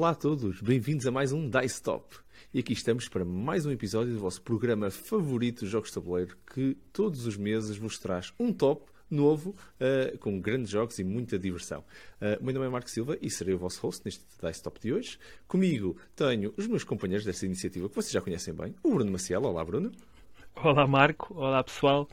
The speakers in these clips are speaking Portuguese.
Olá a todos, bem-vindos a mais um Dice Top. E aqui estamos para mais um episódio do vosso programa favorito de jogos de tabuleiro, que todos os meses vos traz um top novo, com grandes jogos e muita diversão. O meu nome é Marco Silva e serei o vosso host neste Dice Top de hoje. Comigo tenho os meus companheiros desta iniciativa, que vocês já conhecem bem, o Bruno Maciel. Olá, Bruno. Olá, Marco. Olá, pessoal.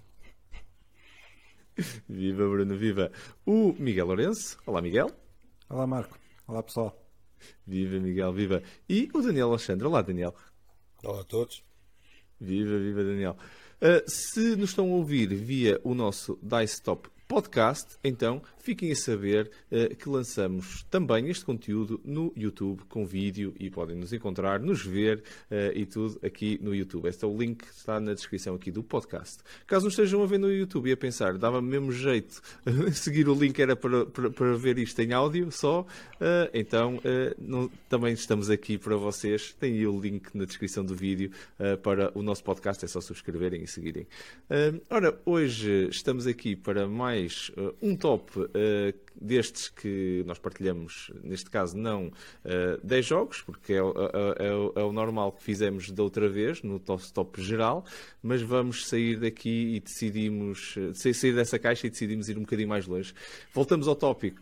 Viva, Bruno, viva. O Miguel Lourenço. Olá, Miguel. Olá, Marco. Olá, pessoal. Viva, Miguel, viva. E o Daniel Alexandre. Olá, Daniel. Olá a todos. Viva, viva, Daniel. Se nos estão a ouvir via o nosso Dice Top Podcast, então fiquem a saber que lançamos também este conteúdo no YouTube com vídeo e podem nos encontrar, nos ver e tudo aqui no YouTube. Este é o link que está na descrição aqui do podcast. Caso nos estejam a ver no YouTube e a pensar, dava-me mesmo jeito seguir o link, era para ver isto em áudio só, então também estamos aqui para vocês. Tem aí o link na descrição do vídeo para o nosso podcast, é só subscreverem e seguirem. Ora, hoje estamos aqui para mais um top destes que nós partilhamos, neste caso não 10 jogos, porque é o normal que fizemos da outra vez, no top geral, mas vamos sair daqui e decidimos sair dessa caixa e decidimos ir um bocadinho mais longe. Voltamos ao tópico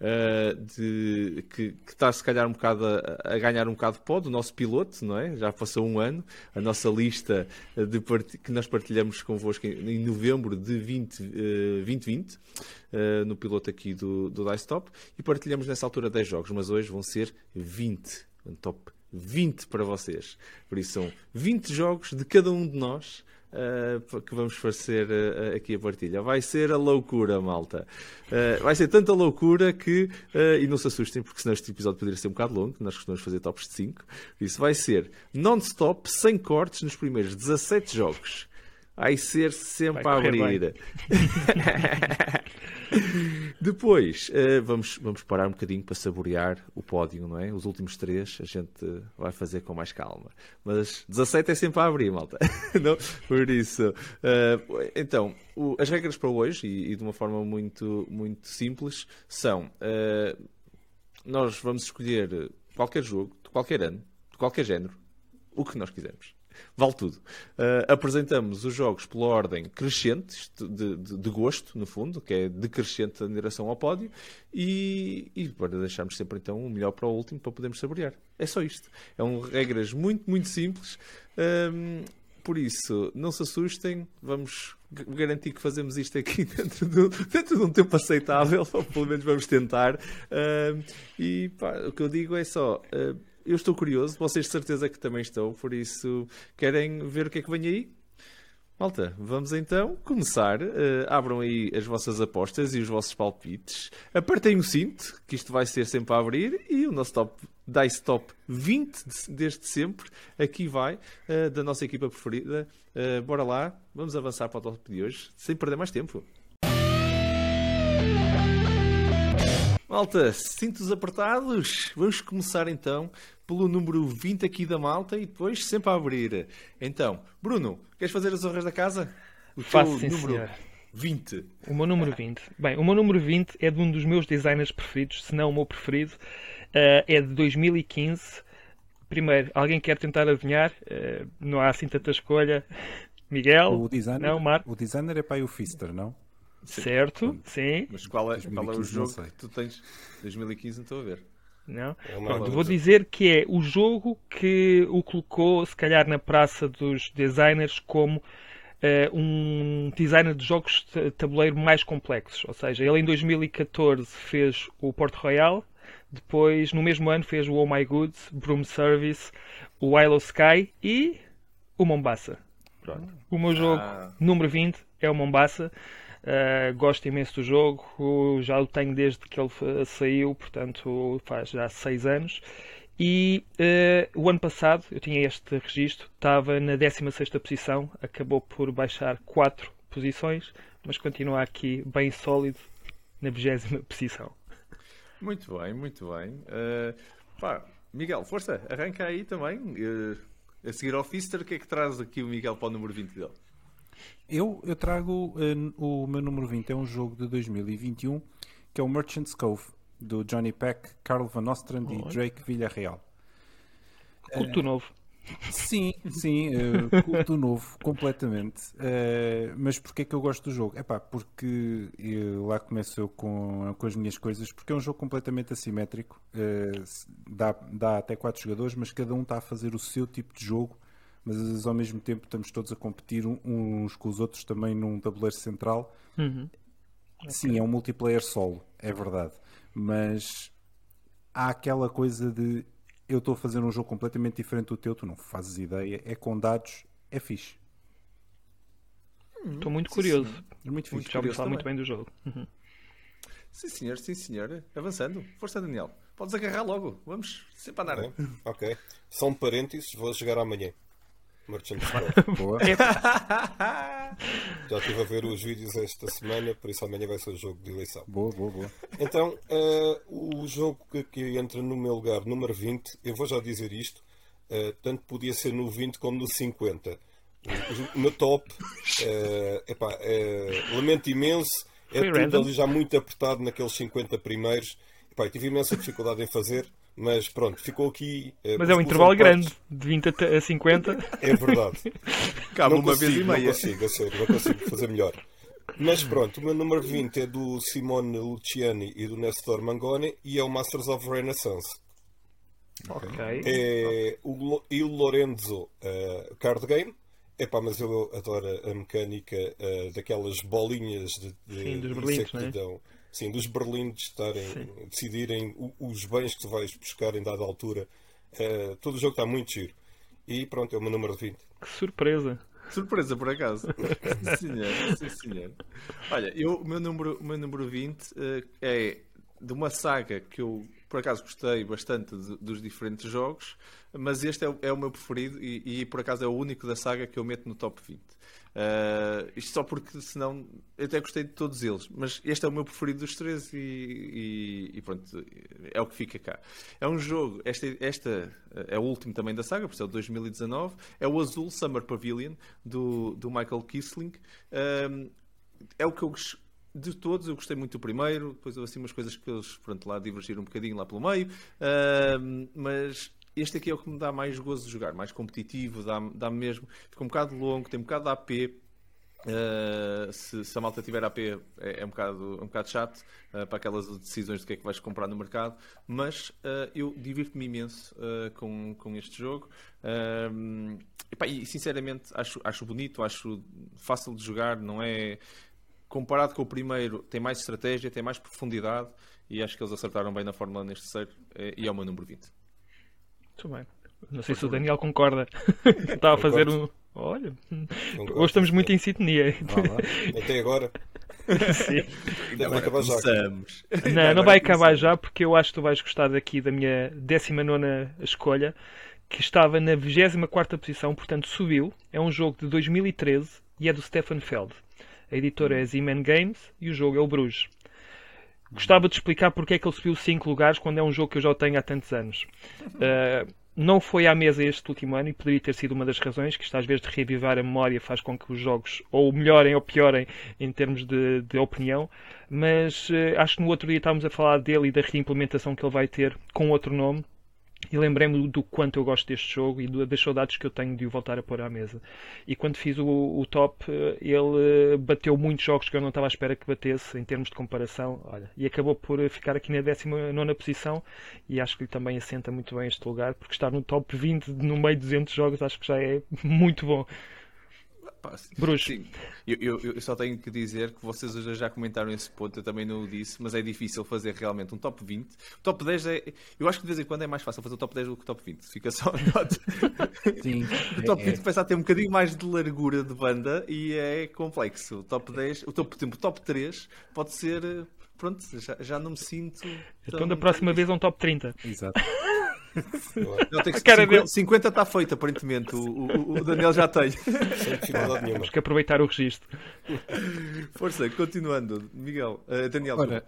que está se calhar um bocado a ganhar um bocado de pó do nosso piloto, não é? Já passou um ano, a nossa lista que nós partilhamos convosco em novembro de 2020, no piloto aqui do Dice Top, e partilhamos nessa altura 10 jogos, mas hoje vão ser 20, um top 20 para vocês. Por isso são 20 jogos de cada um de nós que vamos fazer aqui a partilha. Vai ser a loucura, malta. Vai ser tanta loucura que, e não se assustem, porque senão este episódio poderia ser um bocado longo, nós costumamos fazer tops de 5. Isso vai ser non-stop, sem cortes, nos primeiros 17 jogos. Vai ser sempre a abrir. Depois vamos parar um bocadinho para saborear o pódio, não é? Os últimos 3 a gente vai fazer com mais calma. Mas 17 é sempre a abrir, malta. Não? Por isso. Então, as regras para hoje, e de uma forma muito, muito simples, são: nós vamos escolher qualquer jogo, de qualquer ano, de qualquer género, o que nós quisermos. Vale tudo. Apresentamos os jogos pela ordem crescente, de gosto, no fundo, que é decrescente em direção ao pódio, e para deixarmos sempre então o melhor para o último, para podermos saborear. É só isto. Regras muito, muito simples. Por isso, não se assustem, vamos garantir que fazemos isto aqui dentro de um tempo aceitável, ou pelo menos vamos tentar. E pá, o que eu digo é só... eu estou curioso, vocês de certeza que também estão, por isso querem ver o que é que vem aí? Malta, vamos então começar. Abram aí as vossas apostas e os vossos palpites. Apertem o cinto, que isto vai ser sempre a abrir, e o nosso Dice Top 20 desde sempre, aqui vai, da nossa equipa preferida. Bora lá, vamos avançar para o top de hoje, sem perder mais tempo. Malta, cintos apertados, vamos começar então pelo número 20 aqui da malta e depois sempre a abrir. Então, Bruno, queres fazer as honras da casa? Faço, sim, número senhor. 20. O meu número 20. Bem, o meu número 20 é de um dos meus designers preferidos, se não o meu preferido. É de 2015. Primeiro, alguém quer tentar adivinhar? Não há assim tanta escolha. Miguel? O designer, não, Marco? O designer é para aí o Fister, não? Sim. Certo, sim. Mas qual é o jogo não sei. que tu tens? 2015 não estou a ver. Não? Não, Pronto, vou dizer que é o jogo que o colocou, se calhar, na praça dos designers como um designer de jogos de tabuleiro mais complexos. Ou seja, ele em 2014 fez o Port Royal, depois, no mesmo ano, fez o Oh My Goods, Broom Service, o Isle of Sky e o Mombasa. Pronto. O meu jogo número 20 é o Mombasa. Gosto imenso do jogo, já o tenho desde que ele saiu, portanto faz já 6 anos. E o ano passado, eu tinha este registro, estava na 16ª posição, acabou por baixar 4 posições, mas continua aqui bem sólido na 20ª posição. Muito bem, muito bem. Miguel, força, arranca aí também. A seguir ao Fister, o que é que traz aqui o Miguel para o número 20 dele? Eu trago o meu número 20, é um jogo de 2021, que é o Merchant's Cove. do Johnny Peck, Carl Van Ostrand e Drake Villarreal. Culto novo. Sim, culto novo, completamente. Mas porquê que eu gosto do jogo? Porque lá começo eu com as minhas coisas, porque é um jogo completamente assimétrico. Dá até 4 jogadores, mas cada um está a fazer o seu tipo de jogo, mas ao mesmo tempo estamos todos a competir uns com os outros também num tabuleiro central. Sim, é um multiplayer solo, é verdade. Mas há aquela coisa de eu estou a fazer um jogo completamente diferente do teu, tu não fazes ideia, é com dados, é fixe. Estou muito sim, curioso. senhor. Muito fixe. Já ouvi falar também. muito bem do jogo. Sim, senhor, sim, senhor. Avançando. Força, Daniel. Podes agarrar logo. Vamos sempre andar. Ok. Só um parênteses, vou jogar amanhã. Merchant Store. Boa. Já estive a ver os vídeos esta semana, por isso amanhã vai ser o jogo de eleição. Boa. Então, o jogo que entra no meu lugar, número 20, eu vou já dizer isto, tanto podia ser no 20 como no 50. O meu top, lamento imenso, é Foi tudo random? ali já muito apertado naqueles 50 primeiros. Epá, eu tive imensa dificuldade em fazer, mas pronto, ficou aqui. Mas é um intervalo grande, de 20 a 50. É verdade. Cabe Não uma consigo, vez e meia. Não consigo, a sério, não consigo fazer melhor. Mas pronto, o meu número 20 é do Simone Luciani e do Nestor Mangone e é o Masters of Renaissance. Ok. É o Il Lorenzo Card Game. Epá, mas eu adoro a mecânica daquelas bolinhas de Sim, dos isso berlindes, que não é? te dão. Sim, dos berlindes decidirem os bens que tu vais buscar em dada altura. Todo o jogo está muito giro. E pronto, é o meu número 20. Que surpresa. Surpresa, por acaso. Sim, senhor. Sim, senhor. Olha, o meu número 20 é de uma saga que eu, por acaso, gostei bastante dos diferentes jogos, mas este é o meu preferido e, por acaso, é o único da saga que eu meto no top 20. Isto só porque, senão, eu até gostei de todos eles, mas este é o meu preferido dos três e pronto, é o que fica cá. É um jogo, esta é o último também da saga, por isso é o 2019, é o Azul Summer Pavilion, do Michael Kisling. É o que eu de todos, eu gostei muito do primeiro, depois houve assim umas coisas que eles, pronto, lá divergiram um bocadinho lá pelo meio, mas este aqui é o que me dá mais gozo de jogar, mais competitivo, dá-me mesmo, fica um bocado longo, tem um bocado de AP. Se a malta tiver AP é um bocado chato para aquelas decisões de que é que vais comprar no mercado, mas eu divirto-me imenso com este jogo. E sinceramente acho bonito, acho fácil de jogar, não é. Comparado com o primeiro, tem mais estratégia, tem mais profundidade e acho que eles acertaram bem na fórmula neste terceiro e é o meu número 20. Muito bem. Não sei se o Daniel concorda. Estava a fazer um. Olha, Concordo, hoje estamos sim. muito em sintonia. Vá lá. Até agora, Sim. deve acabar já. Começamos. Não vai acabar já, porque eu acho que tu vais gostar daqui da minha 19ª escolha, que estava na 24ª posição, portanto subiu. É um jogo de 2013 e é do Stefan Feld. A editora é Z-Man Games e o jogo é o Bruges. Gostava de explicar porque é que ele subiu 5 lugares quando é um jogo que eu já tenho há tantos anos. Não foi à mesa este último ano e poderia ter sido uma das razões que isto às vezes de reavivar a memória faz com que os jogos ou melhorem ou piorem em termos de opinião, mas acho que no outro dia estávamos a falar dele e da reimplementação que ele vai ter com outro nome e lembrei-me do quanto eu gosto deste jogo e das saudades que eu tenho de o voltar a pôr à mesa. E quando fiz o top, ele bateu muitos jogos que eu não estava à espera que batesse em termos de comparação. Olha, e acabou por ficar aqui na 19ª posição e acho que lhe também assenta muito bem este lugar, porque estar no top 20 no meio de 200 jogos acho que já é muito bom. Bruges. Sim, eu só tenho que dizer que vocês hoje já comentaram esse ponto, eu também não o disse, mas é difícil fazer realmente um top 20. O top 10 é. Eu acho que de vez em quando é mais fácil fazer o top 10 do que o top 20. Fica só a nota. Sim. O top 20 começa a ter um bocadinho mais de largura de banda e é complexo. O top 10, por exemplo, o top 3 pode ser. Pronto, já não me sinto. Então da próxima vez é um top 30. Exato. Não, tem que A cara 50, dele. 50 está feito, aparentemente. O Daniel já tem. Sem dificuldade nenhuma. Temos que aproveitar o registro. Força, continuando. Miguel, Daniel. Ora,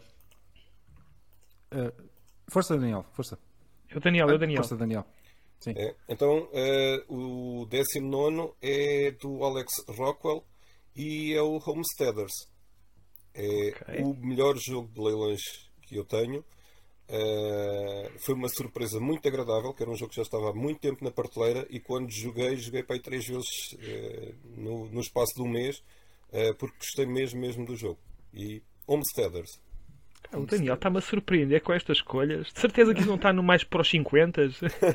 força, Daniel. Força. Eu, Daniel. Força, Daniel. Sim. Então, o 19º é do Alex Rockwell e é o Homesteaders. É Ok. o melhor jogo de leilões que eu tenho. Foi uma surpresa muito agradável, que era um jogo que já estava há muito tempo na prateleira e quando joguei para aí 3 vezes no espaço de um mês, porque gostei mesmo do jogo. E Homesteaders. O Daniel está-me a surpreender com estas escolhas. De certeza que isso não está no mais para os 50.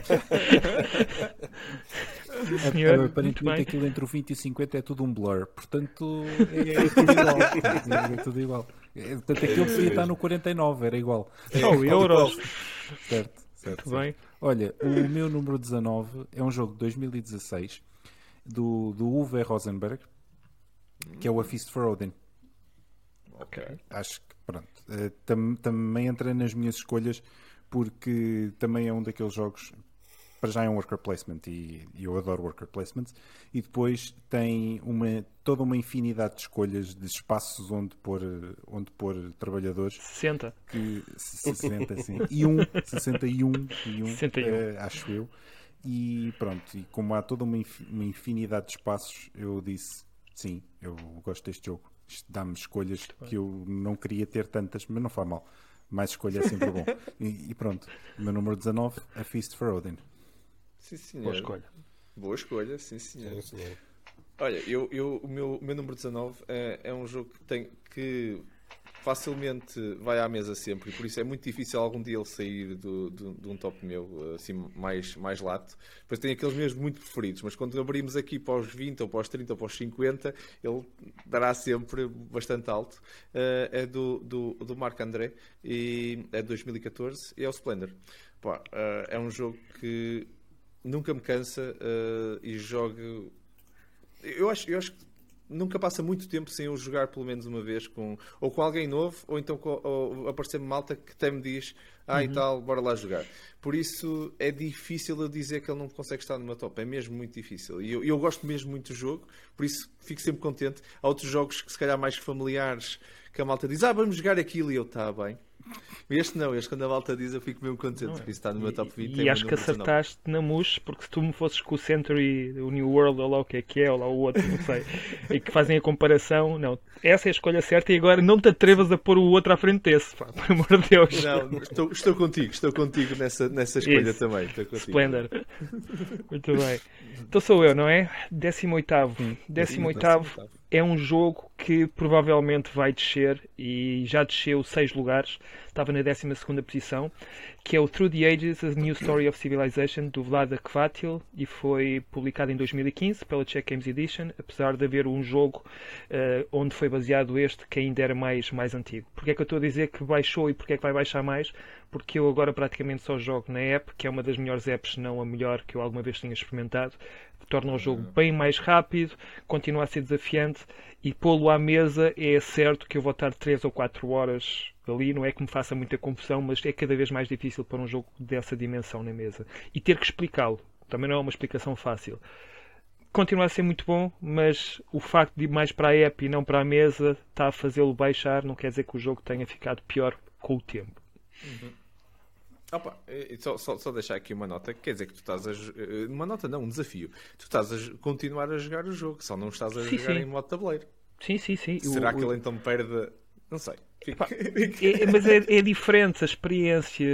Senhor, muito Aparentemente bem. aquilo entre o 20 e o 50 é tudo um blur. Portanto, é tudo igual. É tudo igual. Portanto, aquilo podia estar no 49, era igual. Só euros. Certo. Muito bem. Olha, o meu número 19 é um jogo de 2016 do Uwe Rosenberg, que é o A Feast for Odin. Ok. Acho que, pronto, também entra nas minhas escolhas porque também é um daqueles jogos, para já é um worker placement e eu adoro worker placements, e depois tem toda uma infinidade de escolhas de espaços onde pôr trabalhadores. 60. 60, sim. 61, acho eu. E pronto, e como há toda uma infinidade de espaços, eu disse, sim, eu gosto deste jogo. Isto dá-me escolhas que eu não queria ter tantas, mas não faz mal. Mais escolha é sempre bom. E pronto, o meu número 19, A Feast for Odin. Sim, senhor. Boa escolha. Boa escolha, sim, senhor. Sim, senhor. Olha, o meu número 19 é um jogo que facilmente vai à mesa sempre, e por isso é muito difícil algum dia ele sair de um top meu, assim, mais lato. Depois tem aqueles meus muito preferidos, mas quando abrimos aqui para os 20, ou para os 30, ou para os 50, ele dará sempre bastante alto. É do Marc André, e é de 2014, e é o Splendor. Pá, é um jogo que nunca me cansa, e jogo... Eu acho que nunca passa muito tempo sem eu jogar pelo menos uma vez ou com alguém novo, ou então ou aparecer-me malta que até me diz e tal, bora lá jogar. Por isso é difícil eu dizer que ele não consegue estar no meu top, é mesmo muito difícil. E eu gosto mesmo muito do jogo, por isso fico sempre contente. Há outros jogos que se calhar mais familiares, que a malta diz, vamos jogar aquilo, e eu, tá bem. Este não, quando a malta diz eu fico mesmo contente, por isso está no meu top 20. E acho que acertaste na mousse, porque se tu me fosses com o Century, o New World, ou lá o que é, ou lá o outro, não sei, e que fazem a comparação, não, essa é a escolha certa, e agora não te atrevas a pôr o outro à frente desse, pá, por amor de Deus. Não, estou contigo nessa escolha Isso. também. Estou contigo. Splendor. Muito bem. Então sou eu, não é? 18º. 18º é um jogo que provavelmente vai descer, e já desceu 6 lugares. Estava na 12ª posição, que é o Through the Ages, A New Story of Civilization, do Vlad Kvatil, e foi publicado em 2015 pela Czech Games Edition, apesar de haver um jogo onde foi baseado este, que ainda era mais antigo. Porquê é que eu estou a dizer que baixou e porquê é que vai baixar mais? Porque eu agora praticamente só jogo na app, que é uma das melhores apps, se não a melhor, que eu alguma vez tinha experimentado. Torna o jogo bem mais rápido, continua a ser desafiante, e pô-lo à mesa é certo que eu vou estar 3 ou 4 horas ali, não é que me faça muita confusão, mas é cada vez mais difícil para um jogo dessa dimensão na mesa. E ter que explicá-lo, também não é uma explicação fácil. Continua a ser muito bom, mas o facto de ir mais para a app e não para a mesa está a fazê-lo baixar, não quer dizer que o jogo tenha ficado pior com o tempo. Opa, só deixar aqui uma nota, quer dizer que tu estás uma nota não, um desafio. Tu estás a continuar a jogar o jogo, só não estás a jogar em modo tabuleiro. Sim. Será que ele então perde? Não sei. Mas é diferente a experiência.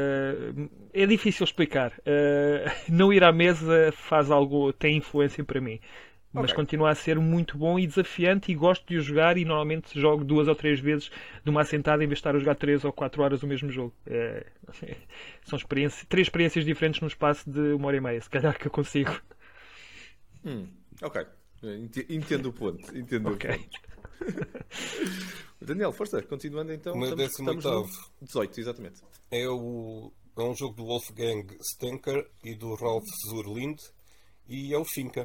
É difícil explicar. Não ir à mesa faz algo, tem influência para mim. Mas continua a ser muito bom e desafiante, e gosto de o jogar, e normalmente jogo 2 ou 3 vezes numa assentada em vez de estar a jogar 3 ou 4 horas o mesmo jogo. São 3 experiências diferentes num espaço de 1h30, se calhar que eu consigo. Ok. Entendo o ponto. Entendo o ponto. Daniel, força, continuando então. O meu 18º 18, exatamente. é um jogo do Wolfgang Stenker e do Ralf Zurlind, e é o Finca.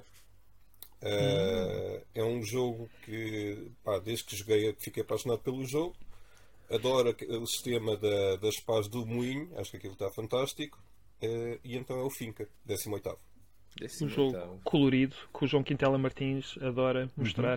É um jogo que, desde que joguei, fiquei apaixonado pelo jogo. Adoro o sistema das pás do moinho, acho que aquilo está fantástico. E então é o Finca, 18º. Um jogo colorido que o João Quintela Martins adora mostrar.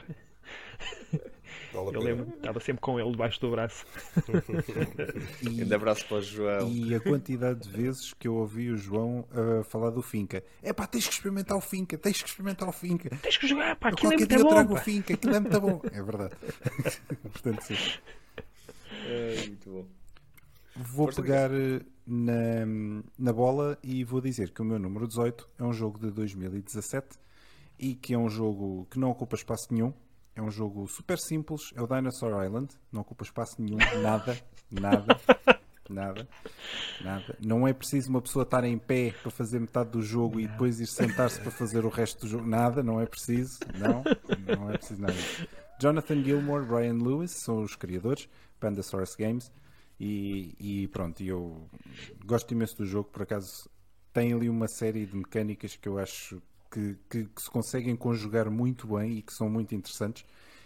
Eu lembro, estava sempre com ele debaixo do braço. Grande abraço para o João. E a quantidade de vezes que eu ouvi o João falar do Finca. Tens que experimentar o Finca, tens que jogar, pá, aquilo é qualquer muito dia eu bom. trago o Finca, aquilo é muito bom. É verdade. Portanto, sim. Muito bom. vou Força, pegar na bola e vou dizer que o meu número 18 é um jogo de 2017 e que é um jogo que não ocupa espaço nenhum. É um jogo super simples, é o Dinosaur Island, não ocupa espaço nenhum, nada, nada, nada, nada. Não é preciso uma pessoa estar em pé para fazer metade do jogo e depois ir sentar-se para fazer o resto do jogo. Nada, não é preciso, não é preciso nada. Jonathan Gilmour, Brian Lewis são os criadores, Pandasaurus Games, e pronto, eu gosto imenso do jogo, por acaso tem ali uma série de mecânicas que eu acho que se conseguem conjugar muito bem e que são muito interessantes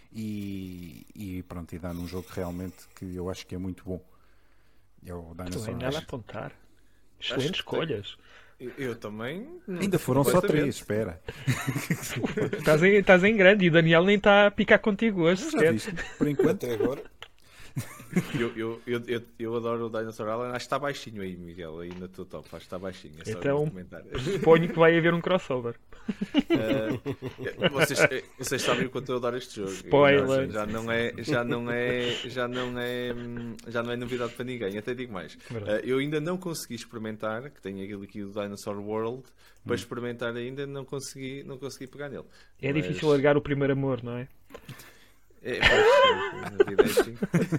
e pronto, e dá num jogo realmente que eu acho que é muito bom. É o Não Dinosaur é nada a Island. apontar. Acho Excelentes que escolhas. Eu também. Ainda foram só completamente. 3, espera. Estás em grande e o Daniel nem está a picar contigo hoje Já sequer. viste? Por enquanto. Até agora. Eu adoro o Dinosaur Island. Acho que está baixinho aí, Miguel, aí na tua top. Acho que está baixinho. É só Então- um comentário. Suponho que vai haver um crossover. Vocês sabem o quanto eu adoro este jogo. Spoiler. Já não é novidade para ninguém. Até digo mais. Verdade. Eu ainda não consegui experimentar, que tenho aqui o Dinosaur World, para experimentar ainda não consegui pegar nele. É Mas- difícil largar o primeiro amor, não é? A vida é assim.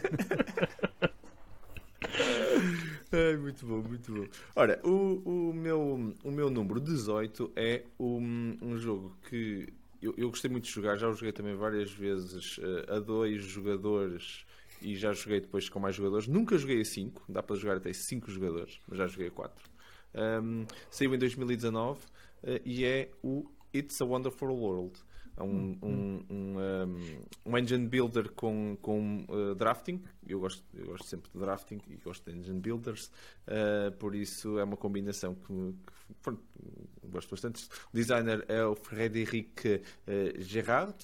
Ai, muito bom, muito bom. Ora, o meu número 18 é um jogo que eu gostei muito de jogar, já o joguei também várias vezes a 2 jogadores e já joguei depois com mais jogadores. Nunca joguei a 5, dá para jogar até 5 jogadores, mas já joguei a 4. Saiu em 2019 e é o It's a Wonderful World. É um engine builder com drafting. Eu gosto sempre de drafting e gosto de engine builders, por isso é uma combinação que gosto bastante. O designer é o Frédéric Gérard.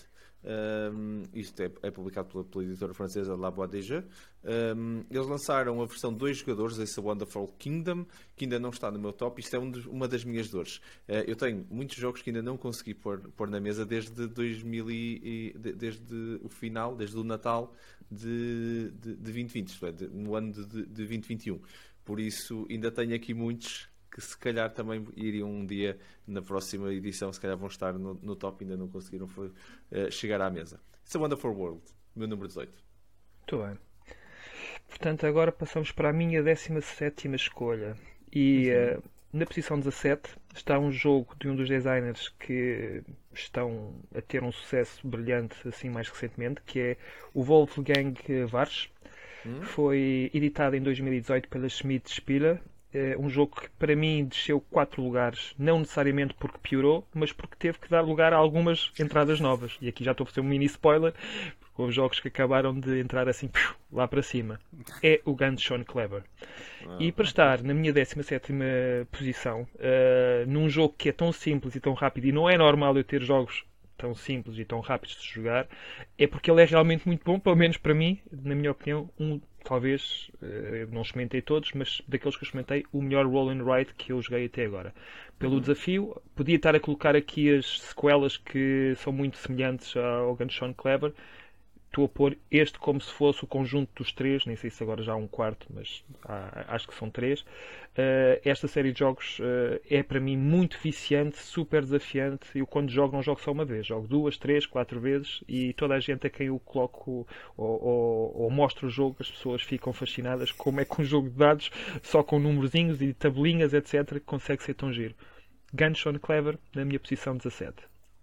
Isto é publicado pela editora francesa La Boîte des Jeux. Eles lançaram a versão 2 jogadores, It's a Wonderful Kingdom, que ainda não está no meu top. Isto é uma das minhas dores. Eu tenho muitos jogos que ainda não consegui pôr na mesa desde 2000 desde o final, desde o Natal de 2020, isto é, no ano de 2021. Por isso ainda tenho aqui muitos que se calhar também iriam um dia na próxima edição, se calhar vão estar no top, ainda não conseguiram chegar à mesa. It's a Wonderful World, meu número 18. Muito bem. Portanto, agora passamos para a minha 17ª escolha. E na posição 17 está um jogo de um dos designers que estão a ter um sucesso brilhante assim mais recentemente, que é o Wolfgang Warsch. Foi editado em 2018 pela Schmidt Spiele. É um jogo que para mim desceu 4 lugares, não necessariamente porque piorou, mas porque teve que dar lugar a algumas entradas novas. E aqui já estou a fazer um mini spoiler, porque houve jogos que acabaram de entrar assim lá para cima. É o Gunshot Clever. E para estar na minha 17ª posição, num jogo que é tão simples e tão rápido, e não é normal eu ter jogos tão simples e tão rápidos de jogar, é porque ele é realmente muito bom, pelo menos para mim, na minha opinião, talvez, eu não experimentei todos, mas daqueles que eu experimentei, o melhor roll and ride que eu joguei até agora. Pelo desafio, podia estar a colocar aqui as sequelas que são muito semelhantes ao Gunshot Clever. Estou a pôr este como se fosse o conjunto dos 3, nem sei se agora já há um quarto, mas acho que são 3. Esta série de jogos é para mim muito viciante, super desafiante. Eu quando jogo não jogo só uma vez, jogo 2, 3, 4 vezes e toda a gente a quem eu coloco ou mostro o jogo, as pessoas ficam fascinadas como é que um jogo de dados, só com numerozinhos e tabelinhas, etc., consegue ser tão giro. Gunshot Clever, na minha posição 17.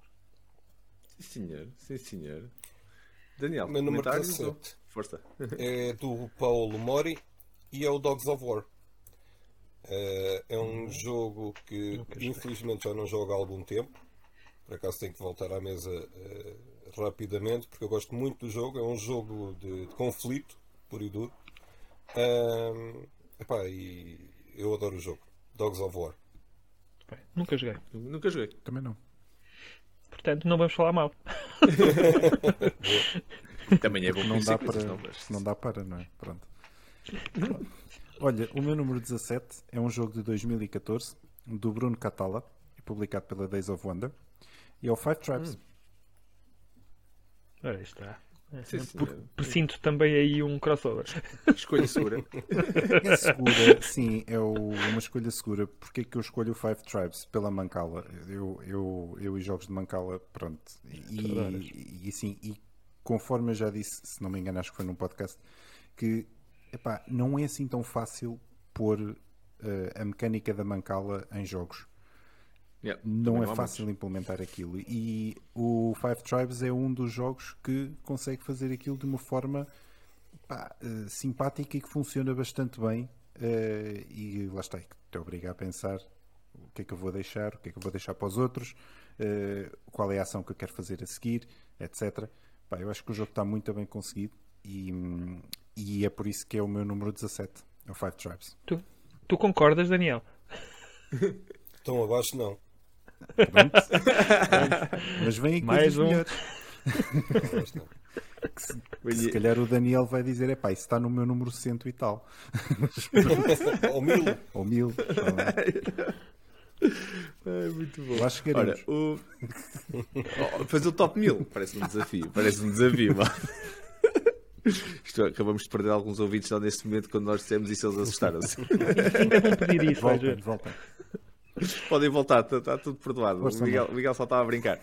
Sim, senhor. Sim, senhor. Daniel, Meu número comentários? 17 Força. é do Paolo Mori e é o Dogs of War. É um jogo que infelizmente já não jogo há algum tempo. Por acaso tenho que voltar à mesa rapidamente, porque eu gosto muito do jogo. É um jogo de conflito, puro e duro. E eu adoro o jogo. Dogs of War. Bem, nunca joguei. Nunca joguei. Também não. Portanto, não vamos falar mal. Também é bom Não conhecer dá coisas para, novas. não dá para, não é? Pronto. Olha, o meu número 17 é um jogo de 2014 do Bruno Catala, publicado pela Days of Wonder, e é o Five Tribes. Ora, aí está. Sim, senhor. Presinto também aí um crossover. Escolha segura. É segura, sim, uma escolha segura. Porque é que eu escolho o Five Tribes? Pela Mancala. Eu e jogos de Mancala, pronto. E sim, e conforme eu já disse, se não me engano, acho que foi num podcast, que epá, não é assim tão fácil pôr a mecânica da Mancala em jogos. Yeah, Não é há fácil muitos. implementar aquilo. E o Five Tribes é um dos jogos que consegue fazer aquilo de uma forma simpática e que funciona bastante bem. E lá está, que te obriga a pensar o que é que eu vou deixar, o que é que eu vou deixar para os outros, qual é a ação que eu quero fazer a seguir, etc. Pá, eu acho que o jogo está muito bem conseguido e é por isso que é o meu número 17, é o Five Tribes. Tu concordas, Daniel? Tão abaixo, não. Pronto. Mas vêm Mais coisas um. melhores. Tão abaixo, não. Que se calhar o Daniel vai dizer, epá, isso está no meu número 100 e tal. Ou 1000. Ou 1000. É muito bom. Lá chegaremos. Ora, fazer o top 1000 parece um desafio, mano. Acabamos de perder alguns ouvintes só neste momento quando nós dissemos isso, eles assustaram-se. Ainda vão pedir isso. vais ver. Voltem. Podem voltar, está tudo perdoado. Força, O Miguel só estava a brincar.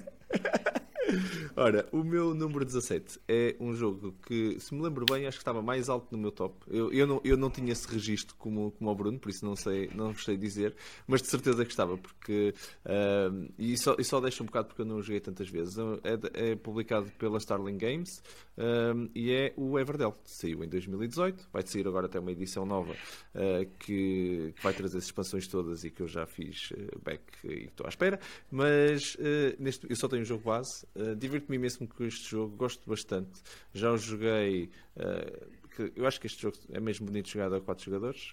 Ora, o meu número 17 é um jogo que, se me lembro bem, acho que estava mais alto no meu top. Eu não tinha esse registro como o Bruno, por isso não vos sei dizer, mas de certeza que estava, porque e só deixo um bocado porque eu não o joguei tantas vezes. É publicado pela Starling Games e é o Everdell. Saiu em 2018, vai sair agora até uma edição nova que vai trazer as expansões todas e que eu já fiz back e estou à espera, mas eu só tenho um jogo base. Divirto-me mesmo com este jogo, gosto bastante. Já o joguei. Eu acho que este jogo é mesmo bonito jogado a 4 jogadores,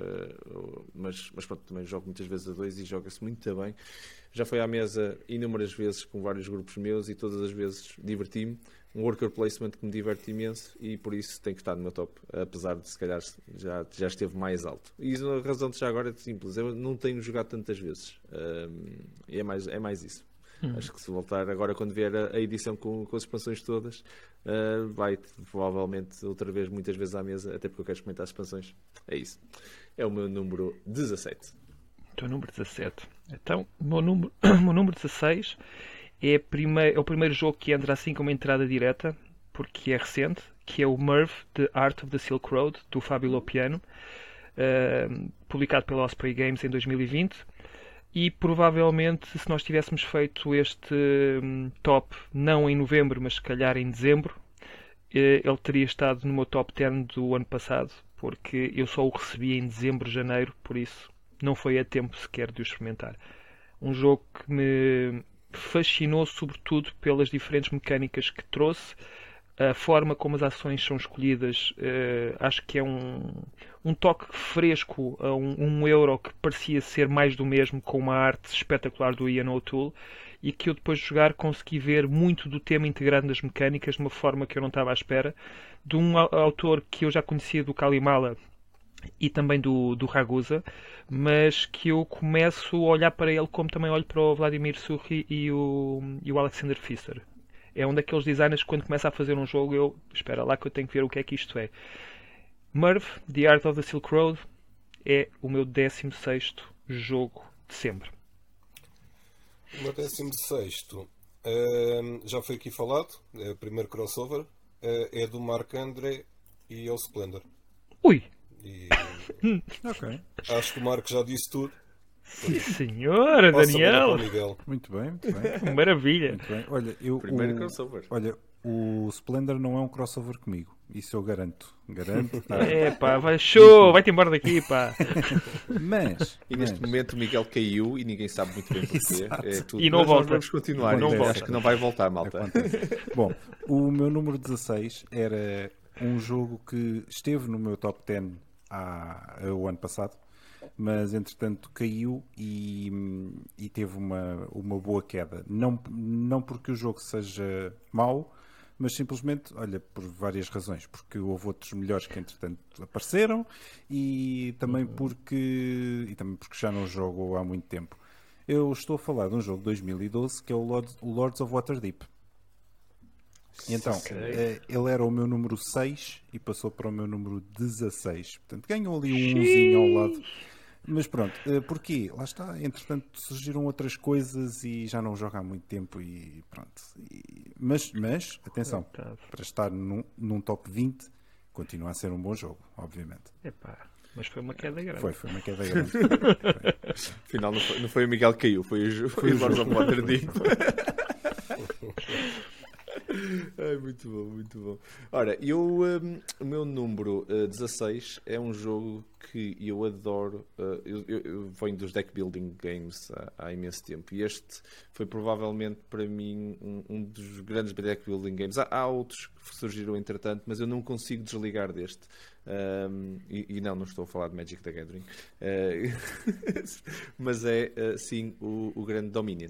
mas pronto, também jogo muitas vezes a 2 e joga-se muito bem. Já foi à mesa inúmeras vezes com vários grupos meus e todas as vezes diverti-me. Um worker placement que me diverte imenso e por isso tem que estar no meu top, apesar de se calhar já esteve mais alto. E a razão de já agora é simples, eu não tenho jogado tantas vezes e é mais isso. Acho que se voltar agora quando vier a edição com as expansões todas, vai provavelmente outra vez muitas vezes à mesa, até porque eu quero experimentar as expansões. É isso. É o meu número 17. O teu número 17. Então, o meu número 16 é o primeiro jogo que entra assim com uma entrada direta, porque é recente, que é o Merv, The Art of the Silk Road, do Fabio Lopiano, publicado pela Osprey Games em 2020. E provavelmente, se nós tivéssemos feito este top não em novembro, mas se calhar em dezembro, ele teria estado no meu top 10 do ano passado, porque eu só o recebi em dezembro, janeiro, por isso não foi a tempo sequer de o experimentar. Um jogo que me fascinou sobretudo pelas diferentes mecânicas que trouxe, a forma como as ações são escolhidas. Acho que é um toque fresco a um euro que parecia ser mais do mesmo, com uma arte espetacular do Ian O'Toole, e que eu depois de jogar consegui ver muito do tema integrado nas mecânicas de uma forma que eu não estava à espera, de um autor que eu já conhecia do Kalimala e também do Ragusa, mas que eu começo a olhar para ele como também olho para o Vladimir Suchy e o Alexander Pfister. É um daqueles designers que quando começa a fazer um jogo espera lá que eu tenho que ver o que é que isto é. Merv, The Art of the Silk Road, é o meu 16º jogo de sempre. O meu 16º já foi aqui falado, é o primeiro crossover, é do Marc André e é o Splendor. Ui! E Ok. acho que o Marco já disse tudo. Sim, senhora, Passa a bola para Daniel! o Miguel. Muito bem. Maravilha! Muito bem. Primeiro crossover. Olha, o Splendor não é um crossover comigo. Isso eu garanto. Tá. É pá, vai-te embora daqui, pá! Mas Neste momento o Miguel caiu e ninguém sabe muito bem porquê. Exato. É tudo. E não Mas nós volta. vamos continuar. Não Acho volta. que não vai voltar, malta. Acontece. Bom, o meu número 16 era um jogo que esteve no meu top 10 o ano passado, mas entretanto caiu e teve uma boa queda. Não porque o jogo seja mau, mas simplesmente, olha, por várias razões. Porque houve outros melhores que entretanto apareceram e também porque já não jogo há muito tempo. Eu estou a falar de um jogo de 2012 que é o Lords of Waterdeep. E então, Ok. ele era o meu número 6 e passou para o meu número 16. Portanto, ganhou ali um 1zinho ao lado. Mas pronto, porquê? Lá está, entretanto surgiram outras coisas e já não jogo há muito tempo e pronto. Mas atenção, Coitado. para estar num top 20, continua a ser um bom jogo, obviamente. Epá, mas foi uma queda grande. Foi uma queda grande. Afinal, não foi o Miguel que caiu, foi o Lords of Waterdeep. Ai, muito bom, muito bom. Ora, o meu número 16 é um jogo que eu adoro. Eu venho dos deck building games há imenso tempo e este foi provavelmente para mim um dos grandes deck building games. Há outros que surgiram entretanto, mas eu não consigo desligar deste. E não estou a falar de Magic the Gathering, mas é sim o grande Dominion.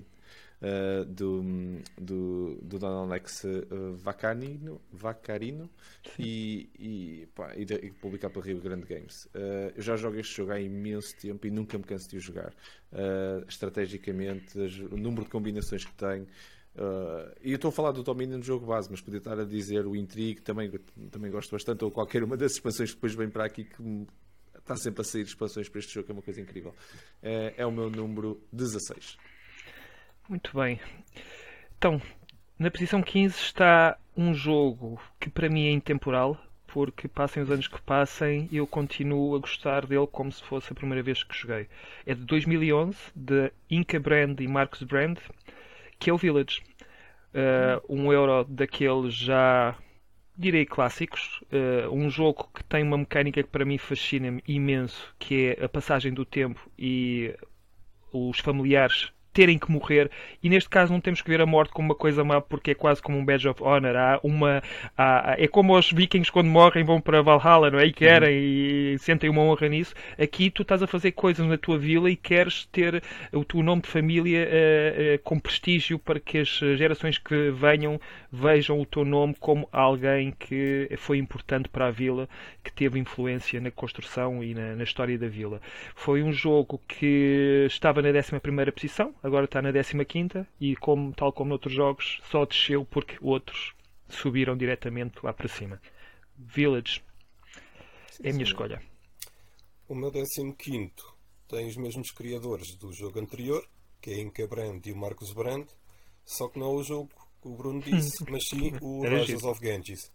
Do Don Alex Vaccarino e publicado pela Rio Grande Games. Eu já jogo este jogo há imenso tempo e nunca me canso de o jogar. Estrategicamente, o número de combinações que tem. E eu estou a falar do Dominion no jogo base, mas podia estar a dizer o Intrigue, também gosto bastante, ou qualquer uma das expansões que depois vem para aqui, que está sempre a sair expansões para este jogo, que é uma coisa incrível. É o meu número 16. Muito bem. Então, na posição 15 está um jogo que para mim é intemporal, porque passem os anos que passem, eu continuo a gostar dele como se fosse a primeira vez que joguei. É de 2011, de Inca Brand e Marcus Brand, que é o Village. Um euro daqueles já, direi, clássicos. Um jogo que tem uma mecânica que para mim fascina-me imenso, que é a passagem do tempo e os familiares terem que morrer, e neste caso não temos que ver a morte como uma coisa má, porque é quase como um badge of honor. É como os vikings quando morrem vão para Valhalla, não é? E querem e sentem uma honra nisso. Aqui tu estás a fazer coisas na tua vila e queres ter o teu nome de família com prestígio para que as gerações que venham vejam o teu nome como alguém que foi importante para a vila, que teve influência na construção e na história da vila. Foi um jogo que estava na 11ª posição, agora está na 15ª e, tal como noutros jogos, só desceu porque outros subiram diretamente lá para cima. Village é a minha escolha. O meu 15º tem os mesmos criadores do jogo anterior, que é a Inca Brand e o Marcus Brand, só que não é o jogo que o Bruno disse, mas sim o Rajas of Genghis.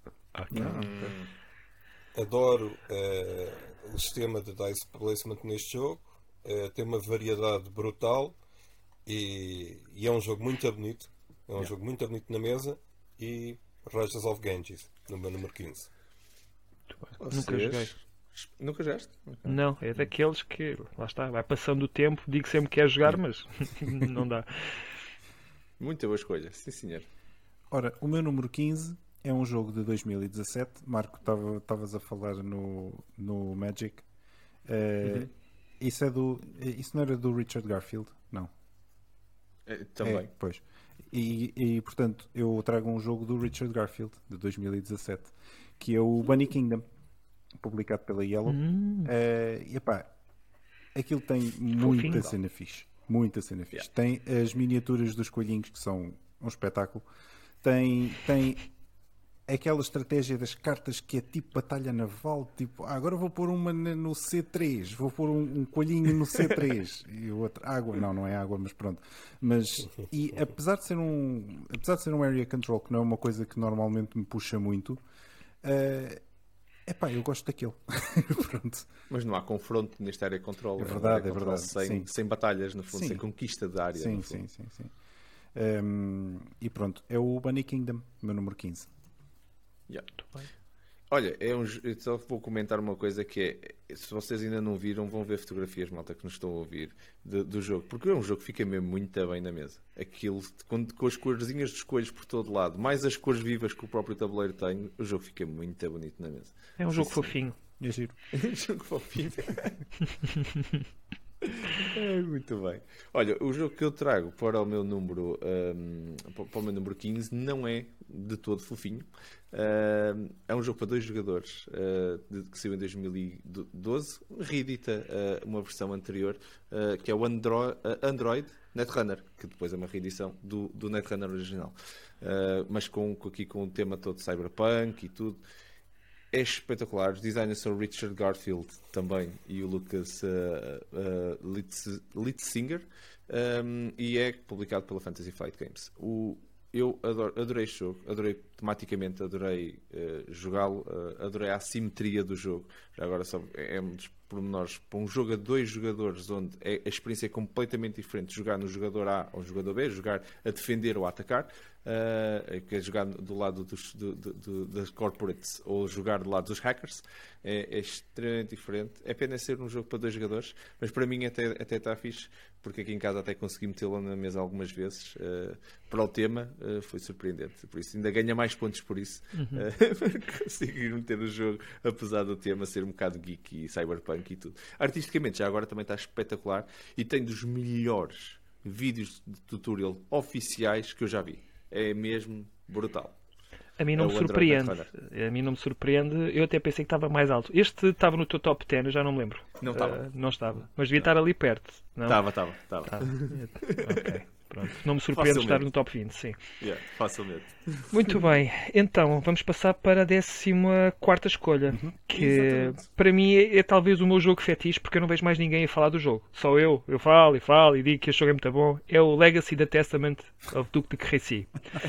Adoro o sistema de dice placement neste jogo, tem uma variedade brutal e é um jogo muito bonito. É um jogo muito bonito na mesa. E Rajas of Genghis, no meu número 15. Nunca joguei. Nunca jogaste? Não, é daqueles que, lá está, vai passando o tempo, digo sempre que quer jogar, mas não dá. Muito boa escolha, sim senhor. Ora, o meu número 15 é um jogo de 2017. Marco, estavas a falar no Magic. Isso não era do Richard Garfield? Não. Também. Pois. E portanto, eu trago um jogo do Richard Garfield, de 2017, que é o Bunny Kingdom, publicado pela Yellow. E epá, aquilo tem muita cena fixe. Muita cena fixe. Tem as miniaturas dos coelhinhos, que são um espetáculo. Tem aquela estratégia das cartas que é tipo batalha naval, tipo, agora vou pôr uma no C3, vou pôr um coelhinho no C3 e o outro, água, não é água, mas pronto. E apesar de ser um area control, que não é uma coisa que normalmente me puxa muito, epá, eu gosto daquilo. Pronto. Mas não há confronto neste área control. É verdade, é verdade. Sem batalhas, no fundo, sim. sem conquista de área. Sim. E pronto, é o Bunny Kingdom, meu número 15. Yeah. Olha, eu só vou comentar uma coisa que é, se vocês ainda não viram, vão ver fotografias, malta, que nos estão a ouvir, do jogo, porque é um jogo que fica mesmo muito bem na mesa. Aquilo, com as corzinhas dos coelhos por todo lado, mais as cores vivas que o próprio tabuleiro tem, o jogo fica muito bonito na mesa. É um jogo fofinho. É giro. É um jogo fofinho. Muito bem. Olha, o jogo que eu trago para o meu número, para o meu número 15 não é de todo fofinho. É um jogo para 2 jogadores que saiu em 2012. Reedita uma versão anterior, que é o Android Netrunner, que depois é uma reedição do Netrunner original. Mas aqui com o tema todo cyberpunk e tudo. É espetacular. Os designers são o Richard Garfield também e o Lucas Litzinger, e é publicado pela Fantasy Flight Games. Eu adorei este jogo, adorei tematicamente, adorei jogá-lo, adorei a assimetria do jogo. Já agora só é um dos pormenores para um jogo a 2 jogadores, onde a experiência é completamente diferente. Jogar no jogador A ou no jogador B, jogar a defender ou a atacar, que é jogar do lado das corporates ou jogar do lado dos hackers, é extremamente diferente. É pena ser um jogo para 2 jogadores, mas para mim até está fixe, porque aqui em casa até consegui metê-lo na mesa algumas vezes. Para o tema foi surpreendente, por isso ainda ganha mais pontos por isso. Conseguir meter o jogo, apesar do tema ser um bocado geek e cyberpunk e tudo. Artisticamente já agora também está espetacular e tem dos melhores vídeos de tutorial oficiais que eu já vi. É mesmo brutal. A mim não me surpreende. A mim não me surpreende. Eu até pensei que estava mais alto. Este estava no teu top 10, eu já não me lembro. Não estava. Não estava. Mas devia estar ali perto. Estava. Ok. Pronto. Não me surpreende estar no top 20, sim. Facilmente. Muito bem. Então, vamos passar para a 14ª escolha. Que para mim é talvez o meu jogo fetiche, porque eu não vejo mais ninguém a falar do jogo. Só eu falo e digo que este jogo é muito bom. É o Legacy The Testament of Duke de Crécy.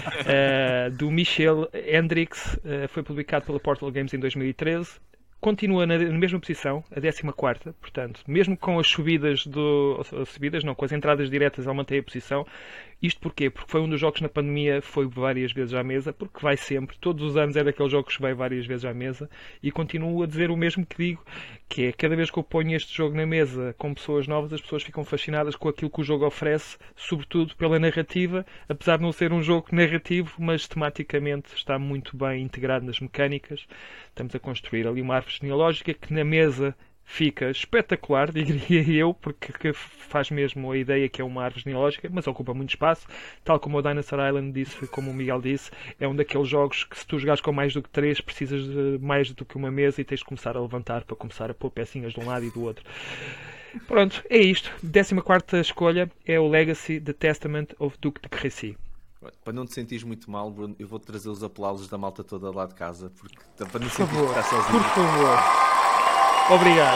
Do Michel Hendricks. Foi publicado pela Portal Games em 2013. Continua na mesma posição, a 14ª, portanto, mesmo com as subidas com as entradas diretas, ele mantém a posição. Isto porquê? Porque foi um dos jogos na pandemia, foi várias vezes à mesa, porque vai sempre, todos os anos é daqueles jogos que vai várias vezes à mesa, e continuo a dizer o mesmo que digo, que é, cada vez que eu ponho este jogo na mesa com pessoas novas, as pessoas ficam fascinadas com aquilo que o jogo oferece, sobretudo pela narrativa, apesar de não ser um jogo narrativo, mas tematicamente está muito bem integrado nas mecânicas. Estamos a construir ali uma árvore genealógica que na mesa fica espetacular, diria eu, porque faz mesmo a ideia que é uma árvore genealógica, mas ocupa muito espaço, tal como o Dinosaur Island disse, como o Miguel disse, é um daqueles jogos que se tu jogares com mais do que 3, precisas de mais do que uma mesa e tens de começar a levantar para começar a pôr pecinhas de um lado e do outro. Pronto, é isto. 14ª escolha é o Legacy The Testament of Duke de Crécy. Para não te sentires muito mal, Bruno, eu vou trazer os aplausos da malta toda lá de casa, porque para não Por sentir que favor, está sozinho. por favor. Obrigado.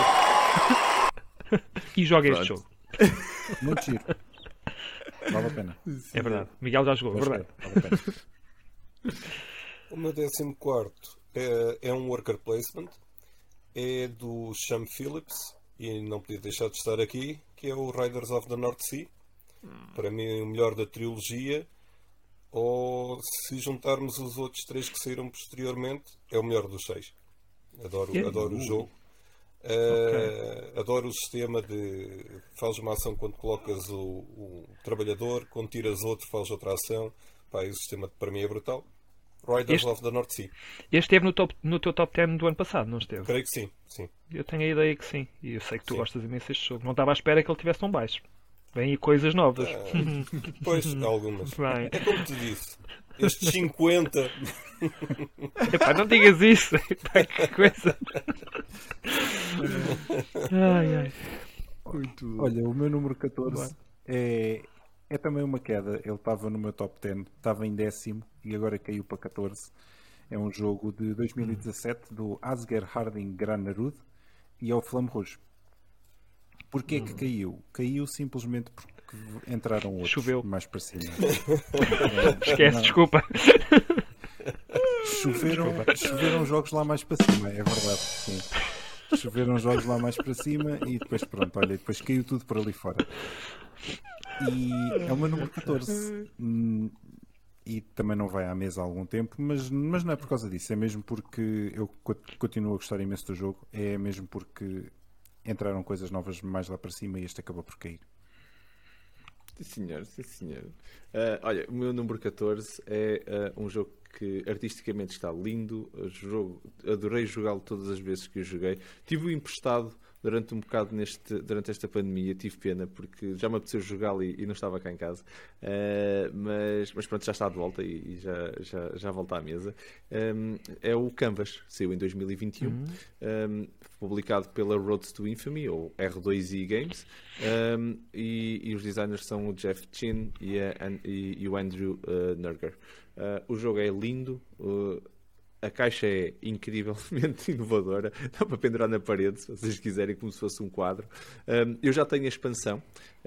E joga este jogo. Muito giro. Vale a pena. É verdade. Miguel já jogou, é verdade. Vale a pena. O meu 14º é um worker placement. É do Sean Phillips e não podia deixar de estar aqui, que é o Riders of the North Sea. Para mim, o melhor da trilogia. Ou se juntarmos os outros 3 que saíram posteriormente, é o melhor dos 6. Adoro o jogo. Adoro o sistema de fazes uma ação quando colocas o trabalhador, quando tiras outro fazes outra ação. O sistema para mim é brutal. Riders of the North Sea. Este esteve no teu top 10 do ano passado, não esteve? Creio que sim, sim. Eu tenho a ideia que sim. E eu sei que tu gostas imenso deste jogo. Não estava à espera que ele tivesse tão baixo. Vêm aí coisas novas. Pois, algumas. Bem. É como te disse. Estes 50. Epá, não digas isso. Epá, que coisa. Ai. Olha, o meu número 14 é também uma queda. Ele estava no meu top 10, estava em 10º e agora caiu para 14. É um jogo de 2017 do Asger Harding Granerud e é o Flamme Rouge. Porquê que caiu? Caiu simplesmente porque entraram outros. Choveu. Mais para cima. Esquece, desculpa. Choveram jogos lá mais para cima, é verdade. Sim. Choveram jogos lá mais para cima e depois pronto, olha, depois caiu tudo por ali fora. E é o meu número 14. E também não vai à mesa há algum tempo, mas não é por causa disso, é mesmo porque eu continuo a gostar imenso do jogo, é mesmo porque entraram coisas novas mais lá para cima e este acabou por cair. Sim, senhor. Olha, o meu número 14 é um jogo que artisticamente está lindo. Adorei jogá-lo todas as vezes que o joguei. Tive-o emprestado durante um bocado durante esta pandemia, tive pena porque já me apeteceu jogá-lo e não estava cá em casa. Mas pronto, já está de volta e já volta à mesa. É o Canvas, saiu em 2021, publicado pela Road to Infamy, ou R2E Games, e os designers são o Jeff Chin e o Andrew Nurger. O jogo é lindo, a caixa é incrivelmente inovadora, dá para pendurar na parede, se vocês quiserem, como se fosse um quadro. Eu já tenho a expansão,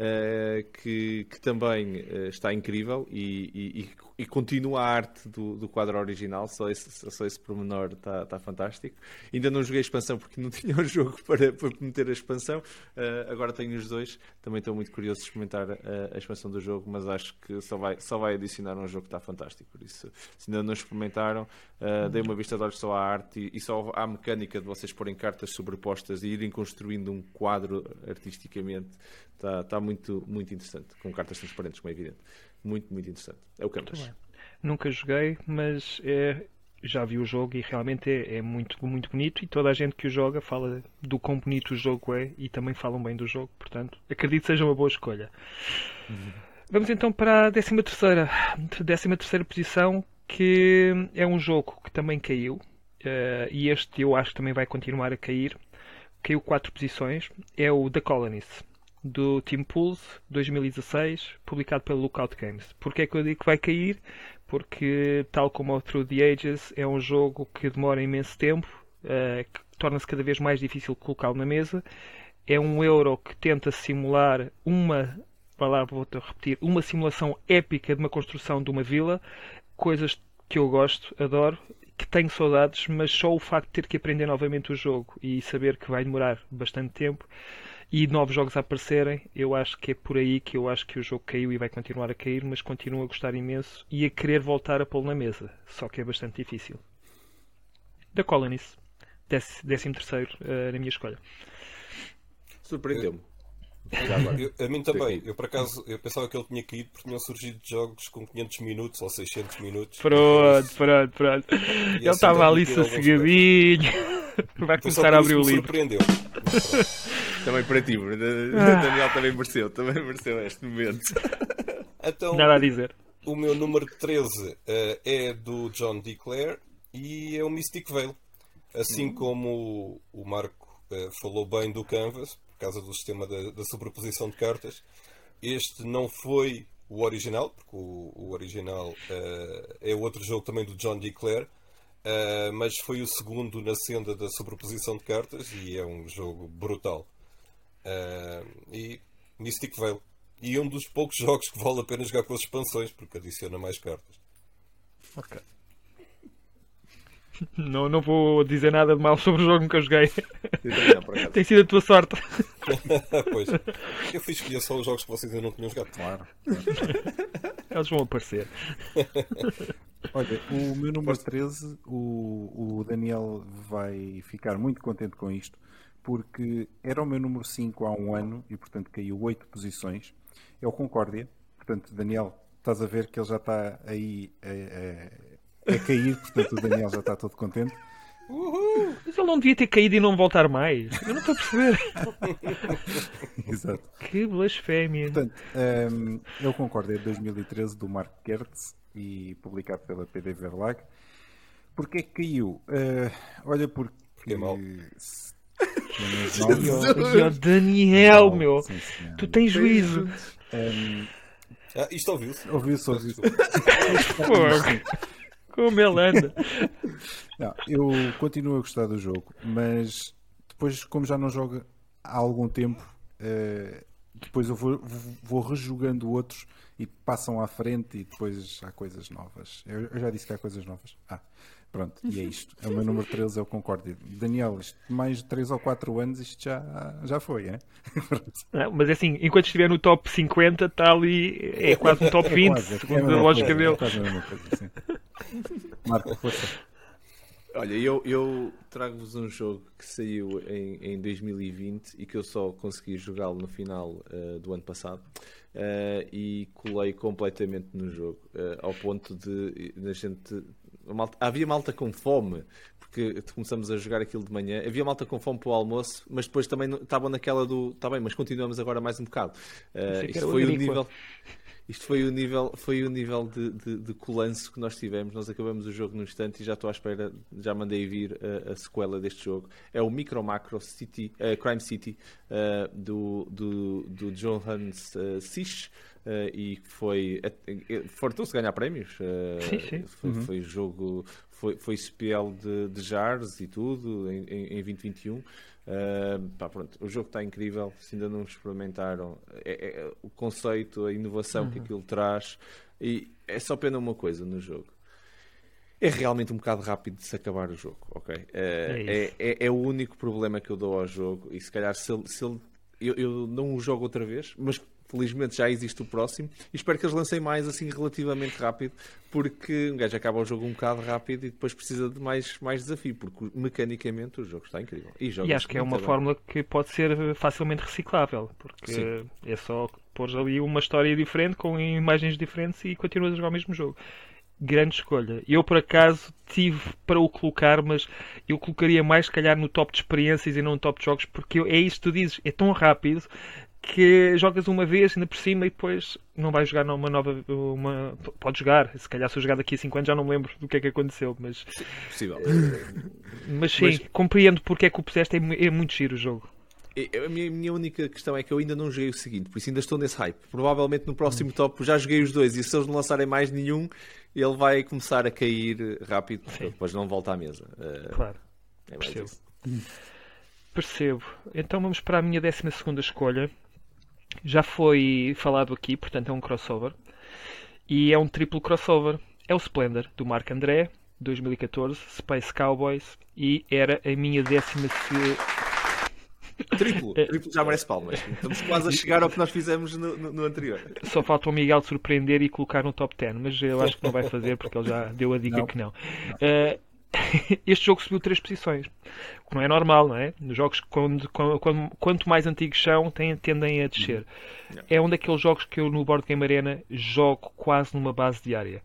que também está incrível e continua a arte do quadro original, só esse pormenor está fantástico. Ainda não joguei a expansão porque não tinha um jogo para meter a expansão, agora tenho os dois, também estou muito curioso de experimentar a expansão do jogo, mas acho que só vai adicionar um jogo que está fantástico, por isso, se ainda não experimentaram, dei uma vista de olhos só à arte e só à mecânica de vocês porem cartas sobrepostas e irem construindo um quadro artisticamente. Está muito, muito interessante, com cartas transparentes, como é evidente. Muito, muito interessante. É o Canvas. Nunca joguei, mas já vi o jogo e realmente é muito, muito bonito, e toda a gente que o joga fala do quão bonito o jogo é e também falam bem do jogo, portanto acredito que seja uma boa escolha. Vamos então para a 13ª posição, que é um jogo que também caiu, e este eu acho que também vai continuar a cair. Caiu 4 posições. É o The Colonies, do Team Pulse, 2016, publicado pelo Lookout Games. Porquê é que eu digo que vai cair? Porque, tal como o Through the Ages, é um jogo que demora imenso tempo, que torna-se cada vez mais difícil colocá-lo na mesa. É um euro que tenta simular vou-te repetir, uma simulação épica de uma construção de uma vila, coisas que eu gosto, adoro, que tenho saudades, mas só o facto de ter que aprender novamente o jogo e saber que vai demorar bastante tempo e novos jogos a aparecerem, eu acho que é por aí que eu acho que o jogo caiu e vai continuar a cair, mas continuo a gostar imenso e a querer voltar a pô-lo na mesa, só que é bastante difícil. The Colonies, 13º na minha escolha. Surpreendeu-me. A mim também. Eu, por acaso, eu pensava que ele tinha caído porque tinham surgido jogos com 500 minutos ou 600 minutos. Pronto. Ele estava ali sossegadinho. Vai começar a abrir o livro. Surpreendeu. Também para ti, Daniel também mereceu este momento. Então, nada a dizer. O meu número 13 é do John D. Clare e é o Mystic Veil. Assim como o Marco falou bem do Canvas, por causa do sistema da sobreposição de cartas, este não foi o original, porque o original é outro jogo também do John D. Clare, mas foi o segundo na senda da sobreposição de cartas e é um jogo brutal. E Mystic Veil. E é um dos poucos jogos que vale a pena jogar com as expansões, porque adiciona mais cartas. Ok. Não vou dizer nada de mal sobre o jogo, nunca joguei. Tem sido a tua sorte. Pois. Eu fui escolher só os jogos que vocês ainda não tinham jogado. Claro. Eles vão aparecer. Olha, o meu número 13, o Daniel vai ficar muito contente com isto, porque era o meu número 5 há um ano e, portanto, caiu 8 posições. É o Concórdia. Portanto, Daniel, estás a ver que ele já está aí a cair, portanto, o Daniel já está todo contente. Uhul. Mas ele não devia ter caído e não voltar mais. Eu não estou a perceber. Exato. Que blasfémia. Portanto, é o Concórdia de 2013 do Mark Gertz e publicado pela PD Verlag. Porquê que caiu? Olha, porque... Fiquei mal. Daniel, meu, sim, tu tens juízo. Isto ouviu-se. Ouviu-se. Como ele anda. Não, eu continuo a gostar do jogo, mas depois, como já não jogo há algum tempo, depois eu vou rejogando outros e passam à frente e depois há coisas novas. Eu já disse que há coisas novas. Pronto, e é isto. É o meu número 13, é o Concórdia. Daniel, isto, mais de 3 ou 4 anos isto já foi, é? Não, mas assim, enquanto estiver no top 50, está ali, é quase no top 20, segundo a lógica dele. É quase a mesma coisa, sim. Marco, força. Olha, eu trago-vos um jogo que saiu em 2020 e que eu só consegui jogá-lo no final do ano passado, e colei completamente no jogo, ao ponto de a gente... havia malta com fome, porque começamos a jogar aquilo de manhã, havia malta com fome para o almoço, mas depois também estavam naquela do, está bem, mas continuamos agora mais um bocado. Isto foi o nível... Isto foi o nível de colanço que nós tivemos. Nós acabamos o jogo num instante e já estou à espera, já mandei vir a sequela deste jogo. É o Micro Macro City, Crime City, do Johannes Sisch, e fartou-se ganhar prémios. Sim. Foi jogo, foi SPL de Jars e tudo em 2021. Pronto, o jogo está incrível. Se ainda não experimentaram, o conceito, a inovação que aquilo traz, e é só pena uma coisa no jogo: é realmente um bocado rápido de se acabar o jogo, ok? É o único problema que eu dou ao jogo, e se calhar eu não o jogo outra vez, mas felizmente já existe o próximo e espero que eles lancem mais assim relativamente rápido, porque um gajo acaba o jogo um bocado rápido e depois precisa de mais desafio, porque mecanicamente o jogo está incrível. E acho que é uma fórmula que pode ser facilmente reciclável, porque é só pôr ali uma história diferente com imagens diferentes e continuas a jogar o mesmo jogo. Grande escolha. Eu, por acaso, tive para o colocar, mas eu colocaria mais, se calhar, no top de experiências e não no top de jogos, porque é isso que tu dizes, é tão rápido que jogas uma vez ainda por cima e depois não vais jogar numa nova... Podes jogar, se calhar se eu jogar daqui a 5 anos já não me lembro do que é que aconteceu, mas... Sim, possível. Mas sim, compreendo porque é que o puseste, é muito giro o jogo. A minha única questão é que eu ainda não joguei o seguinte, por isso ainda estou nesse hype. Provavelmente no próximo top já joguei os dois, e se eles não lançarem mais nenhum, ele vai começar a cair rápido, depois não volta à mesa. Claro, percebo. Então vamos para a minha 12ª escolha. Já foi falado aqui, portanto é um crossover. E é um triplo crossover. É o Splendor, do Marc André, 2014, Space Cowboys, e era a minha 12ª... Triplo já merece palmas. Estamos quase a chegar ao que nós fizemos no anterior. Só falta o Miguel surpreender e colocar no top 10, mas eu acho que não vai fazer porque ele já deu a dica que não. Este jogo subiu 3 posições, o que não é normal, não é? Nos jogos, quanto mais antigos são, tendem a descer. É um daqueles jogos que eu no Board Game Arena jogo quase numa base diária.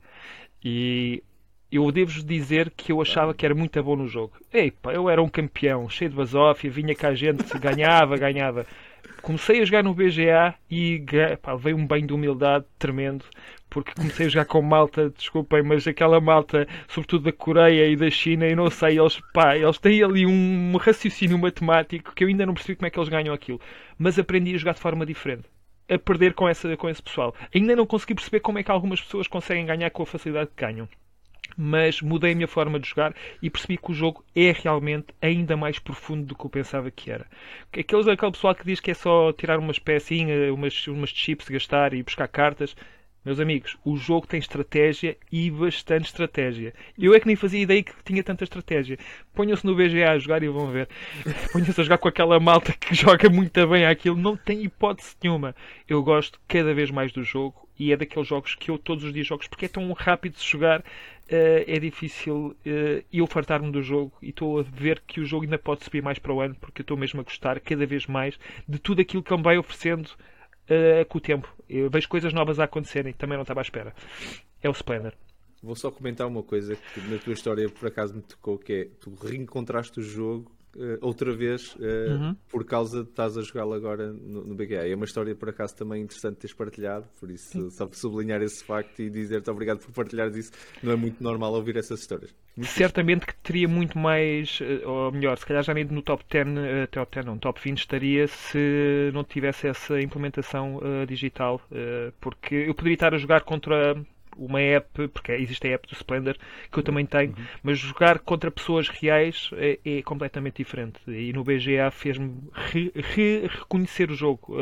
E eu devo-vos dizer que eu achava que era muito bom no jogo. Eu era um campeão, cheio de basófia, vinha cá a gente, ganhava. Comecei a jogar no BGA e veio um banho de humildade tremendo, porque comecei a jogar com malta, desculpem, mas aquela malta, sobretudo da Coreia e da China, e não sei, eles têm ali um raciocínio matemático que eu ainda não percebi como é que eles ganham aquilo. Mas aprendi a jogar de forma diferente, a perder com esse pessoal. Ainda não consegui perceber como é que algumas pessoas conseguem ganhar com a facilidade que ganham. Mas mudei a minha forma de jogar e percebi que o jogo é realmente ainda mais profundo do que eu pensava que era. Aquele pessoal que diz que é só tirar umas pecinhas, umas chips, gastar e buscar cartas. Meus amigos, o jogo tem estratégia e bastante estratégia. Eu é que nem fazia ideia que tinha tanta estratégia. Ponham-se no BGA a jogar e vão ver. Ponham-se a jogar com aquela malta que joga muito bem aquilo. Não tem hipótese nenhuma. Eu gosto cada vez mais do jogo e é daqueles jogos que eu todos os dias jogo porque é tão rápido de se jogar. É difícil eu fartar-me do jogo e estou a ver que o jogo ainda pode subir mais para o ano porque eu estou mesmo a gostar cada vez mais de tudo aquilo que ele me vai oferecendo com o tempo. Eu vejo coisas novas a acontecerem que também não estava à espera. É o Splendor. Vou só comentar uma coisa que na tua história por acaso me tocou, que é tu reencontraste o jogo outra vez por causa de estás a jogá-lo agora no BGA. É uma história por acaso também interessante teres partilhado, por isso só por sublinhar esse facto e dizer-te obrigado por partilhares isso. Não é muito normal ouvir essas histórias. Certamente que teria muito mais, ou melhor, se calhar já nem no top 10, top 20 estaria se não tivesse essa implementação digital, porque eu poderia estar a jogar contra uma app, porque existe a app do Splendor que eu também tenho, mas jogar contra pessoas reais é completamente diferente e no BGA fez-me reconhecer o jogo.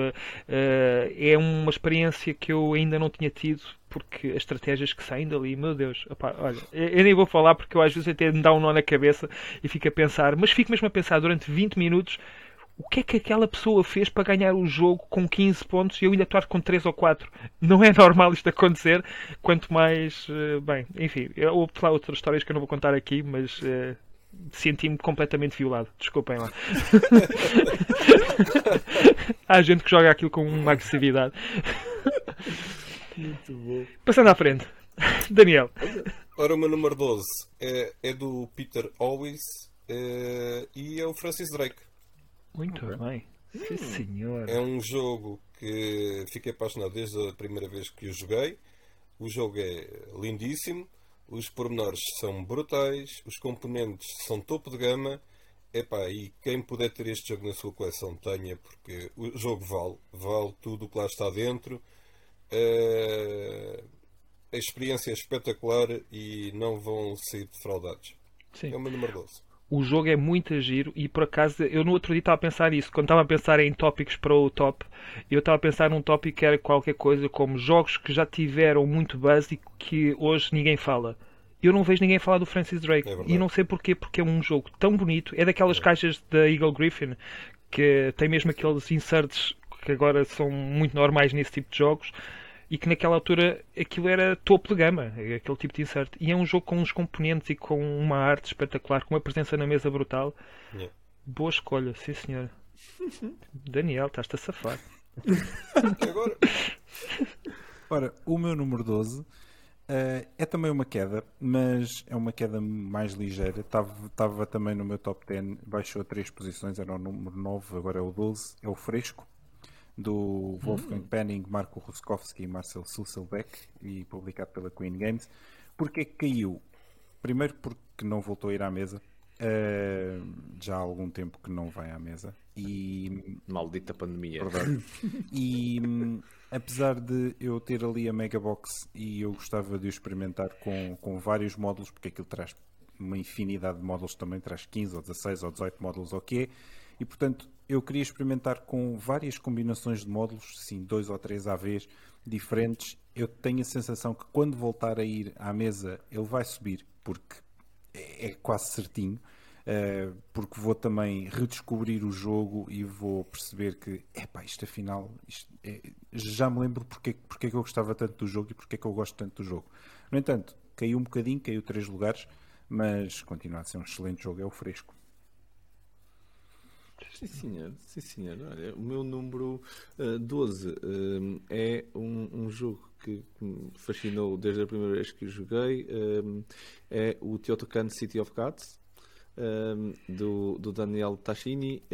É uma experiência que eu ainda não tinha tido porque as estratégias que saem dali, meu Deus, olha, eu nem vou falar porque eu às vezes até me dá um nó na cabeça e fico a pensar, mas fico mesmo a pensar durante 20 minutos o que é que aquela pessoa fez para ganhar o jogo com 15 pontos e eu ainda estou com 3 ou 4? Não é normal isto acontecer, quanto mais... bem, enfim, houve lá outras histórias que eu não vou contar aqui, mas senti-me completamente violado. Desculpem lá. Há gente que joga aquilo com uma agressividade. Muito bom. Passando à frente. Daniel. Ora, o meu número 12 é do Peter Always e é o Francis Drake. Muito bem. Sim, senhor. É um jogo que fiquei apaixonado desde a primeira vez que o joguei. O jogo é lindíssimo, os pormenores são brutais, os componentes são topo de gama. Epá, e quem puder ter este jogo na sua coleção tenha, porque o jogo vale tudo o que lá está dentro. A experiência é espetacular e não vão sair defraudados. Sim. É o meu número 12. O jogo é muito giro e por acaso eu no outro dia estava a pensar isso. Quando estava a pensar em tópicos para o top, eu estava a pensar num tópico que era qualquer coisa como jogos que já tiveram muito buzz e que hoje ninguém fala. Eu não vejo ninguém falar do Francis Drake É verdade. e não sei porquê, porque é um jogo tão bonito. É daquelas caixas da Eagle Griffin que tem mesmo aqueles inserts que agora são muito normais nesse tipo de jogos. E que naquela altura aquilo era topo de gama, aquele tipo de insert. E é um jogo com uns componentes e com uma arte espetacular, com uma presença na mesa brutal. Yeah. Boa escolha, sim senhor. Daniel, estás-te a safar. E agora? Ora, o meu número 12 é também uma queda, mas é uma queda mais ligeira. Estava também no meu top 10, baixou 3 posições, era o número 9, agora é o 12, é o Fresco, do Wolfgang Penning, Marco Ruskowski e Marcel Susselbeck, e publicado pela Queen Games. Porquê que caiu? Primeiro porque não voltou a ir à mesa. Já há algum tempo que não vai à mesa. E Maldita pandemia. verdade. E apesar de eu ter ali a Megabox e eu gostava de o experimentar com vários módulos, porque aquilo traz uma infinidade de módulos também, traz 15 ou 16 ou 18 módulos, ok? E portanto eu queria experimentar com várias combinações de módulos, sim, 2 ou 3 à vez, diferentes. Eu tenho a sensação que quando voltar a ir à mesa ele vai subir, porque é quase certinho. Porque vou também redescobrir o jogo e vou perceber que isto afinal já me lembro porque é que eu gostava tanto do jogo e porque é que eu gosto tanto do jogo. No entanto, caiu um bocadinho, caiu 3 lugares, mas continua a ser um excelente jogo, é o Fresco. Sim, senhor. Sim, senhor. Olha, o meu número 12 é um jogo que me fascinou desde a primeira vez que o joguei. É o Teotihuacan City of Gods, do Daniel Tascini.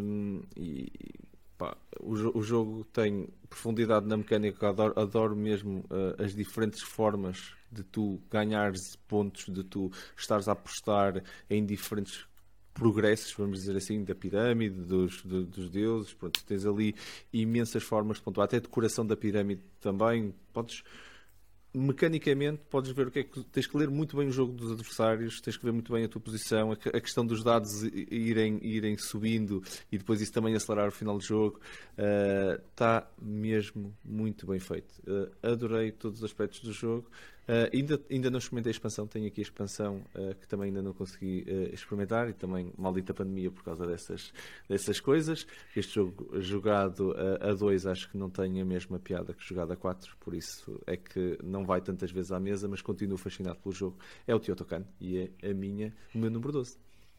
O jogo tem profundidade na mecânica. Adoro mesmo as diferentes formas de tu ganhares pontos, de tu estares a apostar em diferentes progressos, vamos dizer assim, da pirâmide, dos deuses. Pronto, tens ali imensas formas de pontuar, até decoração da pirâmide também. Mecanicamente podes ver o que é que tens que ler muito bem o jogo dos adversários, tens que ver muito bem a tua posição, a questão dos dados irem subindo e depois isso também acelerar o final do jogo. Está mesmo muito bem feito. Adorei todos os aspectos do jogo. Ainda não experimentei a expansão, tenho aqui a expansão que também ainda não consegui experimentar, e também maldita pandemia por causa dessas coisas. Este jogo jogado a 2 acho que não tem a mesma piada que jogado a 4, por isso é que não vai tantas vezes à mesa, mas continuo fascinado pelo jogo. É o Teotihuacan e é o meu número 12.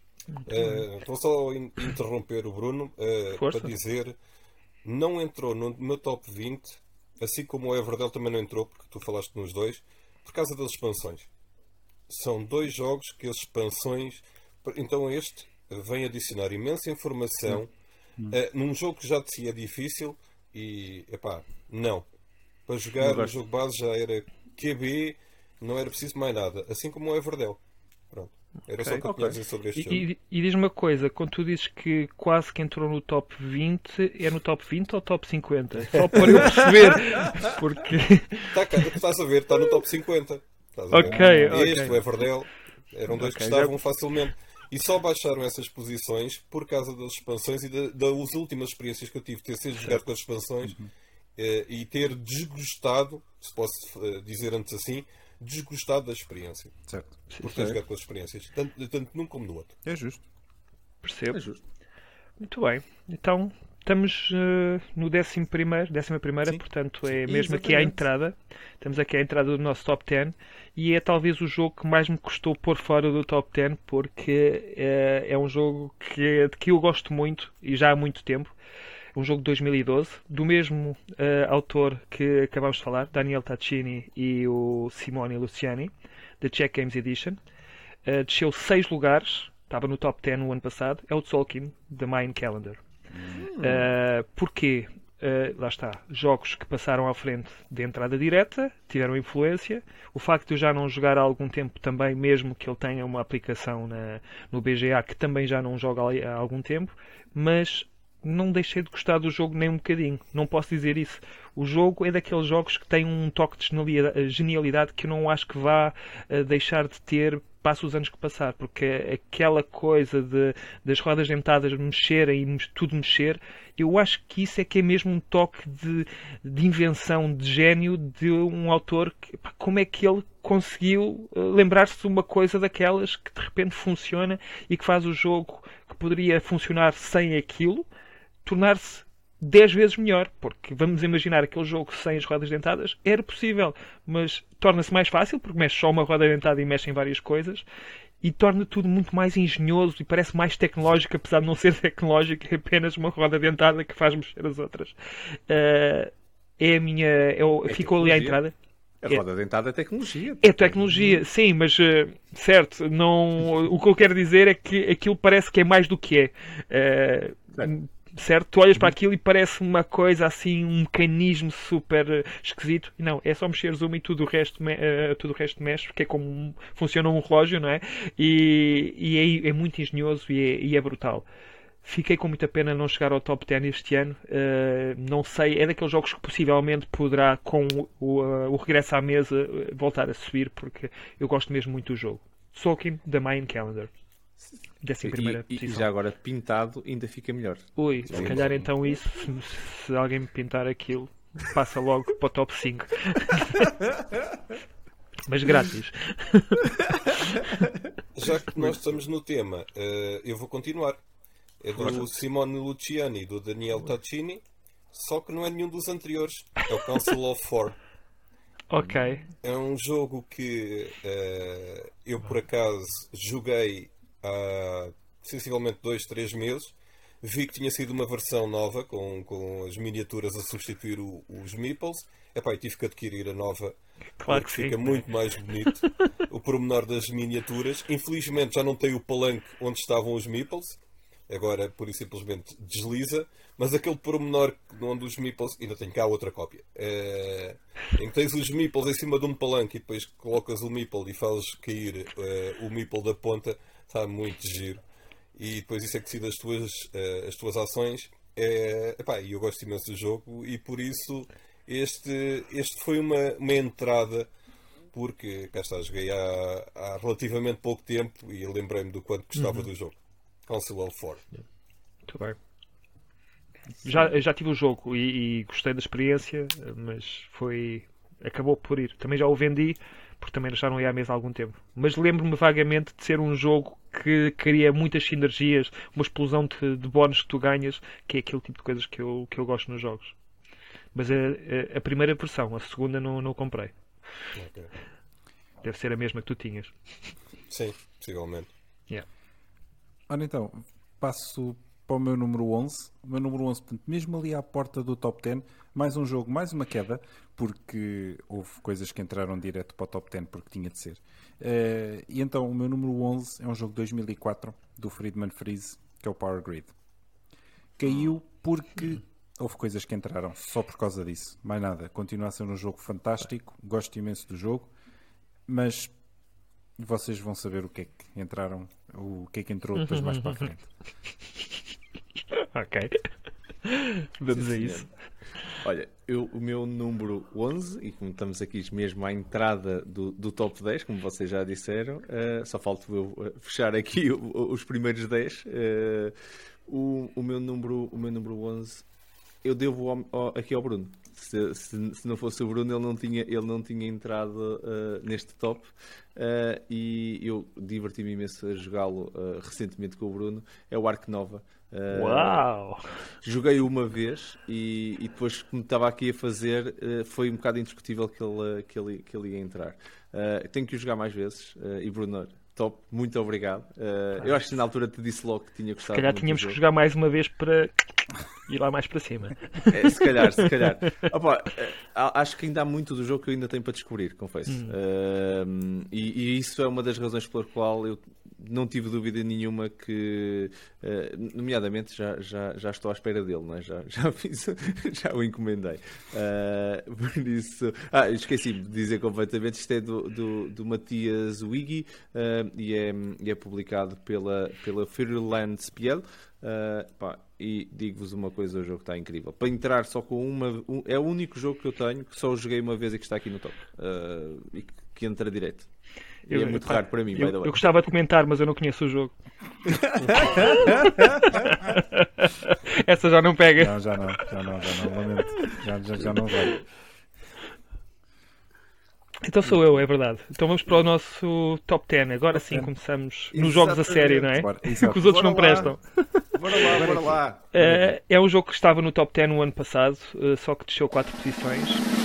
Vou só interromper o Bruno para dizer, não entrou no meu top 20, assim como o Everdell também não entrou, porque tu falaste nos dois, por causa das expansões. São 2 jogos que as expansões... Então este vem adicionar imensa informação num jogo que já de si é difícil e, não. Para jogar o jogo base já era QB, não era preciso mais nada. Assim como o Everdell. Pronto. Era só o que eu tinha a dizer sobre este jogo. E diz-me uma coisa, quando tu dizes que quase que entrou no top 20, é no top 20 ou top 50? Só para eu perceber, porque... Estás a ver, está no top 50. Estás a ver? Ok. Este, o Everdell, eram 2 que estavam facilmente. E só baixaram essas posições por causa das expansões e das últimas experiências que eu tive, ter sido jogado com as expansões e ter desgostado, se posso dizer antes assim, desgostado da experiência. Certo. Por ter jogado com as experiências, tanto num como no outro. É justo. Percebo. É justo. Muito bem. Então, estamos no 11ª, Sim. portanto é Sim, mesmo aqui à exatamente. entrada. Estamos aqui à entrada do nosso top 10 e é talvez o jogo que mais me custou pôr fora do top 10, porque é um jogo de que eu gosto muito e já há muito tempo. um jogo de 2012, do mesmo autor que acabámos de falar, Daniel Tacchini e o Simone Luciani, da Czech Games Edition. Desceu 6 lugares, estava no top 10 no ano passado, é o Tzolk'in, da Mayan Calendar. Porquê? Lá está, jogos que passaram à frente de entrada direta, tiveram influência. O facto de eu já não jogar há algum tempo também, mesmo que ele tenha uma aplicação no BGA, que também já não joga há algum tempo, mas não deixei de gostar do jogo nem um bocadinho. Não posso dizer isso. O jogo é daqueles jogos que tem um toque de genialidade que eu não acho que vá deixar de ter passo os anos que passar, porque aquela coisa das rodas dentadas mexerem e tudo mexer, eu acho que isso é que é mesmo um toque de invenção, de gênio de um autor. Como é que ele conseguiu lembrar-se de uma coisa daquelas que de repente funciona e que faz o jogo que poderia funcionar sem aquilo tornar-se 10 vezes melhor, porque vamos imaginar aquele jogo sem as rodas dentadas, era possível, mas torna-se mais fácil, porque mexe só uma roda dentada e mexe em várias coisas, e torna tudo muito mais engenhoso e parece mais tecnológico, apesar de não ser tecnológico, é apenas uma roda dentada que faz mexer as outras. É a minha... ficou ali à entrada. A roda dentada é tecnologia. É tecnologia, sim, mas certo, não, o que eu quero dizer é que aquilo parece que é mais do que é. Certo? Tu olhas para aquilo e parece uma coisa assim, um mecanismo super esquisito. E não, é só mexeres uma e tudo o resto mexe, que é como funciona um relógio, não é? E é muito engenhoso e é brutal. Fiquei com muita pena não chegar ao top 10 este ano. Não sei, é daqueles jogos que possivelmente poderá, com o regresso à mesa, voltar a subir, porque eu gosto mesmo muito do jogo. Tzolk'in, da Mayan Calendar. E já agora pintado ainda fica melhor. Ui, se calhar então isso, se alguém me pintar aquilo, passa logo para o top 5. Mas grátis. Já que nós estamos no tema, eu vou continuar. É do Simone Luciani e do Daniel Tacchini, só que não é nenhum dos anteriores. É o Council of Four. Ok. É um jogo que eu por acaso joguei há sensivelmente 2-3 meses. Vi que tinha sido uma versão nova com as miniaturas a substituir os meeples. Epá, e tive que adquirir a nova, Claro porque que fica sim. muito mais bonito o pormenor das miniaturas. Infelizmente já não tem o palanque onde estavam os meeples. Agora, por isso simplesmente desliza. Mas aquele pormenor onde os meeples... Ainda tenho cá outra cópia. Em que tens os meeples em cima de um palanque e depois colocas o meeple e fazes cair o meeple da ponta. Está muito giro. E depois isso é que decide as tuas ações. Epá, eu gosto imenso do jogo e por isso este foi uma entrada, porque cá está, joguei há relativamente pouco tempo e lembrei-me do quanto gostava do jogo. Council of Four. Muito bem. Já tive o jogo e gostei da experiência, mas acabou por ir. Também já o vendi, porque também já não ia à mesa há algum tempo. Mas lembro-me vagamente de ser um jogo que cria muitas sinergias, uma explosão de bónus que tu ganhas, que é aquele tipo de coisas que eu gosto nos jogos. Mas a primeira versão, a segunda não comprei. Okay. Deve ser a mesma que tu tinhas. Sim, possivelmente. Yeah. Ora então, passo para o meu número 11. O meu número 11, portanto, mesmo ali à porta do top 10, mais um jogo, mais uma queda, porque houve coisas que entraram direto para o top 10 porque tinha de ser. E então, o meu número 11 é um jogo de 2004, do Friedman Freeze, que é o Power Grid. Caiu porque houve coisas que entraram só por causa disso. Mais nada. Continua a ser um jogo fantástico, gosto imenso do jogo, mas vocês vão saber o que é que entraram, o que é que entrou depois mais para a frente. Ok. Vamos Sim, a senhor. isso. Olha, o meu número 11, e como estamos aqui mesmo à entrada do top 10, como vocês já disseram, só falta eu fechar aqui os primeiros 10. O meu número 11, eu devo aqui ao Bruno. Se não fosse o Bruno, ele não tinha entrado neste top. E eu diverti-me imenso a jogá-lo recentemente com o Bruno. É o Ark Nova. Uau! Joguei uma vez e depois, como estava aqui a fazer, foi um bocado indiscutível que ele ia entrar. Tenho que o jogar mais vezes. E Bruno, top, muito obrigado. Eu acho que na altura te disse logo que tinha Se gostado calhar muito do tínhamos que jogo. jogar mais uma vez para ir lá mais para cima. Se calhar. Opa, acho que ainda há muito do jogo que eu ainda tenho para descobrir, confesso. E isso é uma das razões pela qual eu não tive dúvida nenhuma que, nomeadamente, já estou à espera dele, não é? Já já o encomendei. Por isso. Esqueci-me de dizer completamente, isto é do Matias Wiggy e é publicado pela Feuerland Spiel. E digo-vos uma coisa, o jogo está incrível. Para entrar só com é o único jogo que eu tenho que só joguei uma vez e que está aqui no top. E que entra direto. E é muito raro para mim, by the way. Eu gostava de comentar, mas eu não conheço o jogo. Essa já não pega. Não, já não, lamento. Já não vai. Então sou eu, é verdade. Então vamos para o nosso top 10. Agora sim começamos nos jogos a sério, não é? Bora, Que exato. os outros não Bora lá. prestam. Bora lá. É um jogo que estava no top 10 no ano passado, só que desceu 4 posições.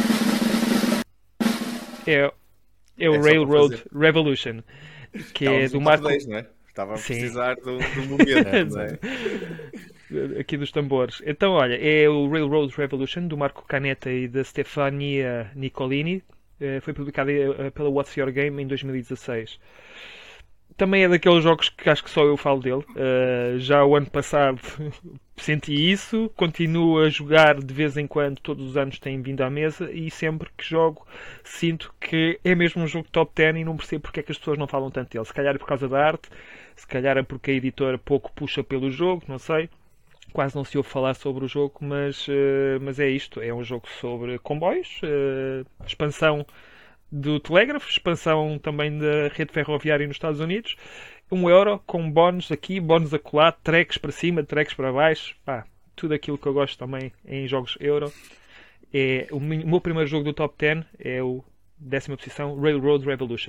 É o É só para Railroad fazer. Revolution, que é Estávamos do no top Marco 10, não é? Estava a Sim. precisar do momento, não é? aqui dos tambores. Então, olha, é o Railroad Revolution do Marco Canetta e da Stefania Nicolini. Foi publicado pela What's Your Game em 2016. Também é daqueles jogos que acho que só eu falo dele. Já o ano passado senti isso, continuo a jogar de vez em quando, todos os anos tem vindo à mesa e sempre que jogo sinto que é mesmo um jogo top 10 e não percebo porque é que as pessoas não falam tanto dele. Se calhar é por causa da arte, se calhar é porque a editora pouco puxa pelo jogo, não sei. Quase não se ouve falar sobre o jogo, mas é isto. É um jogo sobre comboios, expansão do telégrafo, expansão também da rede ferroviária nos Estados Unidos. €1 com bónus aqui, bónus acolá, tracks para cima, tracks para baixo. Tudo aquilo que eu gosto também em jogos euro. O meu primeiro jogo do top 10 é o 10ª posição, Railroad Revolution.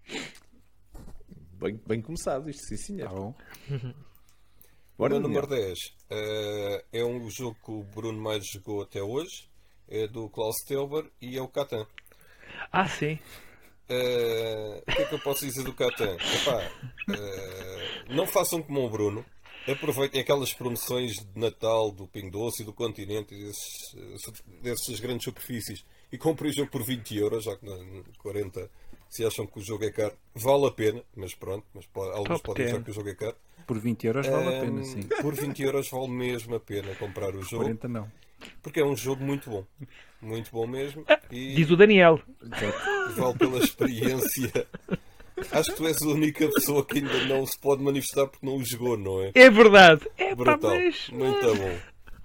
Bem começado isto, sim senhor. Tá bom. O meu número 10 é um jogo que o Bruno mais jogou até hoje. É do Klaus Teuber e é o Catan. Sim. O que é que eu posso dizer do Catan? Não façam como o Bruno. Aproveitem aquelas promoções de Natal do Pingo Doce e do Continente e dessas grandes superfícies e comprem o jogo por €20, já que na 40, se acham que o jogo é caro, vale a pena, mas pronto, alguns Top podem 10. achar que o jogo é caro. Por €20 vale a pena, sim. Por €20 vale mesmo a pena comprar o jogo, 40 não. porque é um jogo muito bom mesmo, e Diz o Daniel. vale pela experiência. Acho que tu és a única pessoa que ainda não se pode manifestar porque não o jogou, não é? É verdade. Brutal, Mas... muito bom.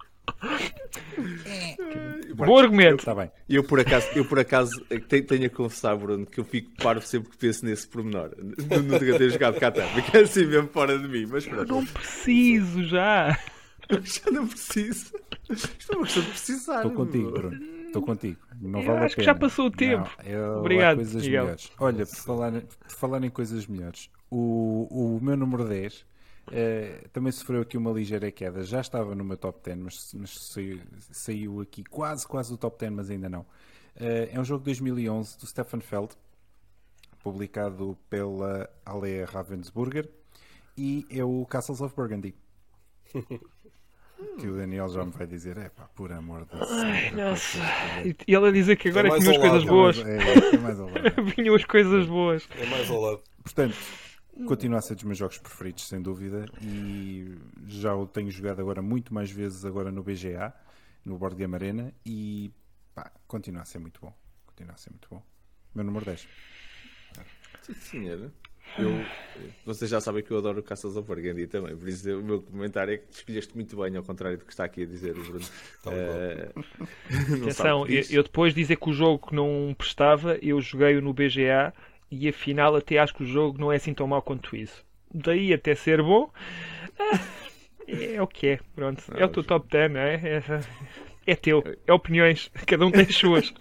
Bom argumento. Está bem. Eu por acaso tenho a confessar, Bruno, que eu fico parvo sempre que penso nesse pormenor. Nunca ter jogado Catan, porque é assim mesmo fora de mim, mas pronto. Não preciso já. Já não preciso. Isto é uma questão de precisar. Estou contigo, Bruno. Estou contigo. Não Eu vale a acho que pena. já passou o tempo. Não, Obrigado, há coisas Miguel. melhores. Olha, por falar em coisas melhores, o meu número 10 também sofreu aqui uma ligeira queda. Já estava no meu top 10, mas saiu aqui quase do top 10, mas ainda não. É um jogo de 2011 do Stefan Feld, publicado pela Alea Ravensburger, e é o Castles of Burgundy. Que o Daniel já me vai dizer, por amor de Deus. Nossa. E ele a dizer que agora É mais vinham as ao coisas lado, boas. É mais ao lado. Vinham as coisas boas. É mais ao lado. Portanto, continua a ser dos meus jogos preferidos, sem dúvida, e já o tenho jogado agora muito mais vezes agora no BGA, no Board Game Arena, e continua a ser muito bom. Meu número 10. Sim, senhor. Vocês já sabem que eu adoro o Castles of Burgundy também, por isso o meu comentário é que escolheste muito bem, ao contrário do que está aqui a dizer o Bruno. Atenção, eu depois de dizer que o jogo não prestava, eu joguei-o no BGA e afinal até acho que o jogo não é assim tão mau quanto isso. Daí até ser bom, é o que é, pronto. É o teu top 10, não é? É teu, é opiniões, cada um tem as suas.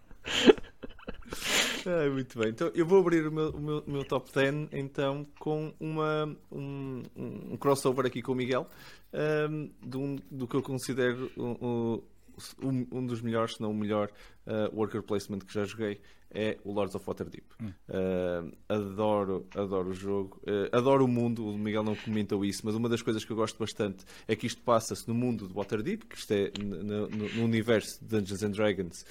Muito bem, então eu vou abrir o meu top 10 então com um crossover aqui com o Miguel, do que eu considero um dos melhores, se não o melhor worker placement que já joguei é o Lords of Waterdeep. Adoro o jogo, adoro o mundo. O Miguel não comentou isso, mas uma das coisas que eu gosto bastante é que isto passa-se no mundo de Waterdeep, que isto é no universo de Dungeons and Dragons,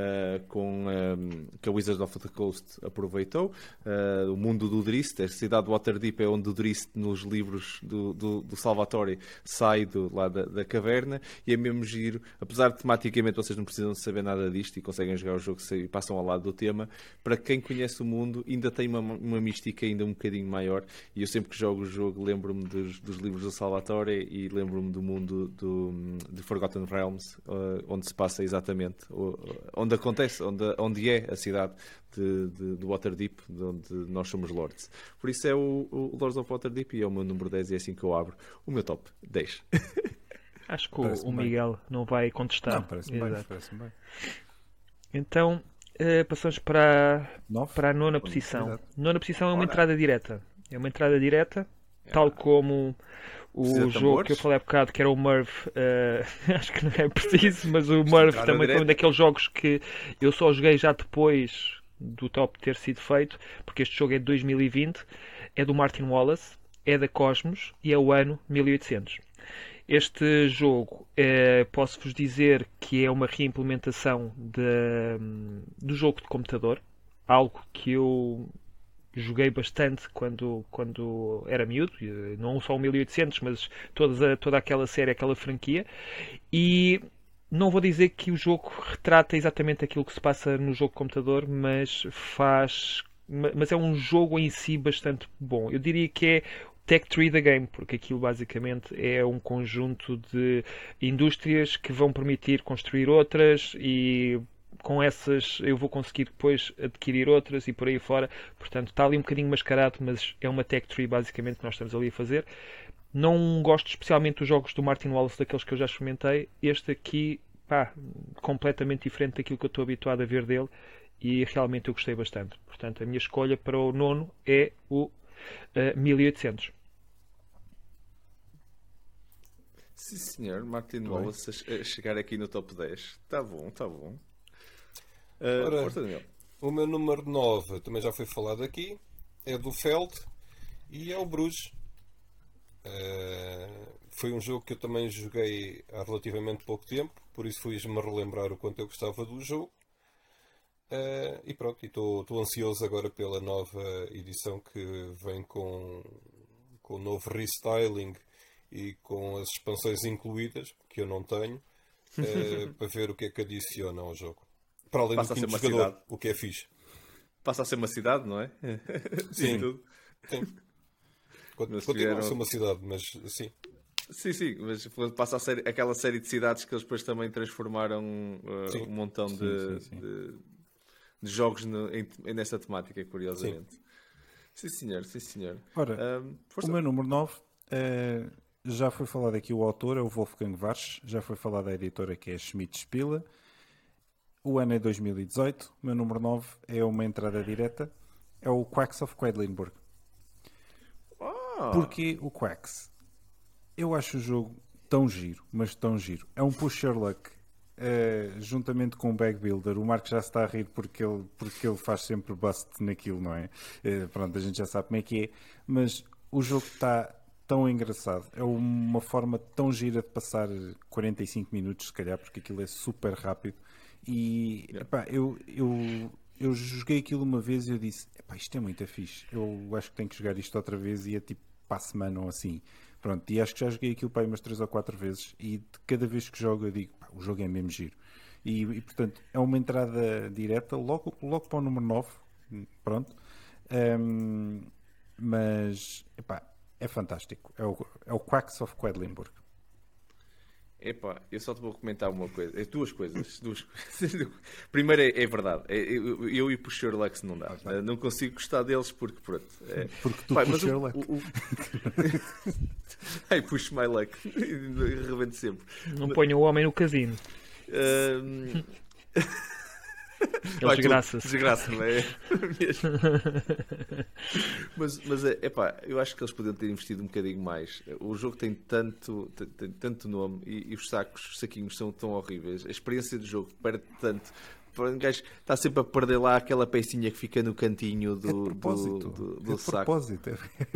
que a Wizards of the Coast aproveitou. O mundo do Drist, a cidade de Waterdeep é onde o Drist, nos livros do Salvatore, sai lá da caverna, e é mesmo giro. Apesar de tematicamente vocês não precisam saber nada disto e conseguem jogar o jogo e passam ao lado do tema, para quem conhece o mundo ainda tem uma mística ainda um bocadinho maior, e eu sempre que jogo o jogo lembro-me dos livros do Salvatore e lembro-me do mundo de Forgotten Realms, onde se passa exatamente, onde acontece, onde é a cidade de Waterdeep, de onde nós somos lords. Por isso é o Lords of Waterdeep, e é o meu número 10, e é assim que eu abro o meu top 10. Acho que o Miguel não vai contestar. Não, parece-me bem. Então, passamos para a nona posição. Exato. Nona posição é uma entrada direta. É uma entrada direta, tal como o jogo que eu falei há bocado, que era o Merv. Acho que não é preciso, mas o Merv também foi um daqueles jogos que eu só joguei já depois do top ter sido feito, porque este jogo é de 2020, é do Martin Wallace, é da Cosmos e é o ano 1800. Este jogo, posso-vos dizer que é uma reimplementação do jogo de computador, algo que eu joguei bastante quando era miúdo, não só o 1800, mas toda aquela série, aquela franquia, e não vou dizer que o jogo retrata exatamente aquilo que se passa no jogo de computador, mas é um jogo em si bastante bom. Eu diria que é Tech Tree da Game, porque aquilo basicamente é um conjunto de indústrias que vão permitir construir outras, e com essas eu vou conseguir depois adquirir outras e por aí fora. Portanto, está ali um bocadinho mascarado, mas é uma Tech Tree basicamente que nós estamos ali a fazer. Não gosto especialmente dos jogos do Martin Wallace, daqueles que eu já experimentei. Este aqui, completamente diferente daquilo que eu estou habituado a ver dele, e realmente eu gostei bastante. Portanto, a minha escolha para o nono é o 1800. Sim, senhor. Martin Wallace a chegar aqui no top 10. Está bom. Ora, Força, Daniel. o meu número 9 também já foi falado aqui, é do Feld e é o Bruges. Foi um jogo que eu também joguei há relativamente pouco tempo, por isso fui-me relembrar o quanto eu gostava do jogo. E pronto, estou ansioso agora pela nova edição que vem com o novo restyling e com as expansões incluídas, que eu não tenho, para ver o que é que adiciona ao jogo. Para além Passa do a ser quinto uma jogador, cidade. o que é fixe. Passa a ser uma cidade, não é? Sim. Tudo. Sim. Mas Continua a ser uma cidade, mas sim. Sim, mas passa a ser aquela série de cidades que eles depois também transformaram um montão de jogos nessa temática, curiosamente. Sim, senhor. Ora, o meu número 9, já foi falado aqui o autor, é o Wolfgang Warsch, já foi falado a editora, que é Schmidt Spiele. O ano é 2018, o meu número 9 é uma entrada direta, é o Quacks of Quedlinburg. Porquê o Quacks? Eu acho o jogo tão giro, mas tão giro. É um push your luck, juntamente com o Bag Builder. O Marco já se está a rir porque ele faz sempre bust naquilo, não é? Pronto, a gente já sabe como é que é, mas o jogo está tão engraçado. É uma forma tão gira de passar 45 minutos, se calhar, porque aquilo é super rápido. E epá, eu joguei aquilo uma vez e eu disse, epá, isto é muito fixe, eu acho que tenho que jogar isto outra vez, e é tipo para a semana ou assim. Pronto, e acho que já joguei aquilo para aí umas 3 ou 4 vezes, e de cada vez que jogo eu digo, pá, o jogo é mesmo giro. E portanto é uma entrada direta logo para o número 9. Pronto. Mas epá, é fantástico. É o Quacks of Quedlinburg. Epá, eu só te vou comentar uma coisa. Duas coisas. Primeiro, é verdade. Eu e Push Your Lux não dá. Não consigo gostar deles porque, pronto. Porque tu push your luck. Ai, push my luck. Rebento sempre. Não ponham o homem no casino. Ele desgraça-se. Desgraça, não é? mas epá, eu acho que eles podiam ter investido um bocadinho mais. O jogo tem tanto nome, e os saquinhos são tão horríveis. A experiência do jogo perde tanto Um gajo está sempre a perder lá aquela pecinha que fica no cantinho É de propósito. do É de saco. propósito.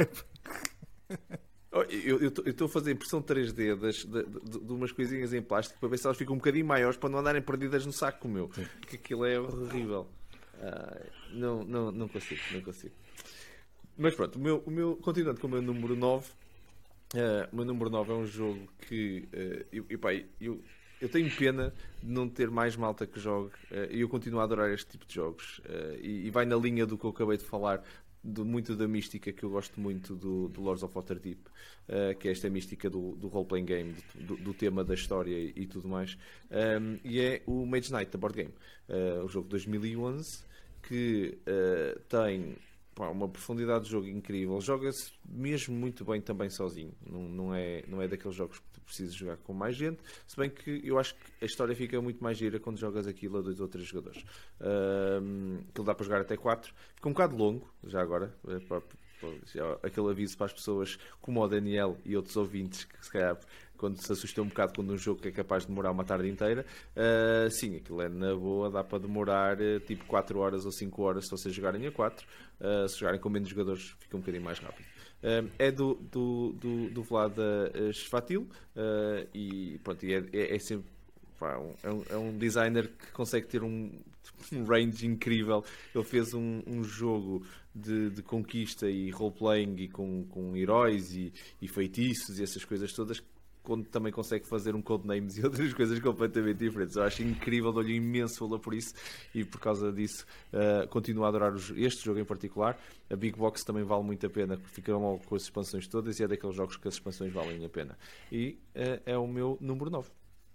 Eu estou a fazer impressão 3D de umas coisinhas em plástico para ver se elas ficam um bocadinho maiores para não andarem perdidas no saco meu. Que aquilo é horrível. Não consigo. Mas pronto, continuando com o meu número 9. O meu número 9 é um jogo que eu tenho pena de não ter mais malta que jogue, e eu continuo a adorar este tipo de jogos, e vai na linha do que eu acabei de falar, muito da mística que eu gosto muito do Lords of Waterdeep, que é esta mística do role-playing game, do tema da história e tudo mais, e é o Mage Knight, da board game, o jogo de 2011, que tem uma profundidade de jogo incrível, joga-se mesmo muito bem também sozinho, não é daqueles jogos que tu precisas jogar com mais gente, se bem que eu acho que a história fica muito mais gira quando jogas aquilo a 2 ou 3 jogadores. Aquilo dá para jogar até 4, fica um bocado longo, já agora, aquele aviso para as pessoas como o Daniel e outros ouvintes que se calhar quando se assustam um bocado quando um jogo que é capaz de demorar uma tarde inteira, sim, aquilo é na boa, dá para demorar tipo 4 horas ou 5 horas se vocês jogarem a 4, se jogarem com menos jogadores fica um bocadinho mais rápido. É do Vlad Chvátil, e pronto, é sempre é um designer que consegue ter um range incrível. Ele fez um jogo de conquista e roleplaying e com heróis e feitiços e essas coisas todas, quando também consegue fazer um Codenames e outras coisas completamente diferentes. Eu acho incrível, dou-lhe imenso valor por isso, e por causa disso continuo a adorar este jogo em particular. A Big Box também vale muito a pena, porque ficam logo com as expansões todas, e é daqueles jogos que as expansões valem a pena. E é o meu número 9.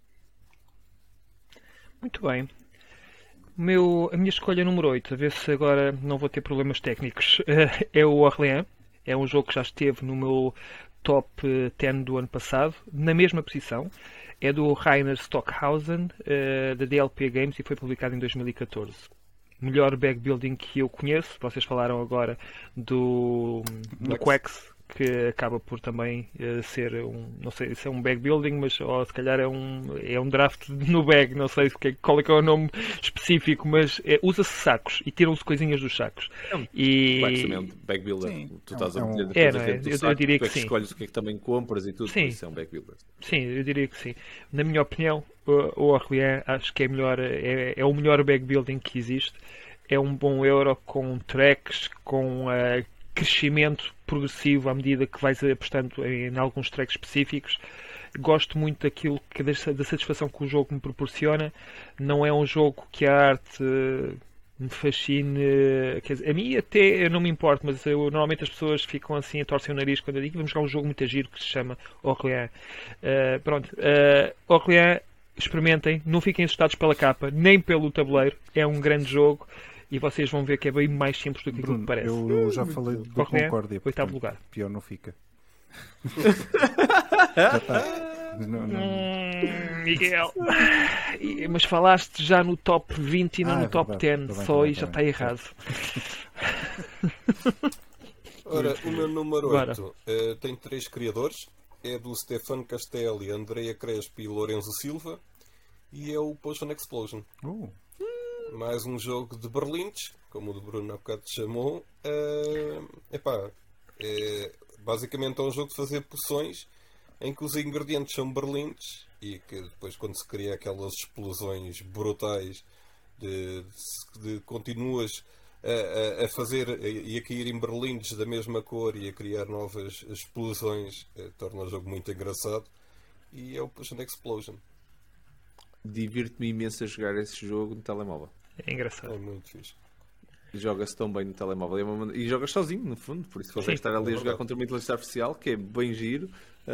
Muito bem. A minha escolha número 8, a ver se agora não vou ter problemas técnicos, é o Orléans. É um jogo que já esteve no meu top 10 do ano passado, na mesma posição. É do Rainer Stockhausen, da DLP Games, e foi publicado em 2014. Melhor bag building que eu conheço. Vocês falaram agora do Quex, que acaba por também ser não sei se é um bag building, mas ou se calhar é um draft no bag, não sei qual é que é o nome específico, mas usa-se sacos e tiram-se coisinhas dos sacos. Bag builder. Sim, Tu estás a não meter eu diria que tu é que sim. escolhes o que é que também compras e tudo, Sim. isso é um bag builder. Sim, eu diria que sim. Na minha opinião, o Orléans acho que é o melhor bag building que existe. É um bom euro com tracks, com crescimento progressivo à medida que vais apostando em alguns tracks específicos. Gosto muito daquilo da satisfação que o jogo me proporciona. Não é um jogo que a arte me fascine. Quer dizer, a mim até eu não me importo, mas normalmente as pessoas ficam assim a torcer o nariz quando eu digo que vamos jogar um jogo muito giro que se chama Orléans. Orléans, experimentem, não fiquem assustados pela capa, nem pelo tabuleiro. É um grande jogo. E vocês vão ver que é bem mais simples do que aquilo que parece. Eu já falei do Concórdia. Oitavo lugar. Pior não fica. Miguel. Mas falaste já no top 20 e não no top verdade. 10. Tá Só bem, aí já está errado. Ora, o meu número 8 tem 3 criadores. É do Stefano Castelli, Andrea Crespi e Lourenço Silva. E é o Potion Explosion. Mais um jogo de berlindes, como o de Bruno há bocado chamou. Basicamente é um jogo de fazer poções em que os ingredientes são berlindes e que depois, quando se cria aquelas explosões brutais de continuas a fazer e a cair em berlindes da mesma cor e a criar novas explosões, torna o jogo muito engraçado. E é o Potion Explosion. Divirto-me imenso a jogar esse jogo no telemóvel. É engraçado. É muito fixe. Joga-se tão bem no telemóvel e jogas sozinho, no fundo, por isso consegues estar ali a jogar contra uma inteligência artificial, que é bem giro,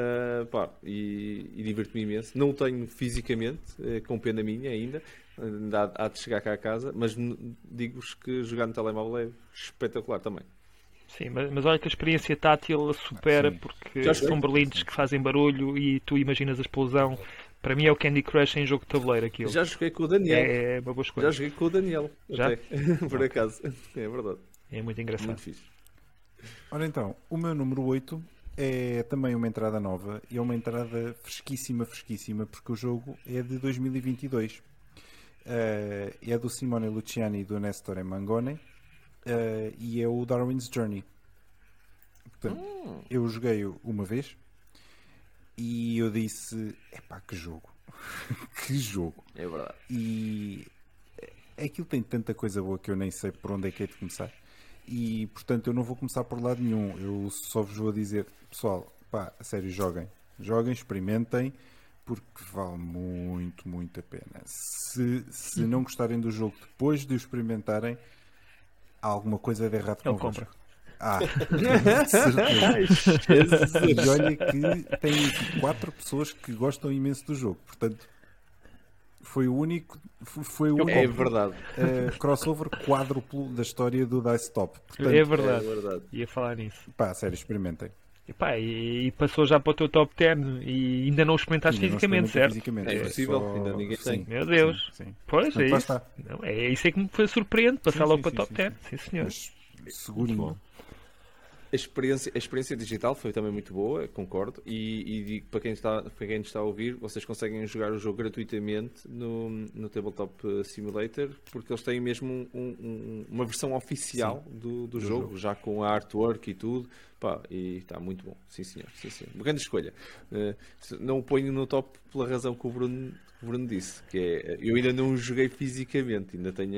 e divirto-me imenso. Não o tenho fisicamente, com pena minha ainda há de chegar cá a casa, mas digo-vos que jogar no telemóvel é espetacular também. Sim, mas olha que a experiência tátil supera, porque são berlindes que fazem barulho e tu imaginas a explosão. Para mim é o Candy Crush em jogo de tabuleiro aquilo. Já joguei com o Daniel. É uma boa escolha. Já joguei com o Daniel. Já? Até, por acaso. É verdade. É muito engraçado. Muito fixe. Ora então, o meu número 8 é também uma entrada nova e é uma entrada fresquíssima, porque o jogo é de 2022. É do Simone Luciani e do Nestore Mangone, e é o Darwin's Journey. Portanto, eu joguei-o uma vez e eu disse: epá, que jogo! Que jogo! É verdade. E aquilo tem tanta coisa boa que eu nem sei por onde é que é de começar. E portanto eu não vou começar por lado nenhum. Eu só vos vou dizer, pessoal, pá, a sério, joguem, experimentem, porque vale muito, muito a pena. Se não gostarem do jogo depois de o experimentarem, há alguma coisa de errado com Ele o compra. certeza. E olha que tem aqui 4 pessoas que gostam imenso do jogo, portanto foi o único É verdade. crossover quádruplo da história do Dice Top. Portanto, É verdade. É verdade. Ia falar nisso. pá, sério, experimentem. E passou já para o teu top 10 e ainda não o experimentaste Ainda não fisicamente, experimentei certo? fisicamente, É impossível, só- ainda ninguém sim, tem. Meu Deus. sim. Pois, Portanto, é lá isso. está. Não, é isso é que me foi surpreendente, passar logo para o top sim, 10. Sim, senhor. Mas segurinho. A experiência digital foi também muito boa, concordo. E digo para quem está a ouvir, vocês conseguem jogar o jogo gratuitamente no Tabletop Simulator, porque eles têm mesmo uma versão oficial do jogo, já com a artwork e tudo. Pá, e está muito bom, sim senhor, sim senhor. Uma grande escolha. Não o ponho no top pela razão que o Bruno disse, que é, eu ainda não o joguei fisicamente,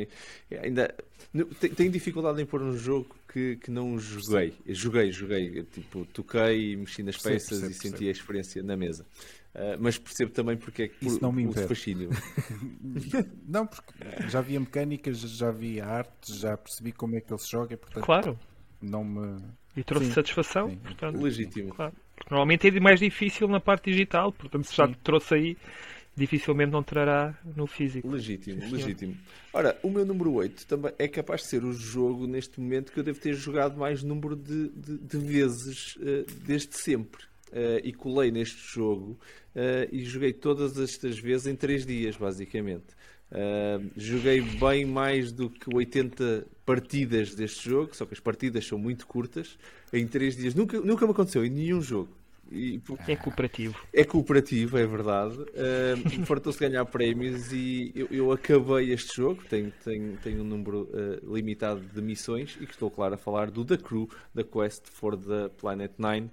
tenho dificuldade em pôr um jogo que não joguei. Joguei, tipo, toquei, mexi nas peças e senti a experiência na mesa. Mas percebo também porque é que Isso não me o impede. fascínio. Não, porque já vi a mecânica, já vi a arte, já percebi como é que ele se joga, portanto Claro. não me... E trouxe Sim, satisfação, sim. portanto. Legítimo. Claro. Porque normalmente é mais difícil na parte digital, portanto, se já Sim. te trouxe aí, dificilmente não trará no físico. Legítimo, Sim, senhor. legítimo. Ora, o meu número 8 também é capaz de ser o jogo neste momento que eu devo ter jogado mais número de vezes desde sempre. E colei neste jogo e joguei todas estas vezes em 3 dias, basicamente. Joguei bem mais do que 80 partidas deste jogo, só que as partidas são muito curtas. Em 3 dias nunca me aconteceu em nenhum jogo. É cooperativo. É cooperativo, é verdade. Fartou-se ganhar prémios e eu acabei este jogo. Tenho um número limitado de missões e que estou, claro, a falar do The Crew, da Quest for the Planet 9,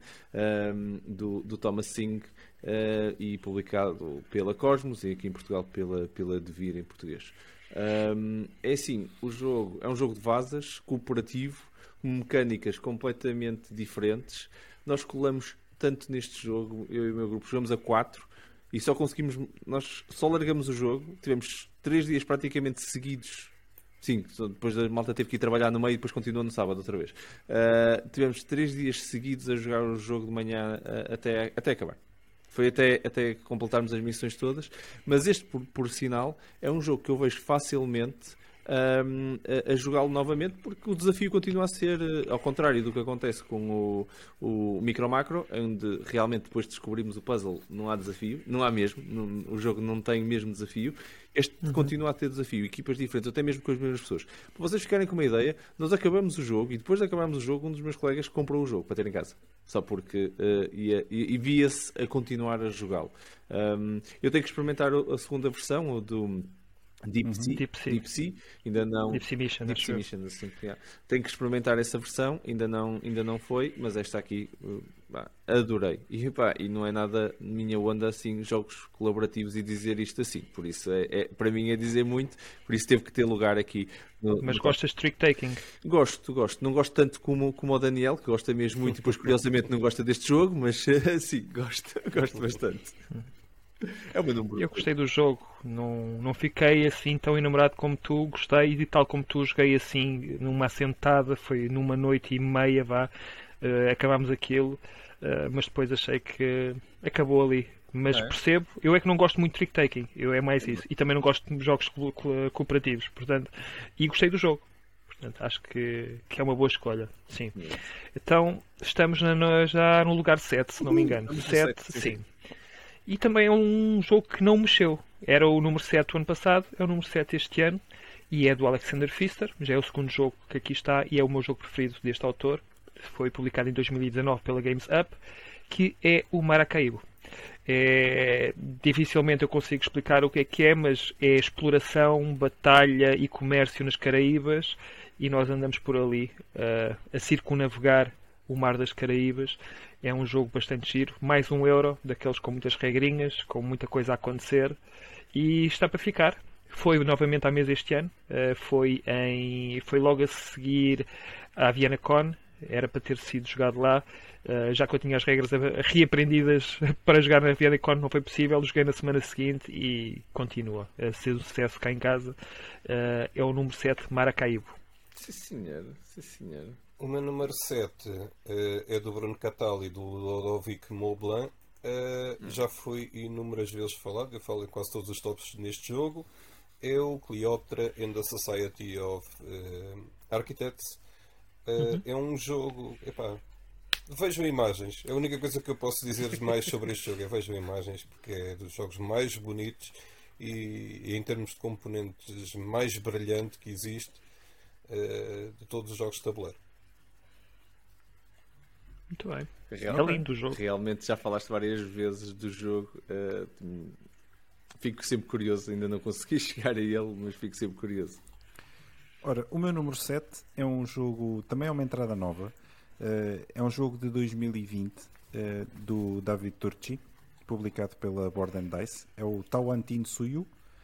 do Thomas Singh, e publicado pela Cosmos e aqui em Portugal pela Devir em português. É assim, o jogo é um jogo de vasas, cooperativo, mecânicas completamente diferentes. Nós colamos tanto neste jogo, eu e o meu grupo jogamos a 4 e nós só largamos o jogo, tivemos 3 dias praticamente seguidos. Sim, depois a malta teve que ir trabalhar no meio e depois continuou no sábado outra vez. Tivemos 3 dias seguidos a jogar o jogo de manhã até acabar. Foi até completarmos as missões todas. Mas este, por sinal, é um jogo que eu vejo facilmente a jogá-lo novamente, porque o desafio continua a ser, ao contrário do que acontece com o Micro Macro, onde realmente depois de descobrirmos o puzzle não há desafio, não há mesmo, o jogo não tem mesmo desafio. Este continua a ter desafio, equipas diferentes, até mesmo com as mesmas pessoas. Para vocês ficarem com uma ideia, nós acabamos o jogo e depois de acabarmos o jogo, um dos meus colegas comprou o jogo para ter em casa, só porque via-se a continuar a jogá-lo. Eu tenho que experimentar a segunda versão, o do Deep Sea, ainda não. Deep Sea Mission, Deep Sea Mission, assim, tenho que experimentar essa versão, ainda não foi, mas esta aqui adorei. E não é nada minha onda assim, jogos colaborativos e dizer isto assim, por isso para mim é dizer muito, por isso teve que ter lugar aqui. Mas gostas de trick-taking? Gosto. Não gosto tanto como o Daniel, que gosta mesmo muito e depois curiosamente não gosta deste jogo, mas sim, gosto bastante. É o meu número. Eu gostei do jogo, não fiquei assim tão enamorado como tu, gostei e tal como tu joguei assim numa assentada, foi numa noite e meia, acabámos aquilo, mas depois achei que acabou ali. Mas percebo, eu é que não gosto muito de trick-taking, eu é mais isso, e também não gosto de jogos cooperativos, portanto, e gostei do jogo. Portanto, acho que é uma boa escolha, sim. Então, estamos já no lugar 7, se não me engano. 7, sim. E também é um jogo que não mexeu. Era o número 7 do ano passado, é o número 7 este ano, e é do Alexander Pfister, já é o segundo jogo que aqui está, e é o meu jogo preferido deste autor. Foi publicado em 2019 pela Games Up, que é o Maracaibo. Dificilmente eu consigo explicar o que é, mas é exploração, batalha e comércio nas Caraíbas, e nós andamos por ali a circunnavegar o Mar das Caraíbas. É um jogo bastante giro, mais €1, daqueles com muitas regrinhas, com muita coisa a acontecer, e está para ficar. Foi novamente à mesa este ano, foi logo a seguir à ViennaCon, era para ter sido jogado lá. Já que eu tinha as regras reaprendidas para jogar na ViennaCon, não foi possível. Joguei na semana seguinte e continua a ser um sucesso cá em casa. É o número 7, Maracaibo. Sim, senhor. Sim, senhor. O meu número 7 é do Bruno Catali e do Ludovic Maublanc. Já foi inúmeras vezes falado, eu falo em quase todos os tops neste jogo. É o Cleopatra and the Society of Architects. É um jogo. Epá, vejam imagens. A única coisa que eu posso dizer mais sobre este jogo é vejam imagens, porque é dos jogos mais bonitos e em termos de componentes mais brilhante que existe de todos os jogos de tabuleiro. Muito bem. É lindo o jogo. Realmente já falaste várias vezes do jogo. Fico sempre curioso. Ainda não consegui chegar a ele, mas fico sempre curioso. Ora, o meu número 7 é um jogo, também é uma entrada nova. É um jogo de 2020 do David Turchi, publicado pela Board and Dice. É o Tawan Tin Suyu.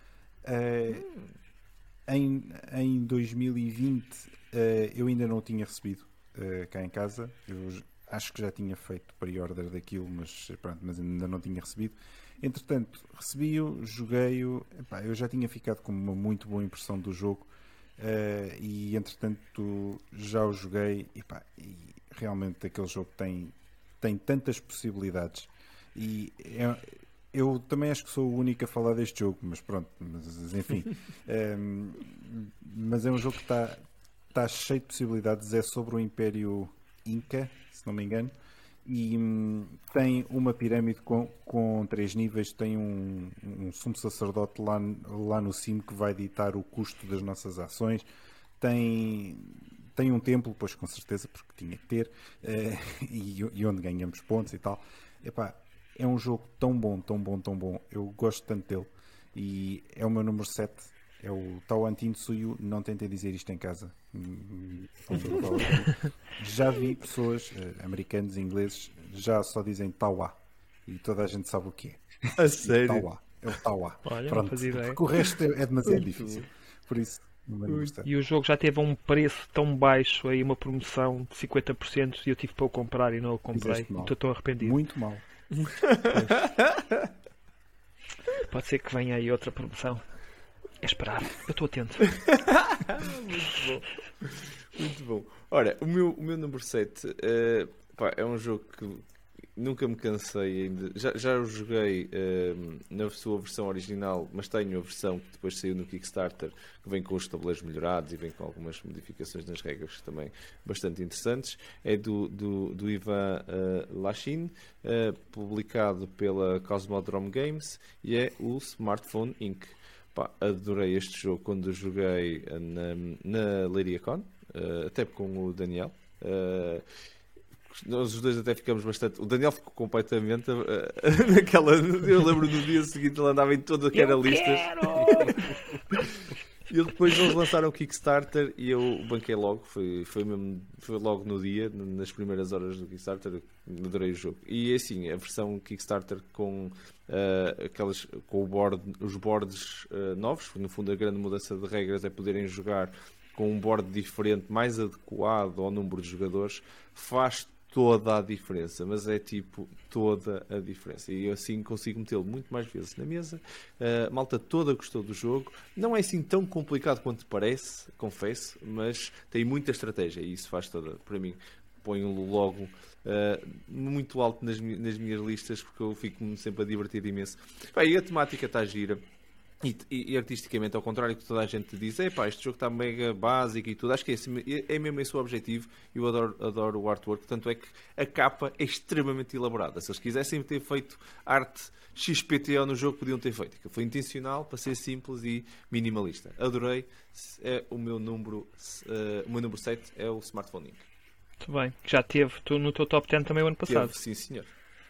Em 2020 eu ainda não o tinha recebido cá em casa. Eu acho que já tinha feito pre-order daquilo, mas ainda não tinha recebido. Entretanto, recebi-o, joguei-o. Eu já tinha ficado com uma muito boa impressão do jogo. E entretanto já o joguei e realmente aquele jogo tem tantas possibilidades e eu também acho que sou o único a falar deste jogo, mas pronto, enfim. Mas é um jogo que está cheio de possibilidades. É sobre o Império Inca, se não me engano, e tem uma pirâmide com 3 níveis. Tem um sumo sacerdote lá no cimo que vai ditar o custo das nossas ações. Tem um templo, pois com certeza, porque tinha que ter, e onde ganhamos pontos e tal. É um jogo tão bom, tão bom, tão bom. Eu gosto tanto dele e é o meu número 7. É o Tawan Tin Suyu. Não tentem dizer isto em casa. Já vi pessoas, americanos e ingleses, já só dizem Tawa. E toda a gente sabe o que é. A sério? Tawa. É o Tawa. Olha, pronto, não fazia ideia. porque o resto é demasiado difícil. Por isso, E o jogo já teve um preço tão baixo, aí uma promoção de 50%, e eu tive para o comprar e não o comprei. Estou tão arrependido. Muito mal. Pode ser que venha aí outra promoção. É esperar. Eu estou atento. Muito bom. Muito bom. Ora, o meu número 7 é um jogo que nunca me cansei ainda. Já o joguei na sua versão original, mas tenho a versão que depois saiu no Kickstarter, que vem com os tabuleiros melhorados e vem com algumas modificações nas regras também bastante interessantes. É do Ivan Lachin, publicado pela Cosmodrome Games, e é o Smartphone Inc. Adorei este jogo quando joguei na Leiria.con, até com o Daniel. Nós os dois até ficamos bastante. O Daniel ficou completamente naquela. Eu lembro no dia seguinte ele andava em todo que era listas. E depois eles lançaram o Kickstarter e eu banquei logo. Foi logo no dia, nas primeiras horas do Kickstarter. Adorei o jogo. E assim, a versão Kickstarter com os boards novos. No fundo, a grande mudança de regras é poderem jogar com um board diferente, mais adequado ao número de jogadores. Faz toda a diferença, mas é tipo toda a diferença, e eu assim consigo metê-lo muito mais vezes na mesa. A malta toda gostou do jogo. Não é assim tão complicado quanto parece, confesso, mas tem muita estratégia e isso faz toda, para mim, ponho-lo logo muito alto nas minhas listas, porque eu fico-me sempre a divertir imenso. E a temática está gira. E artisticamente, ao contrário que toda a gente diz, este jogo está mega básico e tudo, acho que é mesmo esse o objetivo. Eu adoro o artwork, tanto é que a capa é extremamente elaborada. Se eles quisessem ter feito arte XPTO no jogo, podiam ter feito. Foi intencional para ser simples e minimalista. Adorei. É o meu número 7 é o Smartphone Inc. Muito bem. Já teve no teu top 10 também o ano passado. Sim, senhor.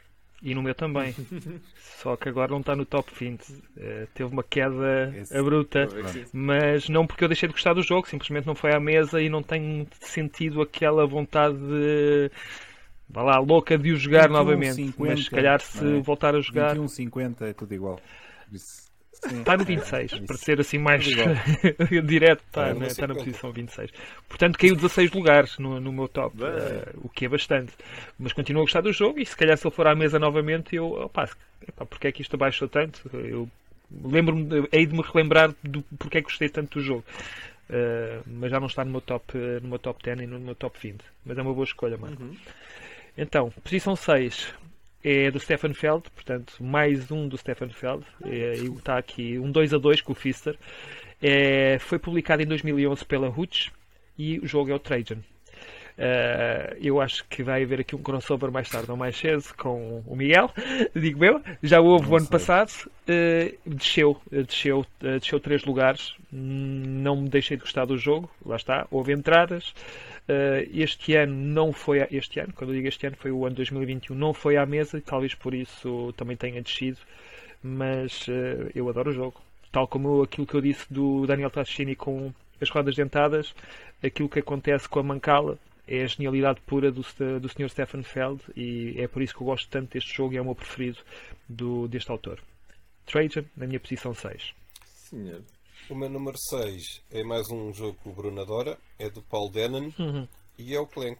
E no meu também. Só que agora não está no top 20. Teve uma queda abrupta. Mas não porque eu deixei de gostar do jogo. Simplesmente não foi à mesa e não tenho sentido aquela vontade de... Vá lá, louca de o jogar 21, novamente. 50, mas se calhar se voltar a jogar... 21,50 é tudo igual. Está no 26, isso. para ser assim mais Tudo igual. direto, É, no está na 50. posição 26. Portanto, caiu 16 lugares no meu top, o que é bastante. Mas continuo a gostar do jogo e se calhar se ele for à mesa novamente, porque é que isto abaixou tanto? Eu lembro-me, hei de me relembrar do porque é que gostei tanto do jogo. Mas já não está no meu top 10 e no meu top 20. Mas é uma boa escolha, mano. Então, posição 6 é do Stefan Feld, portanto, mais um do Stefan Feld. Está aqui um 2-2 com o Pfister. Foi publicado em 2011 pela Hutch e o jogo é o Trajan. Eu acho que vai haver aqui um crossover mais tarde ou mais cedo com o Miguel, digo eu. Já houve o ano passado, desceu 3 lugares. Não me deixei de gostar do jogo, lá está, houve entradas. Este ano não foi quando eu digo este ano, foi o ano 2021, não foi à mesa, talvez por isso também tenha descido, mas eu adoro o jogo. Tal como aquilo que eu disse do Daniel Tascini com as rodas dentadas, aquilo que acontece com a Mancala é a genialidade pura do Sr. Stefan Feld e é por isso que eu gosto tanto deste jogo e é o meu preferido deste autor. Trajan, na minha posição 6. Senhor. O meu número 6 é mais um jogo que o Bruno adora, é do Paul Dennen e é o Clank.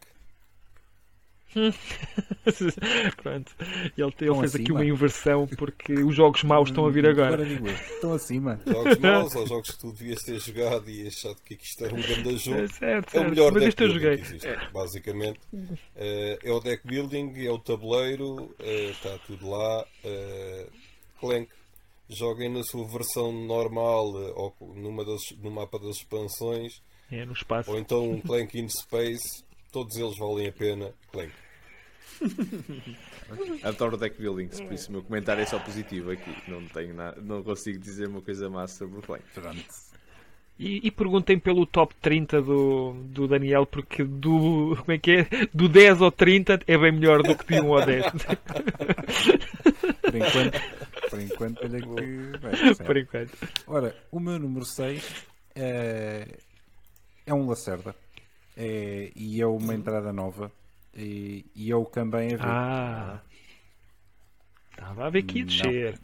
Pronto, ele fez aqui uma inversão porque os jogos maus estão a vir agora. Digo eu, estão acima. Jogos maus ou jogos que tu devias ter jogado e achado que isto era um grande jogo. Certo, É o melhor mas deck isto eu building joguei. que existe, basicamente. É o deck building, é o tabuleiro, está tudo lá. Clank, joguem na sua versão normal ou no mapa das expansões, É no espaço. ou então um Clank in Space, todos eles valem a pena. Clank. Adoro deck buildings, por isso o meu comentário é só positivo aqui. Não tenho nada, não consigo dizer uma coisa má sobre o Clank. E perguntem pelo top 30 do Daniel, porque como é que é? Do 10 ao 30 é bem melhor do que de 1 ao 10. Por enquanto, olha que vai. Por enquanto. Ora, o meu número 6 é um Lacerda. E é uma entrada nova. E é o Kanban a ver. Estava a ver que ia descer.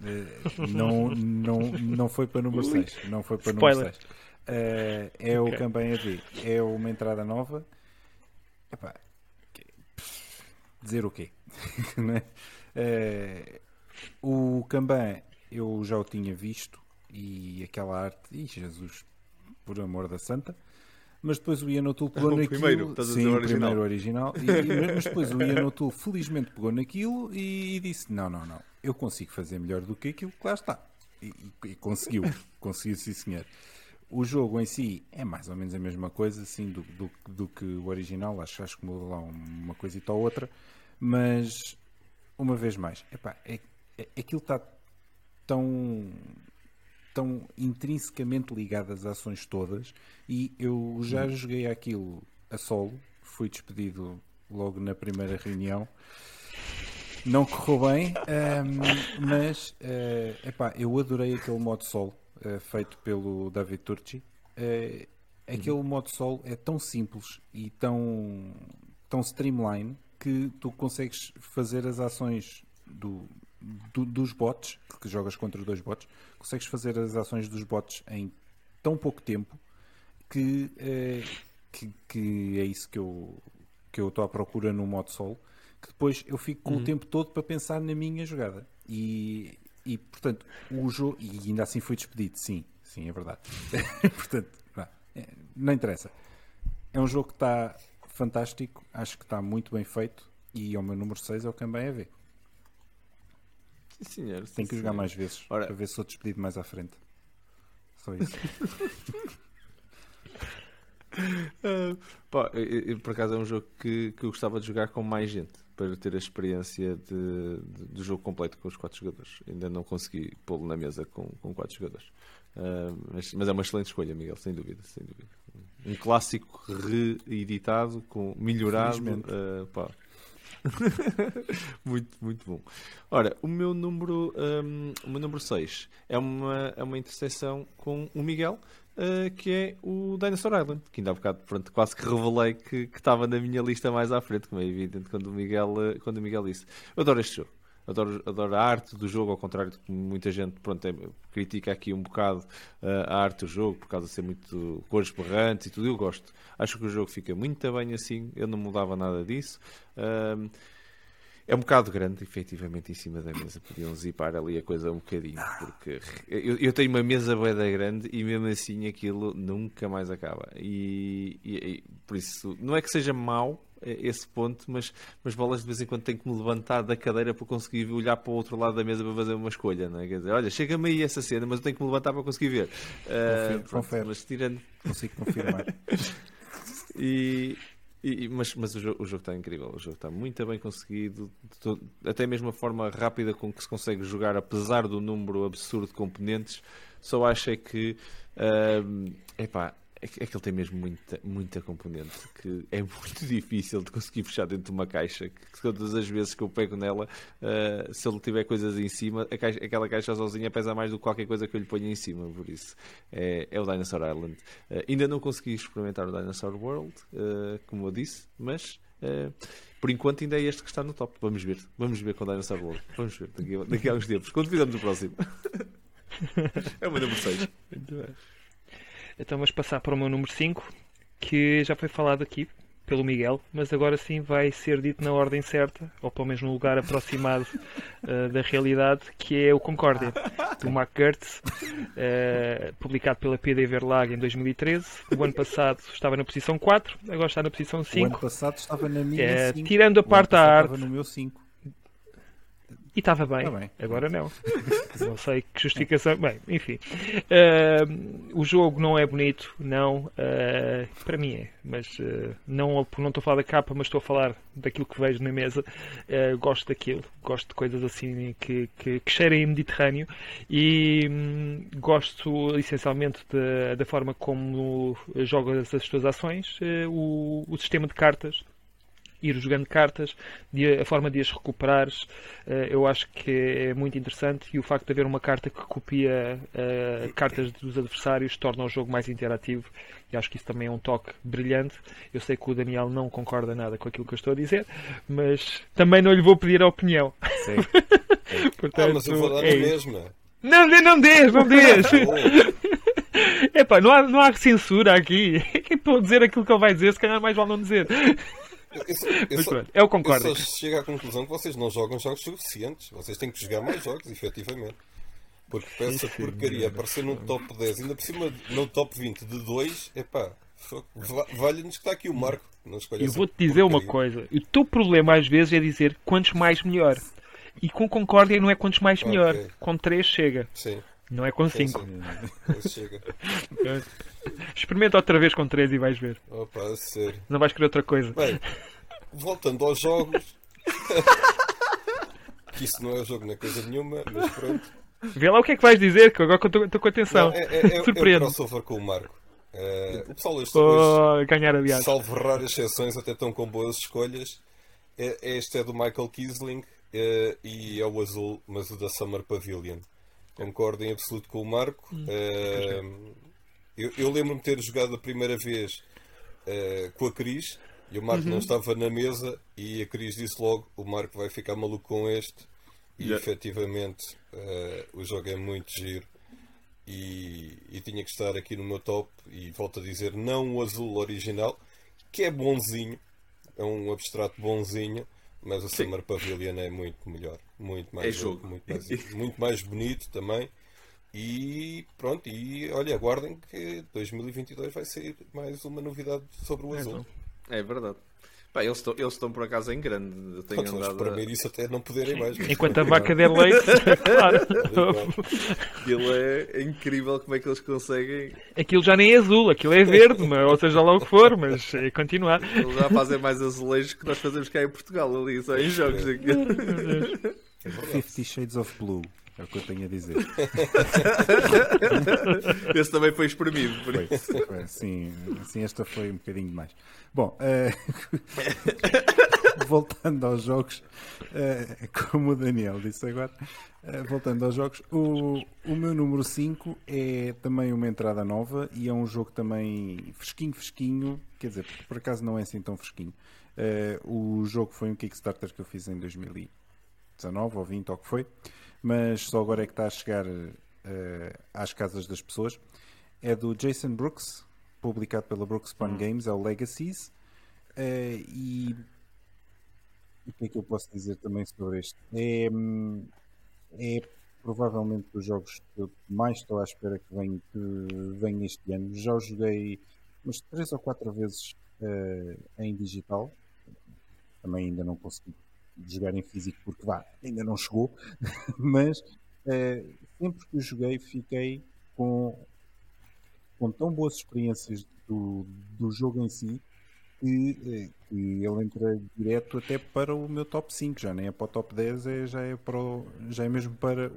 Não foi para número 6. Não foi para Spoiler. número 6. O Kanban a ver. É uma entrada nova. Epá, dizer o quê? Não é? O Kanban eu já o tinha visto e aquela arte, Jesus, por amor da santa. Mas depois o Ian O'Toole pegou naquilo. Primeiro, estás a dizer sim, o original. primeiro original. Mas depois o Ian O'Toole felizmente pegou naquilo e disse: Não, eu consigo fazer melhor do que aquilo que lá está. E conseguiu. Conseguiu, sim, senhor. O jogo em si é mais ou menos a mesma coisa assim, do que o original. Acho que muda lá uma coisita ou outra. Mas, uma vez mais, aquilo está tão intrinsecamente ligado às ações todas, e eu já joguei aquilo a solo, fui despedido logo na primeira reunião, não correu bem, mas eu adorei aquele modo solo feito pelo David Turchi. Aquele modo solo é tão simples e tão streamline que tu consegues fazer as ações dos bots, que jogas contra 2 bots, consegues fazer as ações dos bots em tão pouco tempo que é isso que eu estou à procura no modo solo, que depois eu fico com o tempo todo para pensar na minha jogada e portanto o jogo, e ainda assim fui despedido, sim é verdade. Portanto, não interessa, é um jogo que está fantástico, acho que está muito bem feito e é o meu número 6, é o Kanban a ver. Sim, senhor. Tenho que jogar mais vezes para ver se sou despedido mais à frente. Só isso. Por acaso é um jogo que eu gostava de jogar com mais gente para ter a experiência do jogo completo com os 4 jogadores. Ainda não consegui pô-lo na mesa com 4 jogadores. Mas é uma excelente escolha, Miguel, sem dúvida. Um clássico reeditado, melhorado. Muito, muito bom. Ora, o meu número 6 é uma interseção com o Miguel, que é o Dinosaur Island, que ainda há bocado, pronto, quase que revelei que estava na minha lista mais à frente, como é evidente quando o Miguel disse. Eu adoro este jogo. Adoro a arte do jogo, ao contrário de que muita gente, pronto, critica aqui um bocado a arte do jogo por causa de ser muito cores berrantes e tudo. Eu gosto. Acho que o jogo fica muito bem assim. Eu não mudava nada disso. É um bocado grande, efetivamente, em cima da mesa. Podiam zipar ali a coisa um bocadinho, porque eu tenho uma mesa bué da grande e mesmo assim aquilo nunca mais acaba. E por isso, não é que seja mau esse ponto, mas bolas de vez em quando tenho que me levantar da cadeira para conseguir olhar para o outro lado da mesa para fazer uma escolha, não é? Quer dizer, olha, chega-me aí essa cena, mas eu tenho que me levantar para conseguir ver. Confere. Mas tirando... Consigo confirmar. Mas o jogo está incrível, o jogo está muito bem conseguido, até mesmo a forma rápida com que se consegue jogar, apesar do número absurdo de componentes. Só acho é que é que ele tem mesmo muita componente, que é muito difícil de conseguir fechar dentro de uma caixa, que todas as vezes que eu pego nela, se ele tiver coisas em cima, aquela caixa sozinha pesa mais do que qualquer coisa que eu lhe ponha em cima. Por isso é o Dinosaur Island. Ainda não consegui experimentar o Dinosaur World, como eu disse, mas por enquanto ainda é este que está no top. Vamos ver com o Dinosaur World. Vamos ver daqui a uns tempos, quando fizermos o próximo. É o meu número 6. Muito bem. Então vamos passar para o meu número 5, que já foi falado aqui pelo Miguel, mas agora sim vai ser dito na ordem certa, ou pelo menos num lugar aproximado da realidade, que é o Concórdia, do Mark Gertz, publicado pela PD Verlag em 2013. O ano passado estava na posição 4, agora está na posição 5. O ano passado estava na minha 5. Tirando a parte da arte... Estava no meu 5. E estava bem. Tá bem, agora não. Não sei que justificação. Bem, enfim. O jogo não é bonito, não. Para mim é. Mas não estou a falar da capa, mas estou a falar daquilo que vejo na mesa. Gosto daquilo. Gosto de coisas assim que cheirem Mediterrâneo. E gosto essencialmente da forma como jogas as tuas ações. O sistema de cartas. Ir jogando cartas, a forma de as recuperares, eu acho que é muito interessante, e o facto de haver uma carta que copia cartas dos adversários torna o jogo mais interativo, e acho que isso também é um toque brilhante. Eu sei que o Daniel não concorda nada com aquilo que eu estou a dizer, mas também não lhe vou pedir a opinião. Sim. Portanto, mas eu vou dar na mesma. Não dês! Epá, não há censura aqui. Quem pode dizer aquilo que ele vai dizer, se calhar mais vale não dizer. É o Concórdia. Eu só chego à conclusão que vocês não jogam jogos suficientes. Vocês têm que jogar mais jogos, efetivamente. Porque essa porcaria aparecer no top 10, ainda por cima no top 20 de 2, epá, vale-nos que está aqui o Marco. Eu vou-te dizer uma coisa. O teu problema às vezes é dizer quantos mais melhor. E com Concórdia não é quantos mais melhor. Com 3 chega. Sim. Não é com 5. Chega. Experimenta outra vez com 3 e vais ver. Opa, sério. Não vais querer outra coisa. Bem, voltando aos jogos. Que isso não é jogo, não é coisa nenhuma, mas pronto. Vê lá o que é que vais dizer, que agora estou com atenção. É o crossover com o Marco. O pessoal hoje, ganhar aliás. salvo raras exceções, até estão com boas escolhas. Este é do Michael Kiesling e é o azul, mas o da Summer Pavilion. Concordo em absoluto com o Marco. Eu lembro-me de ter jogado a primeira vez com a Cris, e o Marco não estava na mesa, e a Cris disse logo: o Marco vai ficar maluco com este. E efetivamente o jogo é muito giro, e tinha que estar aqui no meu top. E volto a dizer, não o azul original, que é bonzinho, é um abstrato bonzinho, mas o Summer Pavilion é muito melhor, muito mais jogo, muito mais bonito também. E pronto, e olha, aguardem que 2022 vai ser mais uma novidade sobre o azul. É verdade. Pá, eles estão por acaso em grande. Eu tenho andado para ver isso até não poderem mais. Enquanto a vaca der leite, claro. Aquilo é incrível como é que eles conseguem. Aquilo já nem é azul, aquilo é verde, ou seja lá o que for, mas é continuar. Eles já fazem mais azulejos que nós fazemos cá em Portugal, ali, só em jogos. 50 Shades of Blue. É o que eu tenho a dizer. Esse também foi espremido. Por isso. Sim, esta foi um bocadinho demais. Bom, voltando aos jogos, como o Daniel disse agora, voltando aos jogos, o meu número 5 é também uma entrada nova e é um jogo também fresquinho, quer dizer, por acaso não é assim tão fresquinho. O jogo foi um Kickstarter que eu fiz em 2019 ou 20 ou o que foi, mas só agora é que está a chegar às casas das pessoas. É do Jason Brooks, publicado pela Brooks Pawn Games, é o Legacies. E o que é que eu posso dizer também sobre este? É provavelmente dos jogos que eu mais estou à espera que venha este ano. Já o joguei umas 3 ou 4 vezes em digital. Também ainda não consegui jogar em físico porque ainda não chegou. Mas sempre que o joguei fiquei com tão boas experiências do jogo em si que ele entra direto até para o meu top 5, já nem é para o top 10, já é mesmo para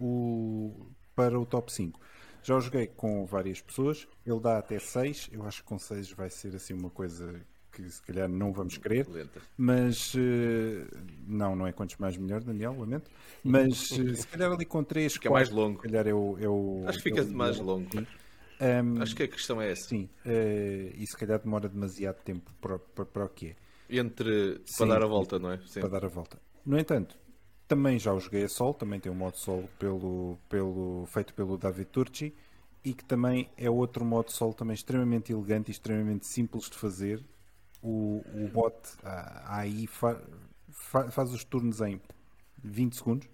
o top 5. Já o joguei com várias pessoas, ele dá até 6, eu acho que com 6 vai ser assim uma coisa que se calhar não vamos querer, mas não é quantos mais melhor, Daniel, lamento, mas se calhar ali com 3, fica 4, mais longo. se calhar acho que fica mais longo. Acho que a questão é essa. Sim, e se calhar demora demasiado tempo para o que é. Para dar a volta, não é? Sim. Para dar a volta. No entanto, também já o joguei a solo, também tem um modo solo feito pelo David Turci e que também é outro modo solo também extremamente elegante e extremamente simples de fazer. O bot aí faz os turnos em 20 segundos.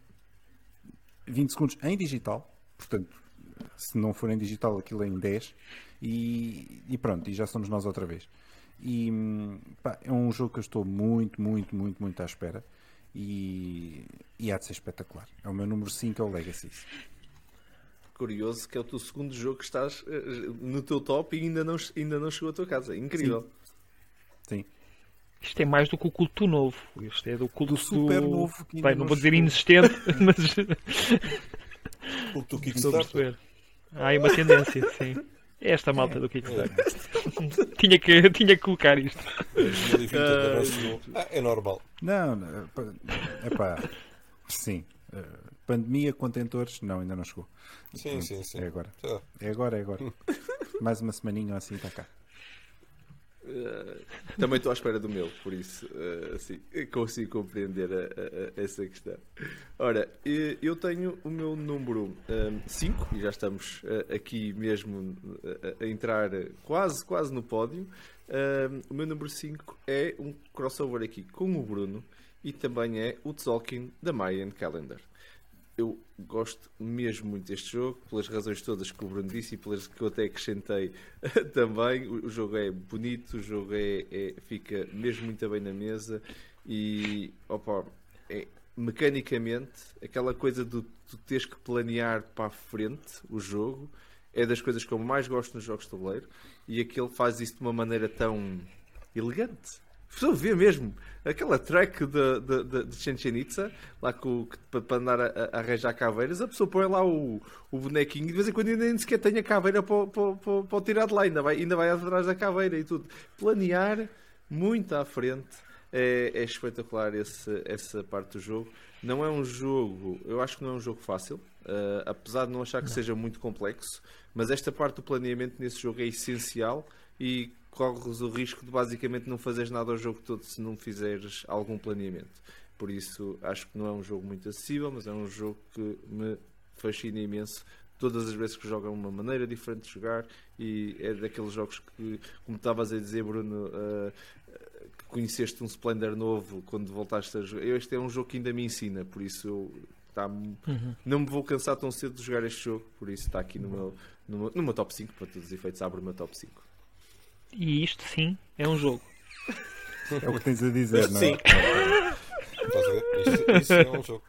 20 segundos em digital, portanto, se não for em digital aquilo é em 10 e pronto, e já somos nós outra vez. E é um jogo que eu estou muito à espera e há de ser espetacular. É o meu número 5, é o Legacies. Curioso que é o teu segundo jogo que estás no teu top e ainda não chegou à tua casa. Incrível. Sim. Isto é mais do que o culto novo. Isto é do culto super novo que ainda bem, não vou dizer inexistente, mas Culto do estou a Kickstarter. perceber. Há aí uma tendência, sim. É esta malta do Kickstarter. tinha que colocar isto. 2020 ainda não chegou. É normal. Não, epá, sim. Pandemia, contentores, não, ainda não chegou. Sim. É agora. Tá. É agora. Mais uma semaninha assim está cá. Também estou à espera do meu, por isso assim, consigo compreender essa questão. Ora, eu tenho o meu número 5 e já estamos aqui mesmo a entrar quase no pódio. O meu número 5 é um crossover aqui com o Bruno e também é o Tzolk'in da Mayan Calendar. Eu gosto mesmo muito deste jogo, pelas razões todas que o Bruno disse e pelas que eu até acrescentei também. O jogo é bonito, o jogo fica mesmo muito bem na mesa e mecanicamente aquela coisa de tu teres que planear para a frente o jogo é das coisas que eu mais gosto nos jogos de tabuleiro e aquele faz isso de uma maneira tão elegante. A pessoa vê mesmo aquela track de Chichen Itza, lá para andar a arranjar caveiras, a pessoa põe lá o bonequinho e de vez em quando ainda nem sequer tem a caveira para o tirar de lá, ainda vai atrás da caveira e tudo. Planear muito à frente é espetacular essa parte do jogo. Não é um jogo, eu acho que não é um jogo fácil, apesar de não achar que seja muito complexo, mas esta parte do planeamento nesse jogo é essencial e corres o risco de basicamente não fazeres nada ao jogo todo se não fizeres algum planeamento. Por isso acho que não é um jogo muito acessível, mas é um jogo que me fascina imenso. Todas as vezes que jogo é uma maneira diferente de jogar e é daqueles jogos que, como estavas a dizer, Bruno, que conheceste um Splendor novo quando voltaste a jogar. Este é um jogo que ainda me ensina, por isso não me vou cansar tão cedo de jogar este jogo, por isso está aqui no meu top 5, para todos os efeitos abre o meu top 5. E isto sim é um jogo. É o que tens a dizer, não é? Sim. Estás a ver? Isso é um jogo.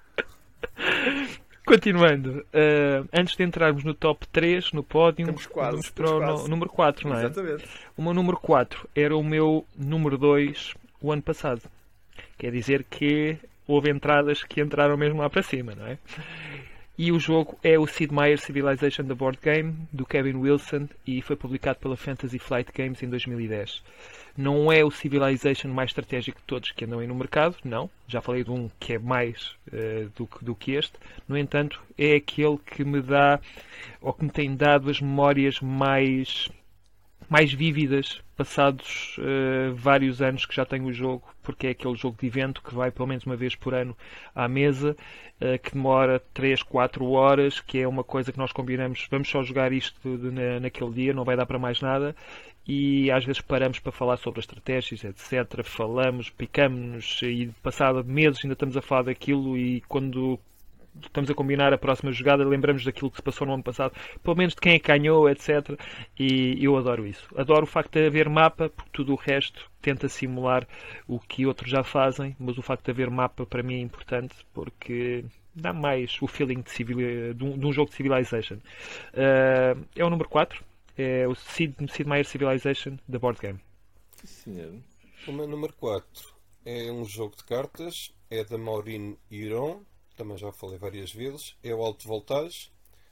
Continuando, antes de entrarmos no top 3, no pódio, Estamos quase, vamos para o número 4, não é? Exatamente. O meu número 4 era o meu número 2 o ano passado. Quer dizer que houve entradas que entraram mesmo lá para cima, não é? E o jogo é o Sid Meier's Civilization The Board Game, do Kevin Wilson, e foi publicado pela Fantasy Flight Games em 2010. Não é o Civilization mais estratégico de todos que andam aí no mercado, não. Já falei de um que é mais do que este. No entanto, é aquele que me dá, ou que me tem dado as memórias mais vívidas, passados vários anos que já tenho o jogo, porque é aquele jogo de evento que vai pelo menos uma vez por ano à mesa, que demora 3, 4 horas, que é uma coisa que nós combinamos, vamos só jogar isto naquele dia, não vai dar para mais nada, e às vezes paramos para falar sobre as estratégias, etc. Falamos, picamos-nos, e passado meses ainda estamos a falar daquilo, e quando estamos a combinar a próxima jogada, lembramos daquilo que se passou no ano passado, pelo menos de quem é que ganhou, etc. E eu adoro isso. Adoro o facto de haver mapa, porque tudo o resto tenta simular o que outros já fazem, mas o facto de haver mapa para mim é importante, porque dá mais o feeling de um jogo de Civilization. É o número 4, é o Sid Meier's Civilization, The Board Game. Senhor. O meu número 4 é um jogo de cartas, é da Maureen Huron, também já falei várias vezes, é o Alto Voltage.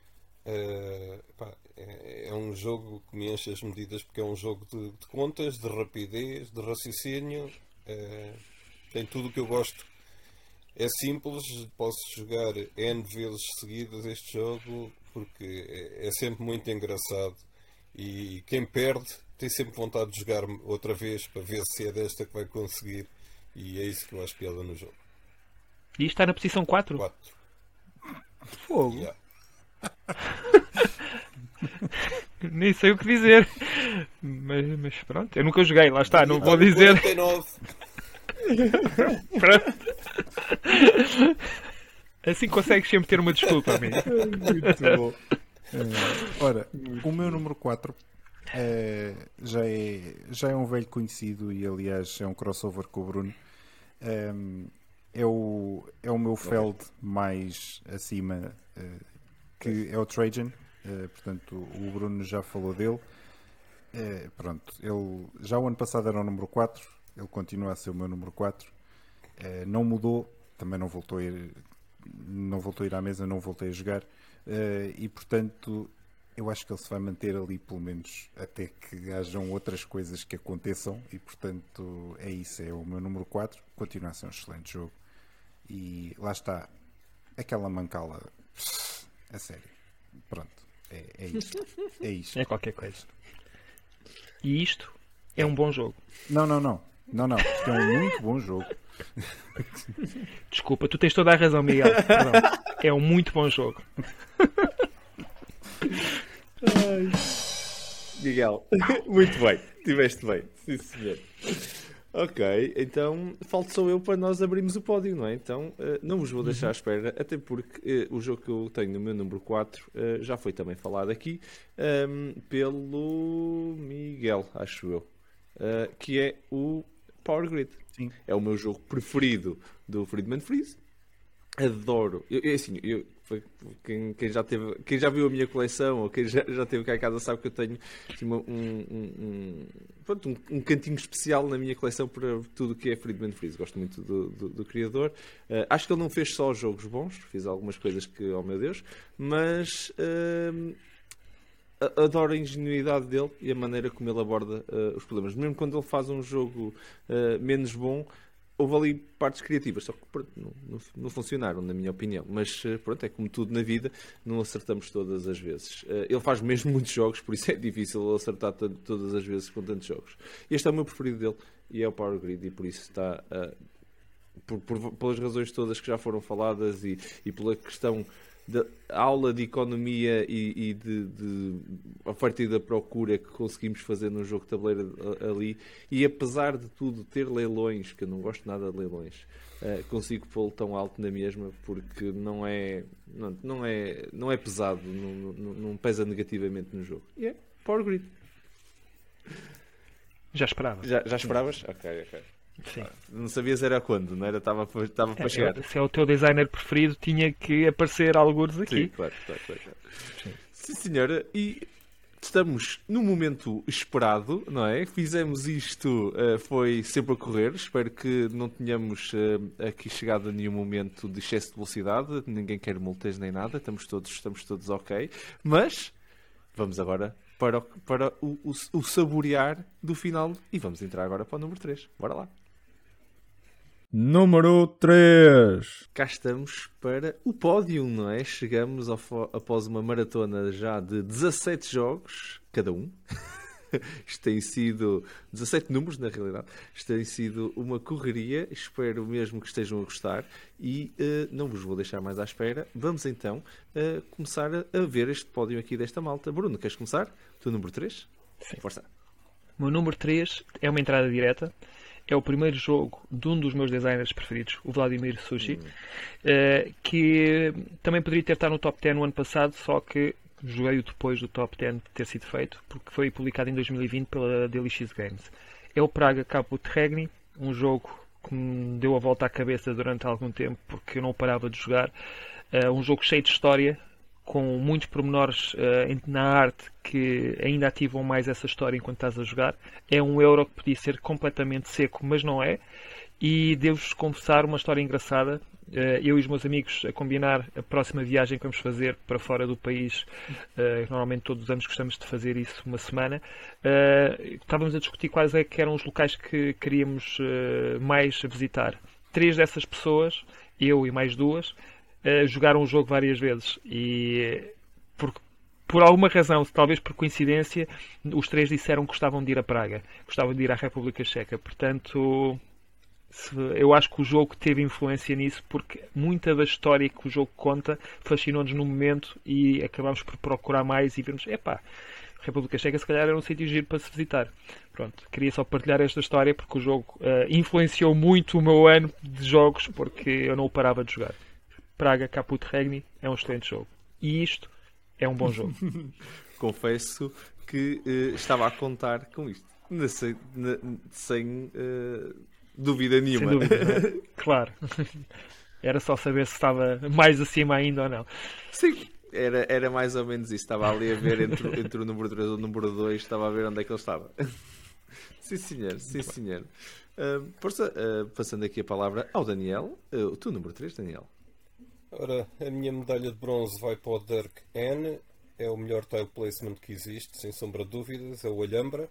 É um jogo que me enche as medidas, porque é um jogo de contas, de rapidez, de raciocínio, tem tudo o que eu gosto. É simples, posso jogar N vezes seguidas este jogo, porque é sempre muito engraçado, e quem perde tem sempre vontade de jogar outra vez para ver se é desta que vai conseguir, e é isso que eu acho piada no jogo. E isto está na posição 4? 4. Fogo. Yeah. Nem sei o que dizer. Mas pronto, eu nunca joguei, lá está, não vou dizer. 49. Pronto. Assim consegues sempre ter uma desculpa, amigo. Muito bom. Ora, o meu número 4 já é um velho conhecido, e aliás é um crossover com o Bruno. É o meu Feld mais acima, que é o Trajan. Portanto, o Bruno já falou dele. Pronto, ele já o ano passado era o número 4, ele continua a ser o meu número 4. Não mudou, também não voltou a ir à mesa, não voltei a jogar. E portanto, eu acho que ele se vai manter ali pelo menos até que hajam outras coisas que aconteçam, e portanto é isso, é o meu número 4. Continua a ser um excelente jogo, e lá está aquela mancala, a sério, pronto, é isto, é isto. É qualquer coisa. E isto é um bom jogo. Não, isto é um muito bom jogo. Desculpa, tu tens toda a razão, Miguel. Perdão. É um muito bom jogo. Miguel, muito bem, estiveste bem, sim senhor. Ok, então falta só eu para nós abrirmos o pódio, não é? Então não vos vou deixar à espera, até porque o jogo que eu tenho no meu número 4 já foi também falado aqui pelo Miguel, acho eu, que é o Power Grid. Sim. É o meu jogo preferido do Friedman Freeze. Adoro. Quem já viu a minha coleção, ou quem já teve cá em casa, sabe que eu tenho assim, um cantinho especial na minha coleção para tudo o que é Friedman Freeze. Gosto muito do criador. Acho que ele não fez só jogos bons, fez algumas coisas que, oh meu Deus, mas adoro a ingenuidade dele e a maneira como ele aborda os problemas. Mesmo quando ele faz um jogo menos bom, houve ali partes criativas, só que pronto, não funcionaram, na minha opinião. Mas pronto, é como tudo na vida, não acertamos todas as vezes. Ele faz mesmo muitos jogos, por isso é difícil acertar todas as vezes com tantos jogos. Este é o meu preferido dele, e é o Power Grid, e por isso está... pelas razões todas que já foram faladas, e pela questão da aula de economia e de oferta e da procura que conseguimos fazer num jogo de tabuleiro ali, e apesar de tudo ter leilões, que eu não gosto nada de leilões, consigo pô-lo tão alto na mesma, porque não é pesado, não pesa negativamente no jogo. E é Power Grid. Já esperava. Já esperavas? Ok. Sim. Não sabias era quando, não era? Estava para chegar. Se é o teu designer preferido, tinha que aparecer algures aqui. Sim, claro. Sim, senhora. E estamos no momento esperado, não é? Fizemos isto, foi sempre a correr. Espero que não tenhamos aqui chegado a nenhum momento de excesso de velocidade. Ninguém quer multas nem nada. Estamos todos ok. Mas vamos agora para o saborear do final e vamos entrar agora para o número 3. Bora lá. Número 3. Cá estamos para o pódio, não é? Chegamos após uma maratona já de 17 jogos, cada um. Isto tem sido 17 números, na realidade. Isto tem sido uma correria. Espero mesmo que estejam a gostar. E não vos vou deixar mais à espera. Vamos então começar a ver este pódio aqui desta malta. Bruno, queres começar? O teu número 3? Sim. Força. O meu número 3 é uma entrada direta. É o primeiro jogo de um dos meus designers preferidos, o Vladimir Sushi, que também poderia ter estado no top 10 no ano passado, só que joguei-o depois do top 10 ter sido feito, porque foi publicado em 2020 pela Delicious Games. É o Praga Caput Regni, um jogo que me deu a volta à cabeça durante algum tempo, porque eu não parava de jogar. Um jogo cheio de história, com muitos pormenores na arte que ainda ativam mais essa história enquanto estás a jogar. É um euro que podia ser completamente seco, mas não é. E devo-vos confessar uma história engraçada. Eu e os meus amigos a combinar a próxima viagem que vamos fazer para fora do país. Normalmente todos os anos gostamos de fazer isso uma semana. Estávamos a discutir quais é que eram os locais que queríamos mais visitar. 3 dessas pessoas, eu e mais 2, jogaram o jogo várias vezes e por alguma razão, talvez por coincidência, os 3 disseram que gostavam de ir a Praga, gostavam de ir à República Checa. Portanto, eu acho que o jogo teve influência nisso, porque muita da história que o jogo conta fascinou-nos no momento e acabámos por procurar mais e vermos, República Checa se calhar era um sítio giro para se visitar. Pronto, queria só partilhar esta história porque o jogo influenciou muito o meu ano de jogos, porque eu não o parava de jogar. Praga Caput Regni é um excelente jogo. E isto é um bom jogo. Confesso que estava a contar com isto. Sem dúvida nenhuma. Sem dúvida, claro. Era só saber se estava mais acima ainda ou não. Sim, era mais ou menos isso. Estava ali a ver entre o número 3 e o número 2, estava a ver onde é que ele estava. Sim, senhor. Sim, senhor. Passando aqui a palavra ao Daniel. O teu número 3, Daniel. Ora, a minha medalha de bronze vai para o Dirk N. É o melhor tile placement que existe, sem sombra de dúvidas. É o Alhambra.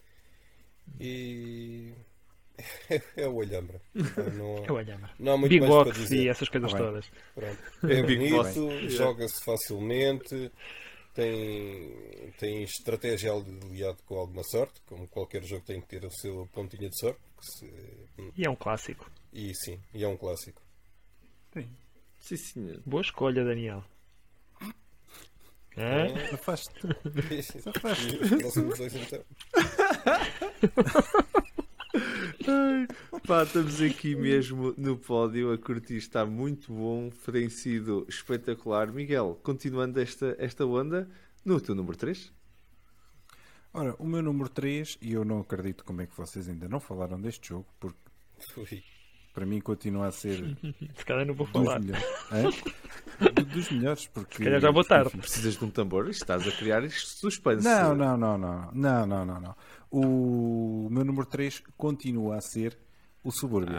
E... é o Alhambra. É o Alhambra. Não há muito Big mais para Box dizer. e essas coisas todas. Pronto. É Big bonito, joga-se facilmente, tem estratégia aliado com alguma sorte, como qualquer jogo tem que ter o seu pontinha de sorte. E é um clássico. E sim, e é um clássico. Sim, senhor. Boa escolha, Daniel. Hã? Afaste. Os próximos 2 então. Pá, estamos aqui mesmo no pódio. A curtir está muito bom. Tem sido espetacular. Miguel, continuando esta onda, no teu número 3? Ora, o meu número 3, e eu não acredito como é que vocês ainda não falaram deste jogo, porque Ui. para mim continua a ser Se calhar não vou dos falar. melhores. Dos melhores, porque... Se calhar já vou tarde. Precisas de um tambor? Estás a criar suspense. Não. O meu número 3 continua a ser o Suburbia,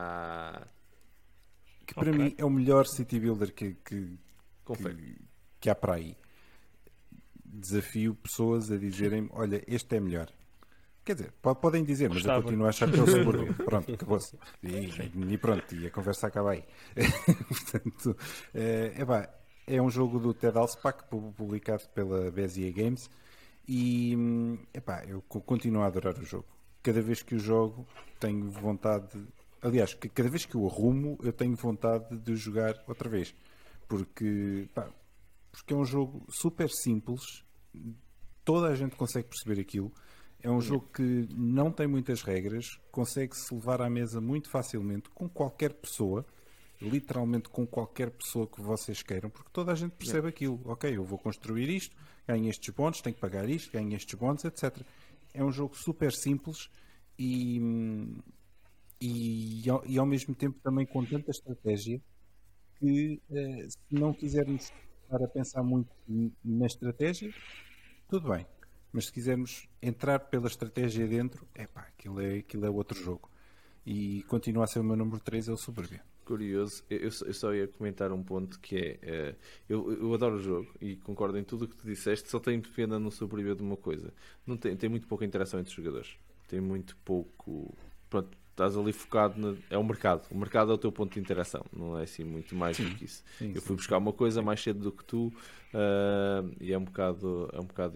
que para mim é o melhor city builder que há para aí. Desafio pessoas a dizerem, olha, este é melhor. Quer dizer, podem dizer, mas eu continuo a achar que é o Suburbia. Pronto, acabou-se. E pronto, e a conversa acaba aí. Portanto, é um jogo do Ted Alspach, publicado pela Bezier Games, e eu continuo a adorar o jogo. Cada vez que o jogo tenho vontade, aliás, cada vez que o arrumo, eu tenho vontade de jogar outra vez, porque é um jogo super simples, toda a gente consegue perceber aquilo. É um jogo que não tem muitas regras, consegue-se levar à mesa muito facilmente com qualquer pessoa, literalmente com qualquer pessoa que vocês queiram, porque toda a gente percebe aquilo. Ok, eu vou construir isto, ganho estes bónus, tenho que pagar isto, ganho estes bónus, etc. É um jogo super simples e ao mesmo tempo também com tanta estratégia que se não quisermos estar a pensar muito na estratégia, tudo bem. Mas se quisermos entrar pela estratégia dentro, aquilo é outro jogo. E continua a ser o meu número 3, é o Suburbia. Curioso, eu só ia comentar um ponto que é, eu adoro o jogo e concordo em tudo o que tu disseste, só tenho pena no Suburbia de uma coisa, não tem muito pouca interação entre os jogadores, tem muito pouco, pronto, estás ali focado, é o mercado é o teu ponto de interação, não é assim muito mais do que isso. Eu fui buscar uma coisa mais cedo do que tu, e é um bocado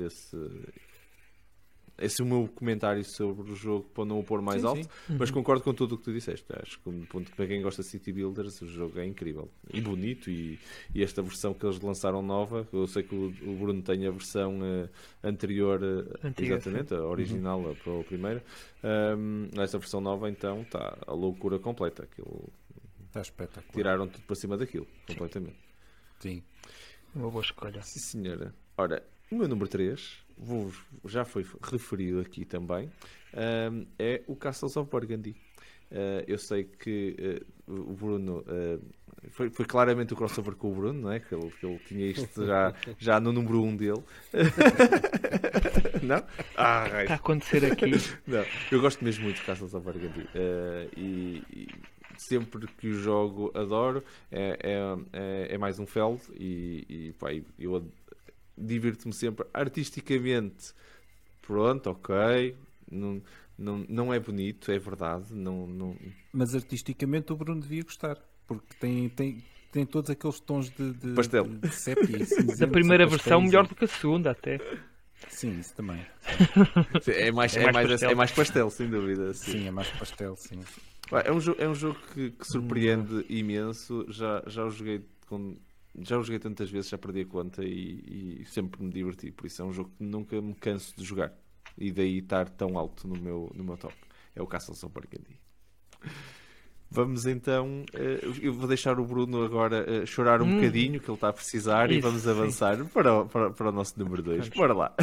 esse é o meu comentário sobre o jogo, para não o pôr mais alto, mas concordo com tudo o que tu disseste. Acho que um ponto que para quem gosta de City Builders, o jogo é incrível e bonito, e esta versão que eles lançaram nova, eu sei que o Bruno tem a versão anterior, Antiga, exatamente, a original para a primeira. Essa versão nova então está a loucura completa. Aquilo, está espetacular. Tiraram tudo para cima daquilo, completamente. Sim. Uma boa escolha. Sim, senhora. Ora, o meu número 3, já foi referido aqui também, é o Castles of Burgundy. Eu sei que o Bruno foi claramente o crossover com o Bruno, não é? Que ele tinha isto já no número 1 dele. Não? Está a acontecer aqui. Não, eu gosto mesmo muito de Castles of Burgundy, e sempre que o jogo adoro. É mais um Feld, e pá, eu divirto-me sempre artisticamente. Pronto, ok, não é bonito, é verdade, não... Mas artisticamente o Bruno devia gostar, porque tem todos aqueles tons de pastel, de sépia. Da primeira versão melhor do que a segunda até. Sim, isso também. É mais pastel, sem dúvida. Sim, é mais pastel, sim. É um jogo que surpreende imenso. Já o joguei tantas vezes, já perdi a conta, e sempre me diverti. Por isso é um jogo que nunca me canso de jogar, e daí estar tão alto no meu top. É o Castles of Burgundy. Vamos então, eu vou deixar o Bruno agora chorar um bocadinho, que ele está a precisar, e vamos avançar para o nosso número 2. Bora lá.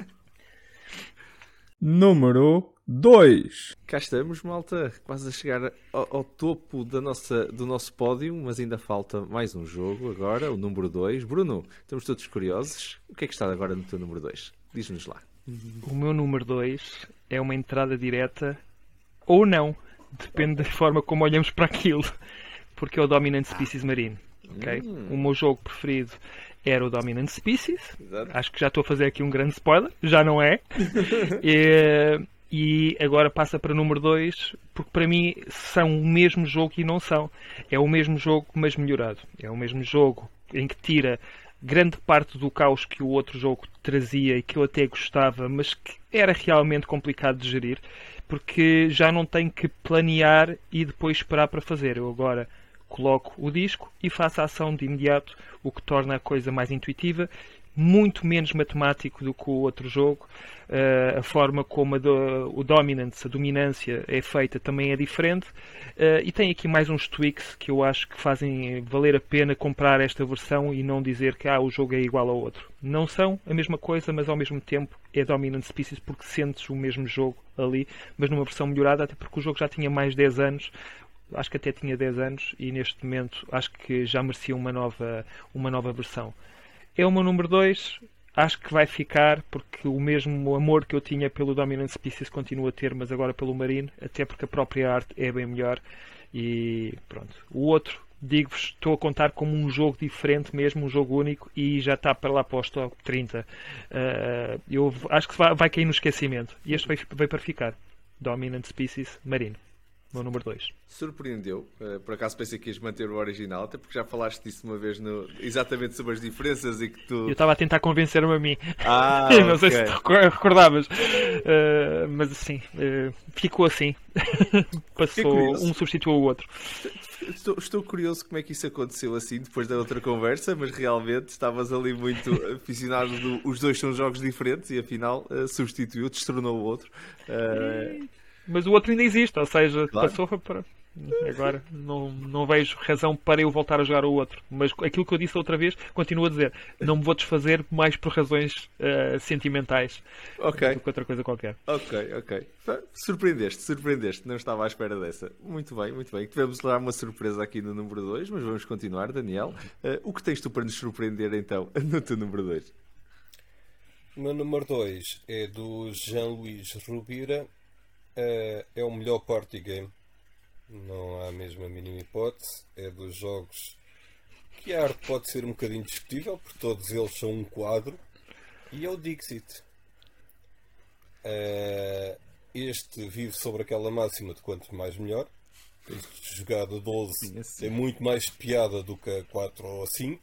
Número 2. Cá estamos, malta, quase a chegar ao topo do nosso pódio, mas ainda falta mais um jogo agora, o número 2. Bruno, estamos todos curiosos. O que é que está agora no teu número 2? Diz-nos lá. O meu número 2 é uma entrada direta ou não, depende da forma como olhamos para aquilo, porque é o Dominant Species Marine. Okay? O meu jogo preferido era o Dominant Species. Exato. Acho que já estou a fazer aqui um grande spoiler, já não é. E agora passa para número 2, porque para mim são o mesmo jogo e não são. É o mesmo jogo, mas melhorado. É o mesmo jogo em que tira grande parte do caos que o outro jogo trazia e que eu até gostava, mas que era realmente complicado de gerir, porque já não tenho que planear e depois esperar para fazer. Eu agora coloco o disco e faço a ação de imediato, o que torna a coisa mais intuitiva, muito menos matemático do que o outro jogo. A forma como o Dominance, a dominância, é feita também é diferente, e tem aqui mais uns tweaks que eu acho que fazem valer a pena comprar esta versão e não dizer que o jogo é igual ao outro. Não são a mesma coisa, mas ao mesmo tempo é Dominant Species, porque sentes o mesmo jogo ali, mas numa versão melhorada, até porque o jogo já tinha mais de 10 anos. Acho que até tinha 10 anos, e neste momento acho que já merecia uma nova versão. É o meu número 2, acho que vai ficar, porque o mesmo amor que eu tinha pelo Dominant Species continuo a ter, mas agora pelo Marine, até porque a própria arte é bem melhor. E pronto. O outro, digo-vos, estou a contar como um jogo diferente mesmo, um jogo único, e já está para lá para os top 30. Eu acho que vai cair no esquecimento. E este veio para ficar. Dominant Species Marine. Meu número 2. Surpreendeu. Por acaso pensei que ias manter o original, até porque já falaste disso uma vez exatamente sobre as diferenças e que tu... Eu estava a tentar convencer-me a mim. Não okay. sei se te recordavas. Mas assim, ficou assim. Passou, um substituiu o outro. Estou curioso como é que isso aconteceu assim, depois da outra conversa, mas realmente estavas ali muito aficionado os dois são jogos diferentes e afinal substituiu, destronou o outro. Mas o outro ainda existe, ou seja, claro. Passou para... Agora não vejo razão para eu voltar a jogar o outro. Mas aquilo que eu disse outra vez, continuo a dizer. Não me vou desfazer mais por razões sentimentais do que outra coisa qualquer. Ok. Surpreendeste. Não estava à espera dessa. Muito bem. Tivemos lá uma surpresa aqui no número 2, mas vamos continuar, Daniel. O que tens tu para nos surpreender então no teu número 2? O meu número 2 é do Jean-Louis Rubira. É o melhor party game. Não há mesmo a mínima hipótese. É dos jogos que a arte pode ser um bocadinho discutível, porque todos eles são um quadro. E é o Dixit. Este vive sobre aquela máxima de quanto mais melhor. Este jogado a 12 tem muito mais piada do que a 4 ou a 5.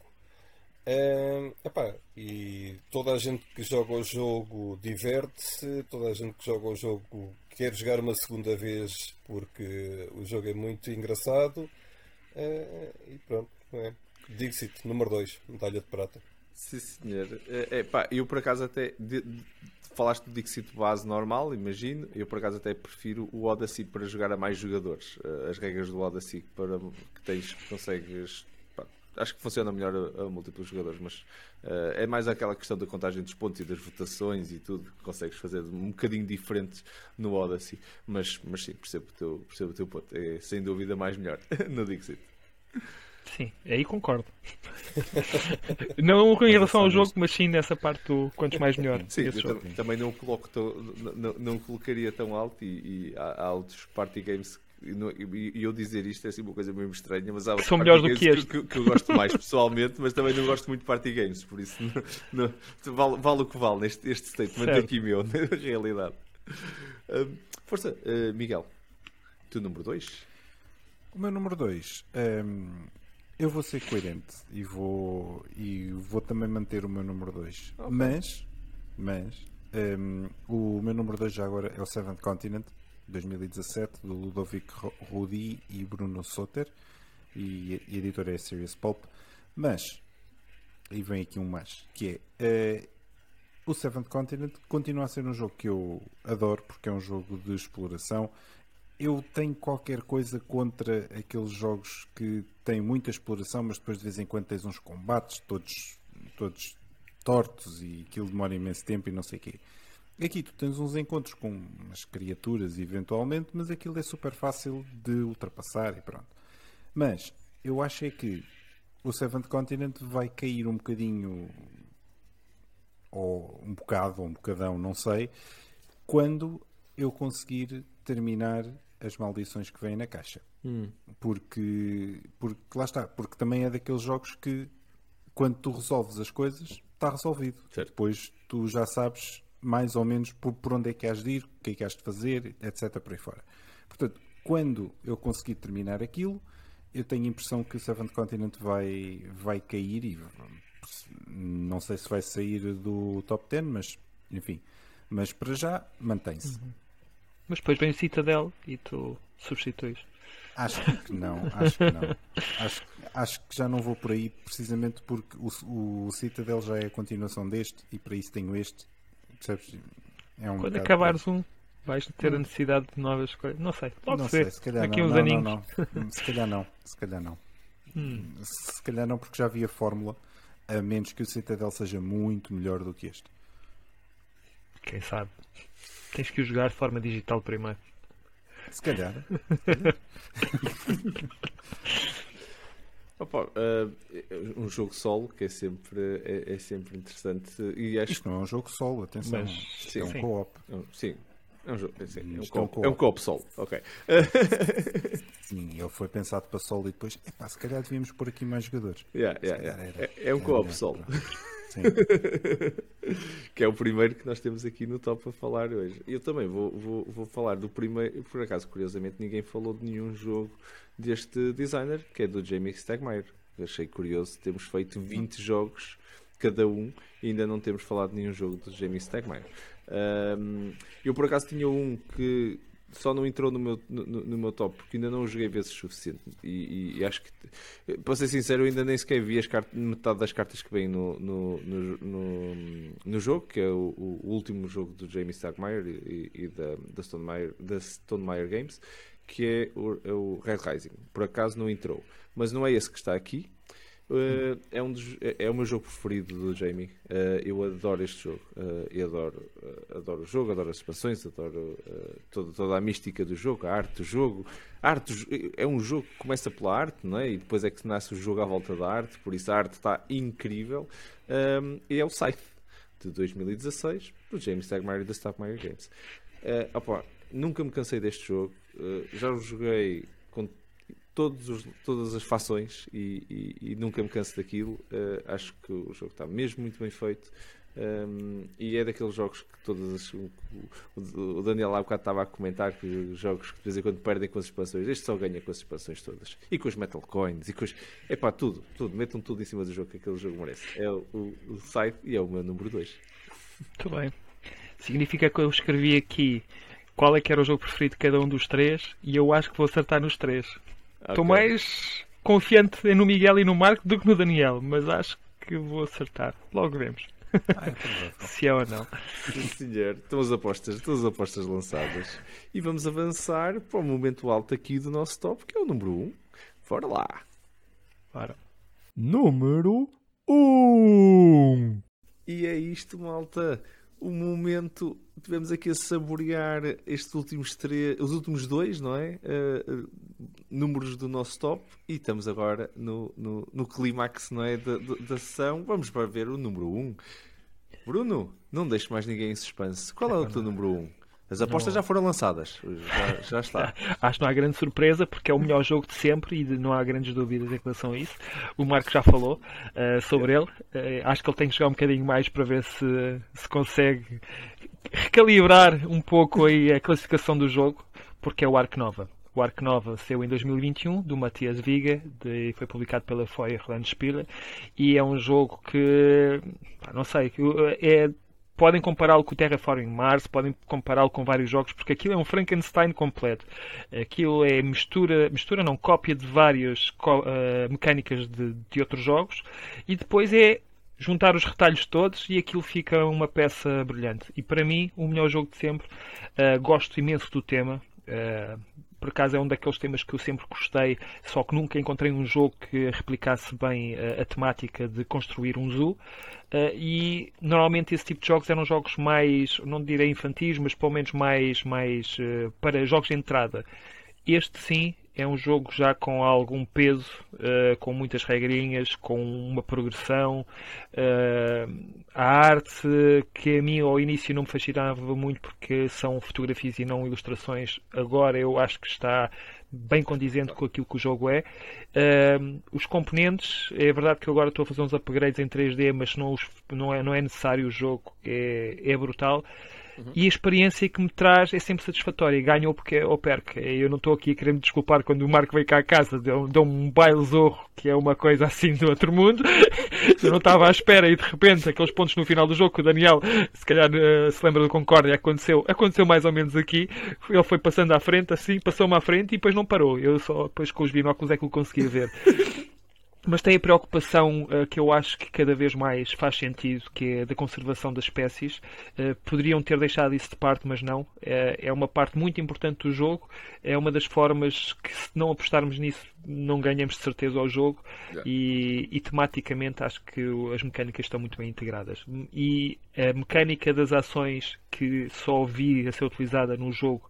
E toda a gente que joga o jogo diverte-se, toda a gente que joga o jogo quer jogar uma segunda vez porque o jogo é muito engraçado. E pronto, Dixit, número 2, medalha de prata. Sim, senhor. Eu por acaso até falaste do Dixit base normal, imagino. Eu por acaso até prefiro o Odyssey para jogar a mais jogadores. As regras do Odyssey para que consegues. Acho que funciona melhor a múltiplos jogadores, mas é mais aquela questão da contagem dos pontos e das votações e tudo que consegues fazer um bocadinho diferente no Odyssey. Mas sim, percebo o teu ponto. É sem dúvida mais melhor no Dixit. Sim, aí concordo. Não em relação ao jogo, mas sim nessa parte do quantos mais melhor. Sim, eu também não não colocaria tão alto e há outros party games e eu dizer isto é assim uma coisa mesmo estranha, mas há outros são melhores do que este que eu gosto mais pessoalmente, mas também não gosto muito de party games, por isso vale o que vale este statement certo. Aqui meu, na realidade. Força, Miguel, tu número 2? O meu número 2, eu vou ser coerente e vou também manter o meu número 2. Okay. Mas o meu número 2 já agora é o Seventh Continent 2017, do Ludovic Roudy e Bruno Soter, e a editora é Serious Pulp. Mas, e vem aqui um mas, que é o Seventh Continent continua a ser um jogo que eu adoro, porque é um jogo de exploração. Eu tenho qualquer coisa contra aqueles jogos que têm muita exploração, mas depois de vez em quando tens uns combates todos tortos e aquilo demora imenso tempo e não sei o quê. Aqui tu tens uns encontros com umas criaturas eventualmente, mas aquilo é super fácil de ultrapassar e pronto. Mas eu acho é que o Seventh Continent vai cair um bocadinho, ou um bocado, ou um bocadão, não sei, quando eu conseguir terminar as maldições que vêm na caixa. Porque lá está, porque também é daqueles jogos que quando tu resolves as coisas, está resolvido. Certo. Depois tu já sabes mais ou menos por onde é que has de ir, o que é que has de fazer, etc. por aí fora. Portanto, quando eu conseguir terminar aquilo, eu tenho a impressão que o Seventh Continent vai cair e não sei se vai sair do top 10, mas enfim. Mas para já mantém-se. Mas depois vem o Citadel e tu substituis. Acho que não. Acho que já não vou por aí, precisamente porque o Citadel já é a continuação deste e para isso tenho este. Percebes? Quando acabares vais ter a necessidade de novas coisas. Não sei. Não sei, se calhar daqui não. Uns aninhos. Não. Se calhar não. Se calhar não, porque já vi a fórmula, a menos que o Citadel seja muito melhor do que este. Quem sabe? Tens que o jogar de forma digital primeiro. Se calhar. Opa, um jogo solo que é sempre interessante. E acho... Isto não é um jogo solo, atenção. Mas, isto é um co-op. Sim, é um jogo. É um co-op solo. Ok. Sim, ele foi pensado para solo e depois, se calhar devíamos pôr aqui mais jogadores. É um co-op solo. Sim. Que é o primeiro que nós temos aqui no top a falar hoje. Eu também vou falar do primeiro. Por acaso, curiosamente, ninguém falou de nenhum jogo deste designer, que é do Jamie Stegmaier. Eu achei curioso, temos feito 20 jogos cada um e ainda não temos falado de nenhum jogo do Jamie Stegmaier. Eu por acaso tinha um que só não entrou no meu top porque ainda não o joguei vezes suficiente e acho que, para ser sincero, eu ainda nem sequer vi metade das cartas que vêm no jogo, que é o último jogo do Jamie Stegmaier e da Stonemaier Games, que é o Red Rising. Por acaso não entrou, mas não é esse que está aqui. É o meu jogo preferido do Jamie. Eu adoro este jogo. Eu adoro o jogo, adoro as expansões, adoro toda a mística do jogo, a arte do jogo. É um jogo que começa pela arte, não é? E depois é que nasce o jogo à volta da arte, por isso a arte está incrível. E é o Scythe. de 2016, do James Stegmaier e da Stockmaier Games. Nunca me cansei deste jogo. Já o joguei com todas as fações e nunca me canso daquilo. Acho que o jogo está mesmo muito bem feito. E é daqueles jogos que o Daniel há bocado estava a comentar que os jogos que de vez em quando perdem com as expansões, este só ganha com as expansões todas e com os Metal Coins e com os... tudo, metam tudo em cima do jogo que aquele jogo merece. É o site e é o meu número 2. Muito bem. Significa que eu escrevi aqui qual é que era o jogo preferido de cada um dos três e eu acho que vou acertar nos três. Estou mais confiante no Miguel e no Marco do que no Daniel, mas acho que vou acertar. Logo vemos. Se é ou não. Sim, senhor. Estão as apostas lançadas. E vamos avançar para o momento alto aqui do nosso top, que é o número 1. Bora lá. Bora. Número 1. E é isto, malta. O momento, tivemos aqui a saborear os últimos 2, não é? Números do nosso top, e estamos agora no clímax, não é? Da sessão. Vamos para ver o número 1. Bruno, não deixes mais ninguém em suspense. Qual é o teu número 1? As apostas já foram lançadas. Já está. Acho que não há grande surpresa, porque é o melhor jogo de sempre e não há grandes dúvidas em relação a isso. O Marco já falou sobre ele. Acho que ele tem que jogar um bocadinho mais para ver se consegue recalibrar um pouco aí a classificação do jogo, porque é o Ark Nova. O Ark Nova saiu em 2021, do Matias Viga, foi publicado pela Feuerland-Spieler, e é um jogo que, não sei, podem compará-lo com o Terraforming Mars, podem compará-lo com vários jogos, porque aquilo é um Frankenstein completo. Aquilo é cópia de várias mecânicas de outros jogos, e depois é juntar os retalhos todos e aquilo fica uma peça brilhante. E para mim, o melhor jogo de sempre. Gosto imenso do tema. Por acaso é um daqueles temas que eu sempre gostei, só que nunca encontrei um jogo que replicasse bem a temática de construir um zoo. E normalmente esse tipo de jogos eram jogos mais, não direi infantis, mas pelo menos mais para jogos de entrada. Este sim é um jogo já com algum peso, com muitas regrinhas, com uma progressão. A arte, que a mim ao início não me fascinava muito porque são fotografias e não ilustrações, agora eu acho que está bem condizente com aquilo que o jogo é. Os componentes, é verdade que eu agora estou a fazer uns upgrades em 3D, mas não é necessário, o jogo é brutal. E a experiência que me traz é sempre satisfatória. Ganho ou perco. Eu não estou aqui a querer me desculpar quando o Marco veio cá a casa, deu um baile zorro, que é uma coisa assim do outro mundo. Eu não estava à espera e de repente aqueles pontos no final do jogo que o Daniel, se calhar se lembra do Concórdia, aconteceu mais ou menos aqui. Ele foi passando à frente, assim, passou-me à frente e depois não parou. Eu só depois com os binóculos é que o conseguia ver. Mas tem a preocupação que eu acho que cada vez mais faz sentido, que é da conservação das espécies. Poderiam ter deixado isso de parte, mas não. É uma parte muito importante do jogo. É uma das formas que, se não apostarmos nisso, não ganhamos de certeza ao jogo. Yeah. E tematicamente acho que as mecânicas estão muito bem integradas. E a mecânica das ações que só vi a ser utilizada no jogo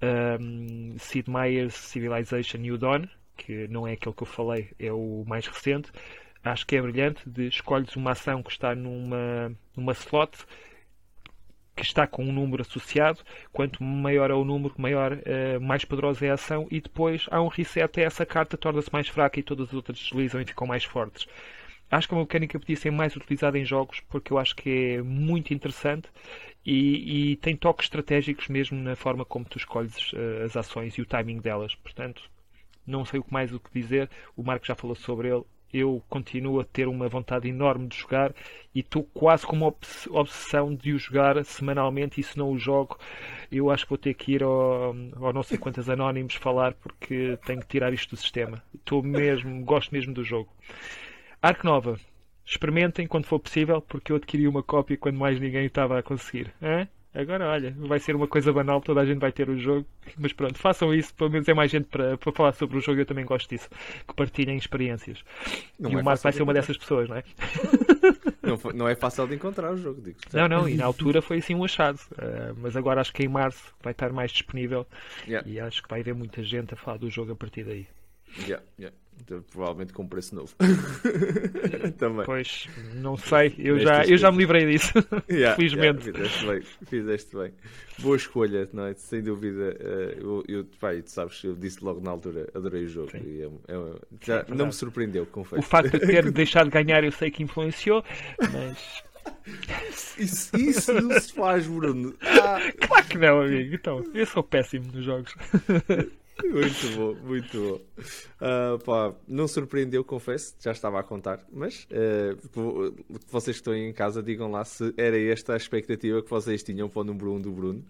Sid Meier's Civilization New Dawn, que não é aquele que eu falei, é o mais recente. Acho que é brilhante. Escolhes uma ação que está numa slot que está com um número associado. Quanto maior é o número, mais poderosa é a ação, e depois há um reset a essa carta, torna-se mais fraca e todas as outras deslizam e ficam mais fortes. Acho que a mecânica podia ser mais utilizada em jogos, porque eu acho que é muito interessante e tem toques estratégicos mesmo na forma como tu escolhes as ações e o timing delas. Portanto, não sei mais o que dizer. O Marco já falou sobre ele. Eu continuo a ter uma vontade enorme de jogar e estou quase com uma obsessão de o jogar semanalmente, e se não o jogo, eu acho que vou ter que ir ao não sei quantas anónimos falar, porque tenho que tirar isto do sistema. Gosto mesmo do jogo. Ark Nova, experimentem quando for possível, porque eu adquiri uma cópia quando mais ninguém estava a conseguir. Agora, olha, vai ser uma coisa banal, toda a gente vai ter o jogo, mas pronto, façam isso, pelo menos é mais gente para falar sobre o jogo. Eu também gosto disso, que partilhem experiências. E o Marco vai ser uma dessas pessoas, não é? Não é fácil de encontrar o jogo, digo. Não, e na altura foi assim um achado, mas agora acho que em março vai estar mais disponível. Yeah. E acho que vai haver muita gente a falar do jogo a partir daí. Yeah. Então, provavelmente com preço novo. Também. Pois, não sei. Eu Nestas já me coisas. livrei disso. Felizmente. Fizeste bem. Boa escolha, não é? Sem dúvida. Tu sabes, eu disse logo na altura, adorei o jogo. Sim. E Sim, é não verdade. me surpreendeu, O confesso. facto de ter deixado de ganhar eu sei que influenciou, mas Isso não se faz, Bruno. claro que não, amigo. Então, eu sou péssimo nos jogos. Muito bom, muito bom. Pá, não surpreendeu, confesso, já estava a contar, mas vocês que estão aí em casa, digam lá se era esta a expectativa que vocês tinham para o número 1 do Bruno.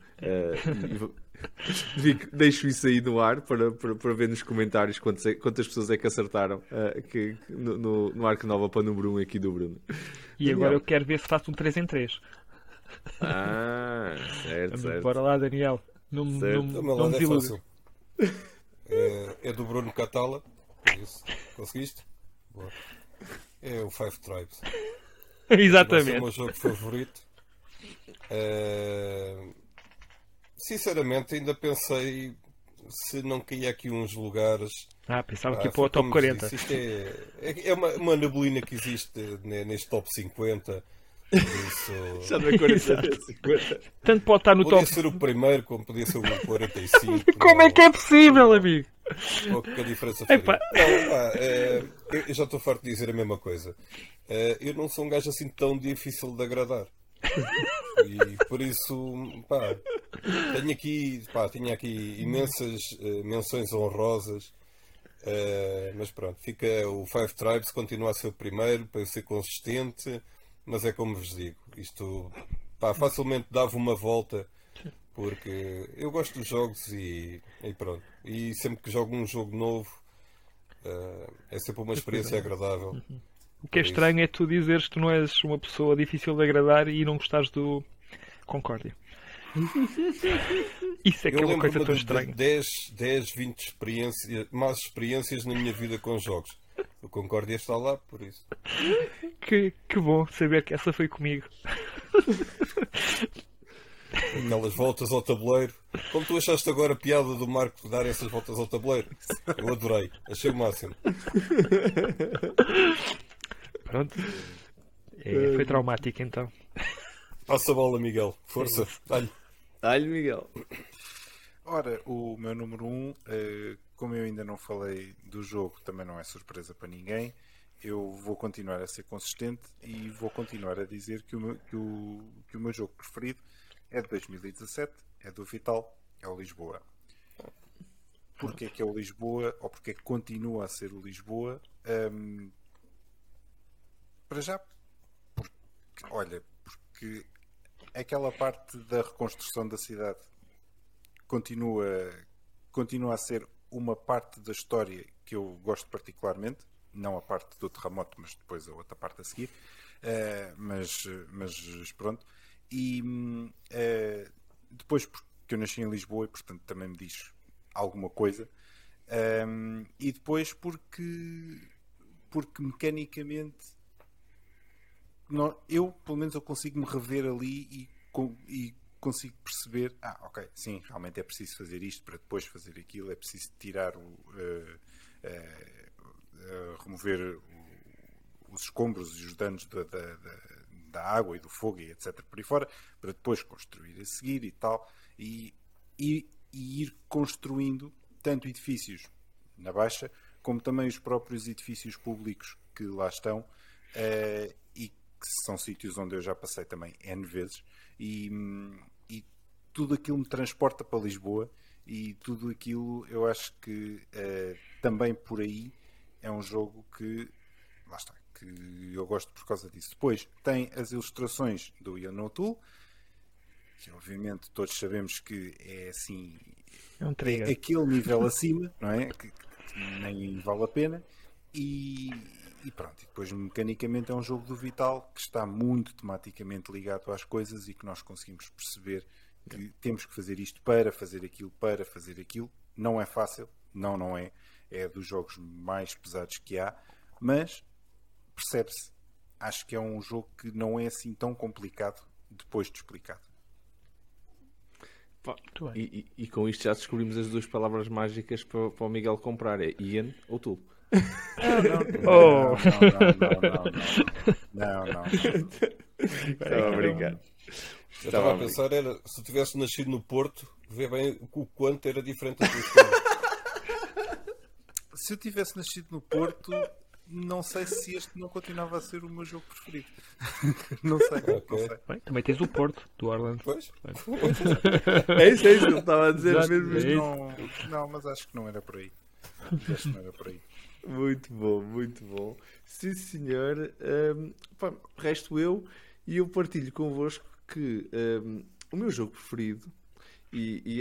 Deixo isso aí no ar para ver nos comentários quantas pessoas é que acertaram no Arco Nova para o número 1 aqui do Bruno. E Daniel. agora eu quero ver se faço um 3 em 3. Certo. Bora lá, Daniel. Não Certo. Do meu me lado é desiluda. fácil. É do Bruno Catala, por isso. Conseguiste? Boa. É o Five Tribes. Vai ser o Exatamente. meu jogo favorito. Sinceramente, ainda pensei se não caía aqui uns lugares. Pensava que ia para Foi o top como vos 40. disse, isto é uma neblina que existe neste top 50. Por isso, Já não é 40, 50. Tanto pode estar no podia top. ser o primeiro, como podia ser o 45. Como é que é possível, amigo? Qual que a diferença faria? Epá. Eu já estou farto de dizer a mesma coisa. Eu não sou um gajo assim tão difícil de agradar. E por isso, tinha aqui imensas menções honrosas. Mas pronto, fica o Five Tribes, continua a ser o primeiro para eu ser consistente. Mas é como vos digo, isto facilmente dava uma volta. Porque eu gosto dos jogos e pronto. E sempre que jogo um jogo novo é sempre uma experiência agradável. O que é estranho é tu dizeres que tu não és uma pessoa difícil de agradar e não gostares do Concórdia. Isso é que é uma coisa tão estranha. 10, 20 más experiências na minha vida com jogos. O Concórdia está lá, por isso. Que bom saber que essa foi comigo. Aquelas voltas ao tabuleiro. Como tu achaste agora a piada do Marco dar essas voltas ao tabuleiro? Eu adorei, achei o máximo. Pronto. Foi traumático então. Passa a bola, Miguel. Força, dá-lhe. Dá-lhe, Miguel. Ora, o meu número 1, como eu ainda não falei do jogo, também não é surpresa para ninguém. Eu vou continuar a ser consistente e vou continuar a dizer que o meu jogo preferido é de 2017, é do Vital, é o Lisboa. Porquê é que é o Lisboa, ou porque é que continua a ser o Lisboa? Para já, porque aquela parte da reconstrução da cidade continua a ser uma parte da história que eu gosto particularmente, não a parte do terremoto, mas depois a outra parte a seguir. Mas pronto. E depois, porque eu nasci em Lisboa e portanto também me diz alguma coisa. E depois porque mecanicamente eu pelo menos eu consigo me rever ali e consigo perceber, ok, sim, realmente é preciso fazer isto para depois fazer aquilo, é preciso tirar remover os escombros e os danos da água e do fogo e etc por aí fora, para depois construir a seguir e tal, e ir construindo tanto edifícios na Baixa como também os próprios edifícios públicos que lá estão, e que são sítios onde eu já passei também N vezes, e tudo aquilo me transporta para Lisboa, e tudo aquilo eu acho que também por aí é um jogo que, lá está, que eu gosto por causa disso. Depois tem as ilustrações do Ian O'Toole, que obviamente todos sabemos que é assim, É um trigger. aquele nível acima, não é? Que nem vale a pena. E pronto, e depois mecanicamente é um jogo do Vital que está muito tematicamente ligado às coisas e que nós conseguimos perceber que temos que fazer isto para fazer aquilo. Não é fácil, não é. É dos jogos mais pesados que há, mas percebe-se. Acho que é um jogo que não é assim tão complicado depois de explicado. Pá, Muito bem. e com isto já descobrimos as duas palavras mágicas para o Miguel comprar. É Ian ou tu. Oh. Não. Estava a brincar. Eu estava a pensar, se eu tivesse nascido no Porto, vê bem o quanto era diferente a tua história. Se eu tivesse nascido no Porto, não sei se este não continuava a ser o meu jogo preferido. Não sei. Bem, também tens o Porto, do Orlando. Pois? É isso que ele estava a dizer Exato, mesmo. é isso. Não, mas acho que não era por aí. Acho que não era por aí. Muito bom, muito bom. Sim, senhor. Pá, resto eu, e eu partilho convosco que o meu jogo preferido, e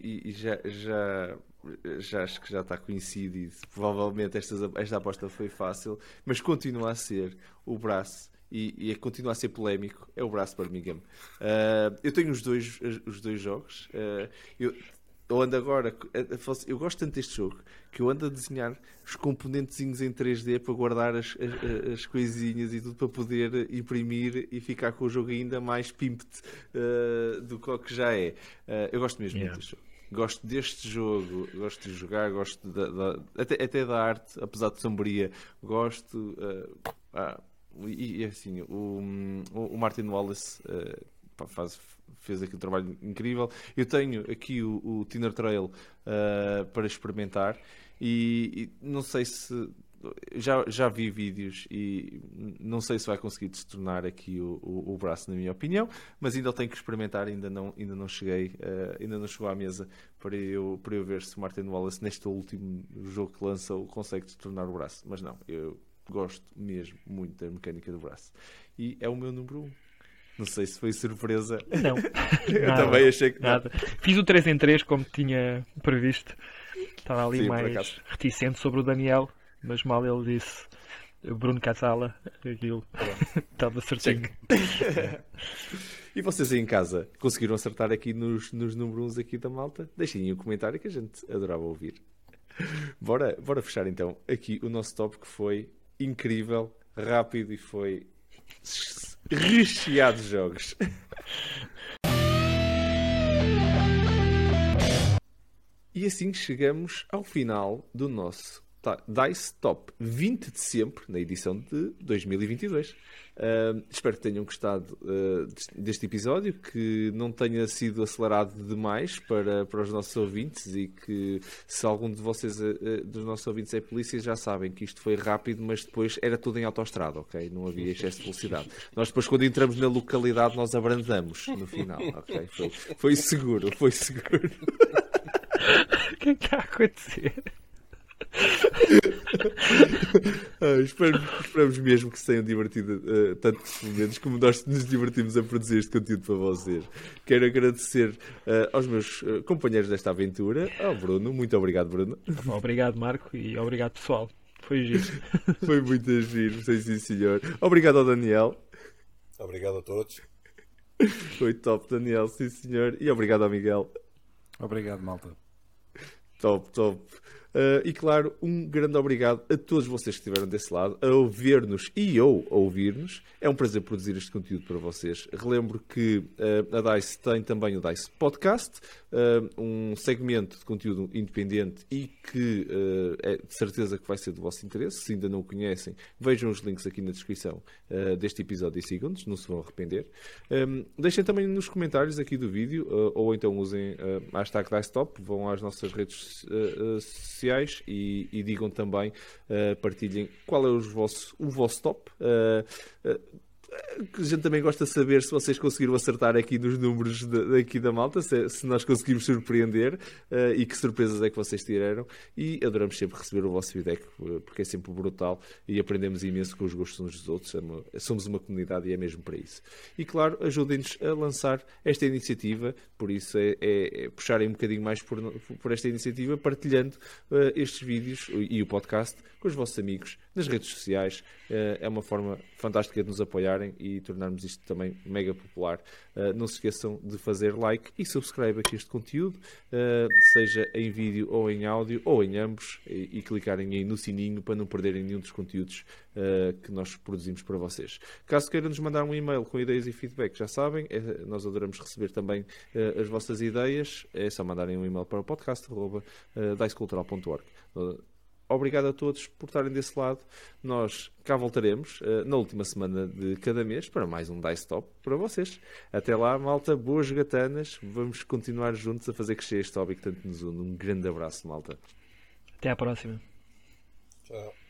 já acho que já está conhecido, e provavelmente esta aposta foi fácil, mas continua a ser o Brass. E continua a ser polémico, é o Brass Birmingham. Eu tenho os dois jogos. Eu ando agora, eu gosto tanto deste jogo que eu ando a desenhar os componentezinhos em 3D para guardar as coisinhas e tudo para poder imprimir e ficar com o jogo ainda mais pimped do que já é. Eu gosto mesmo muito deste jogo. Gosto deste jogo, gosto de jogar, gosto até da arte, apesar de sombria. Gosto. E assim, o Martin Wallace fez aqui um trabalho incrível. Eu tenho aqui o Thinner Trail para experimentar e não sei se já vi vídeos e não sei se vai conseguir destornar aqui o braço, na minha opinião, mas ainda tenho que experimentar. Ainda não cheguei, ainda não chegou à mesa para eu ver se o Martin Wallace, neste último jogo que lança, consegue destornar o braço. Mas não, eu gosto mesmo muito da mecânica do braço e é o meu número 1. Não sei se foi surpresa. Não. Eu Nada, também achei que nada. Fiz o 3 em 3 como tinha previsto. Estava ali Sim, por mais acaso. reticente sobre o Daniel, mas mal ele disse Bruno Casala, aquilo estava certinho. E vocês aí em casa conseguiram acertar aqui nos números 1 aqui da malta? Deixem aí um comentário que a gente adorava ouvir. Bora fechar então aqui o nosso top, que foi incrível, rápido e foi recheado de jogos. E assim chegamos ao final do nosso DICE Top 20 de sempre, na edição de 2022. Espero que tenham gostado deste episódio, que não tenha sido acelerado demais para os nossos ouvintes, e que, se algum de vocês, dos nossos ouvintes, é polícia, já sabem que isto foi rápido, mas depois era tudo em autoestrada, ok? Não havia excesso de velocidade. Nós depois, quando entramos na localidade, nós abrandamos no final, ok? Foi seguro. O que é que está a acontecer? Esperamos mesmo que se tenham divertido tanto pelo menos como nós nos divertimos a produzir este conteúdo para vocês. Quero agradecer aos meus companheiros desta aventura, ao Bruno. Muito obrigado, Bruno. Obrigado, Marco, e obrigado, pessoal. Foi giro. Foi muito giro, sim, senhor. Obrigado ao Daniel. Obrigado a todos. Foi top, Daniel, sim, senhor. E obrigado ao Miguel. Obrigado, malta. Top. E claro, um grande obrigado a todos vocês que estiveram desse lado, a ouvir-nos e a ouvir-nos. É um prazer produzir este conteúdo para vocês. Relembro que a DICE tem também o DICE Podcast, um segmento de conteúdo independente e que é de certeza que vai ser do vosso interesse. Se ainda não o conhecem, vejam os links aqui na descrição deste episódio e sigam-nos, não se vão arrepender. Deixem também nos comentários aqui do vídeo, ou então usem a hashtag DICETOP, vão às nossas redes sociais e digam também, partilhem qual é o vosso top. A gente também gosta de saber se vocês conseguiram acertar aqui nos números aqui da malta, se nós conseguimos surpreender, e que surpresas é que vocês tiraram. E adoramos sempre receber o vosso feedback, porque é sempre brutal e aprendemos imenso com os gostos uns dos outros. Somos uma comunidade e é mesmo para isso. E claro, ajudem-nos a lançar esta iniciativa, por isso é puxarem um bocadinho mais por esta iniciativa, partilhando estes vídeos e o podcast com os vossos amigos, nas redes sociais. É uma forma fantástica de nos apoiarem e tornarmos isto também mega popular. Não se esqueçam de fazer like e subscribe aqui este conteúdo, seja em vídeo ou em áudio, ou em ambos, e clicarem aí no sininho para não perderem nenhum dos conteúdos que nós produzimos para vocês. Caso queiram nos mandar um e-mail com ideias e feedback, já sabem, nós adoramos receber também as vossas ideias. É só mandarem um e-mail para o podcast@dicecultural.org. Obrigado a todos por estarem desse lado. Nós cá voltaremos na última semana de cada mês para mais um Dice Top para vocês. Até lá, malta, boas gatanas. Vamos continuar juntos a fazer crescer este hobby que tanto nos une. Um grande abraço, malta. Até à próxima. Tchau.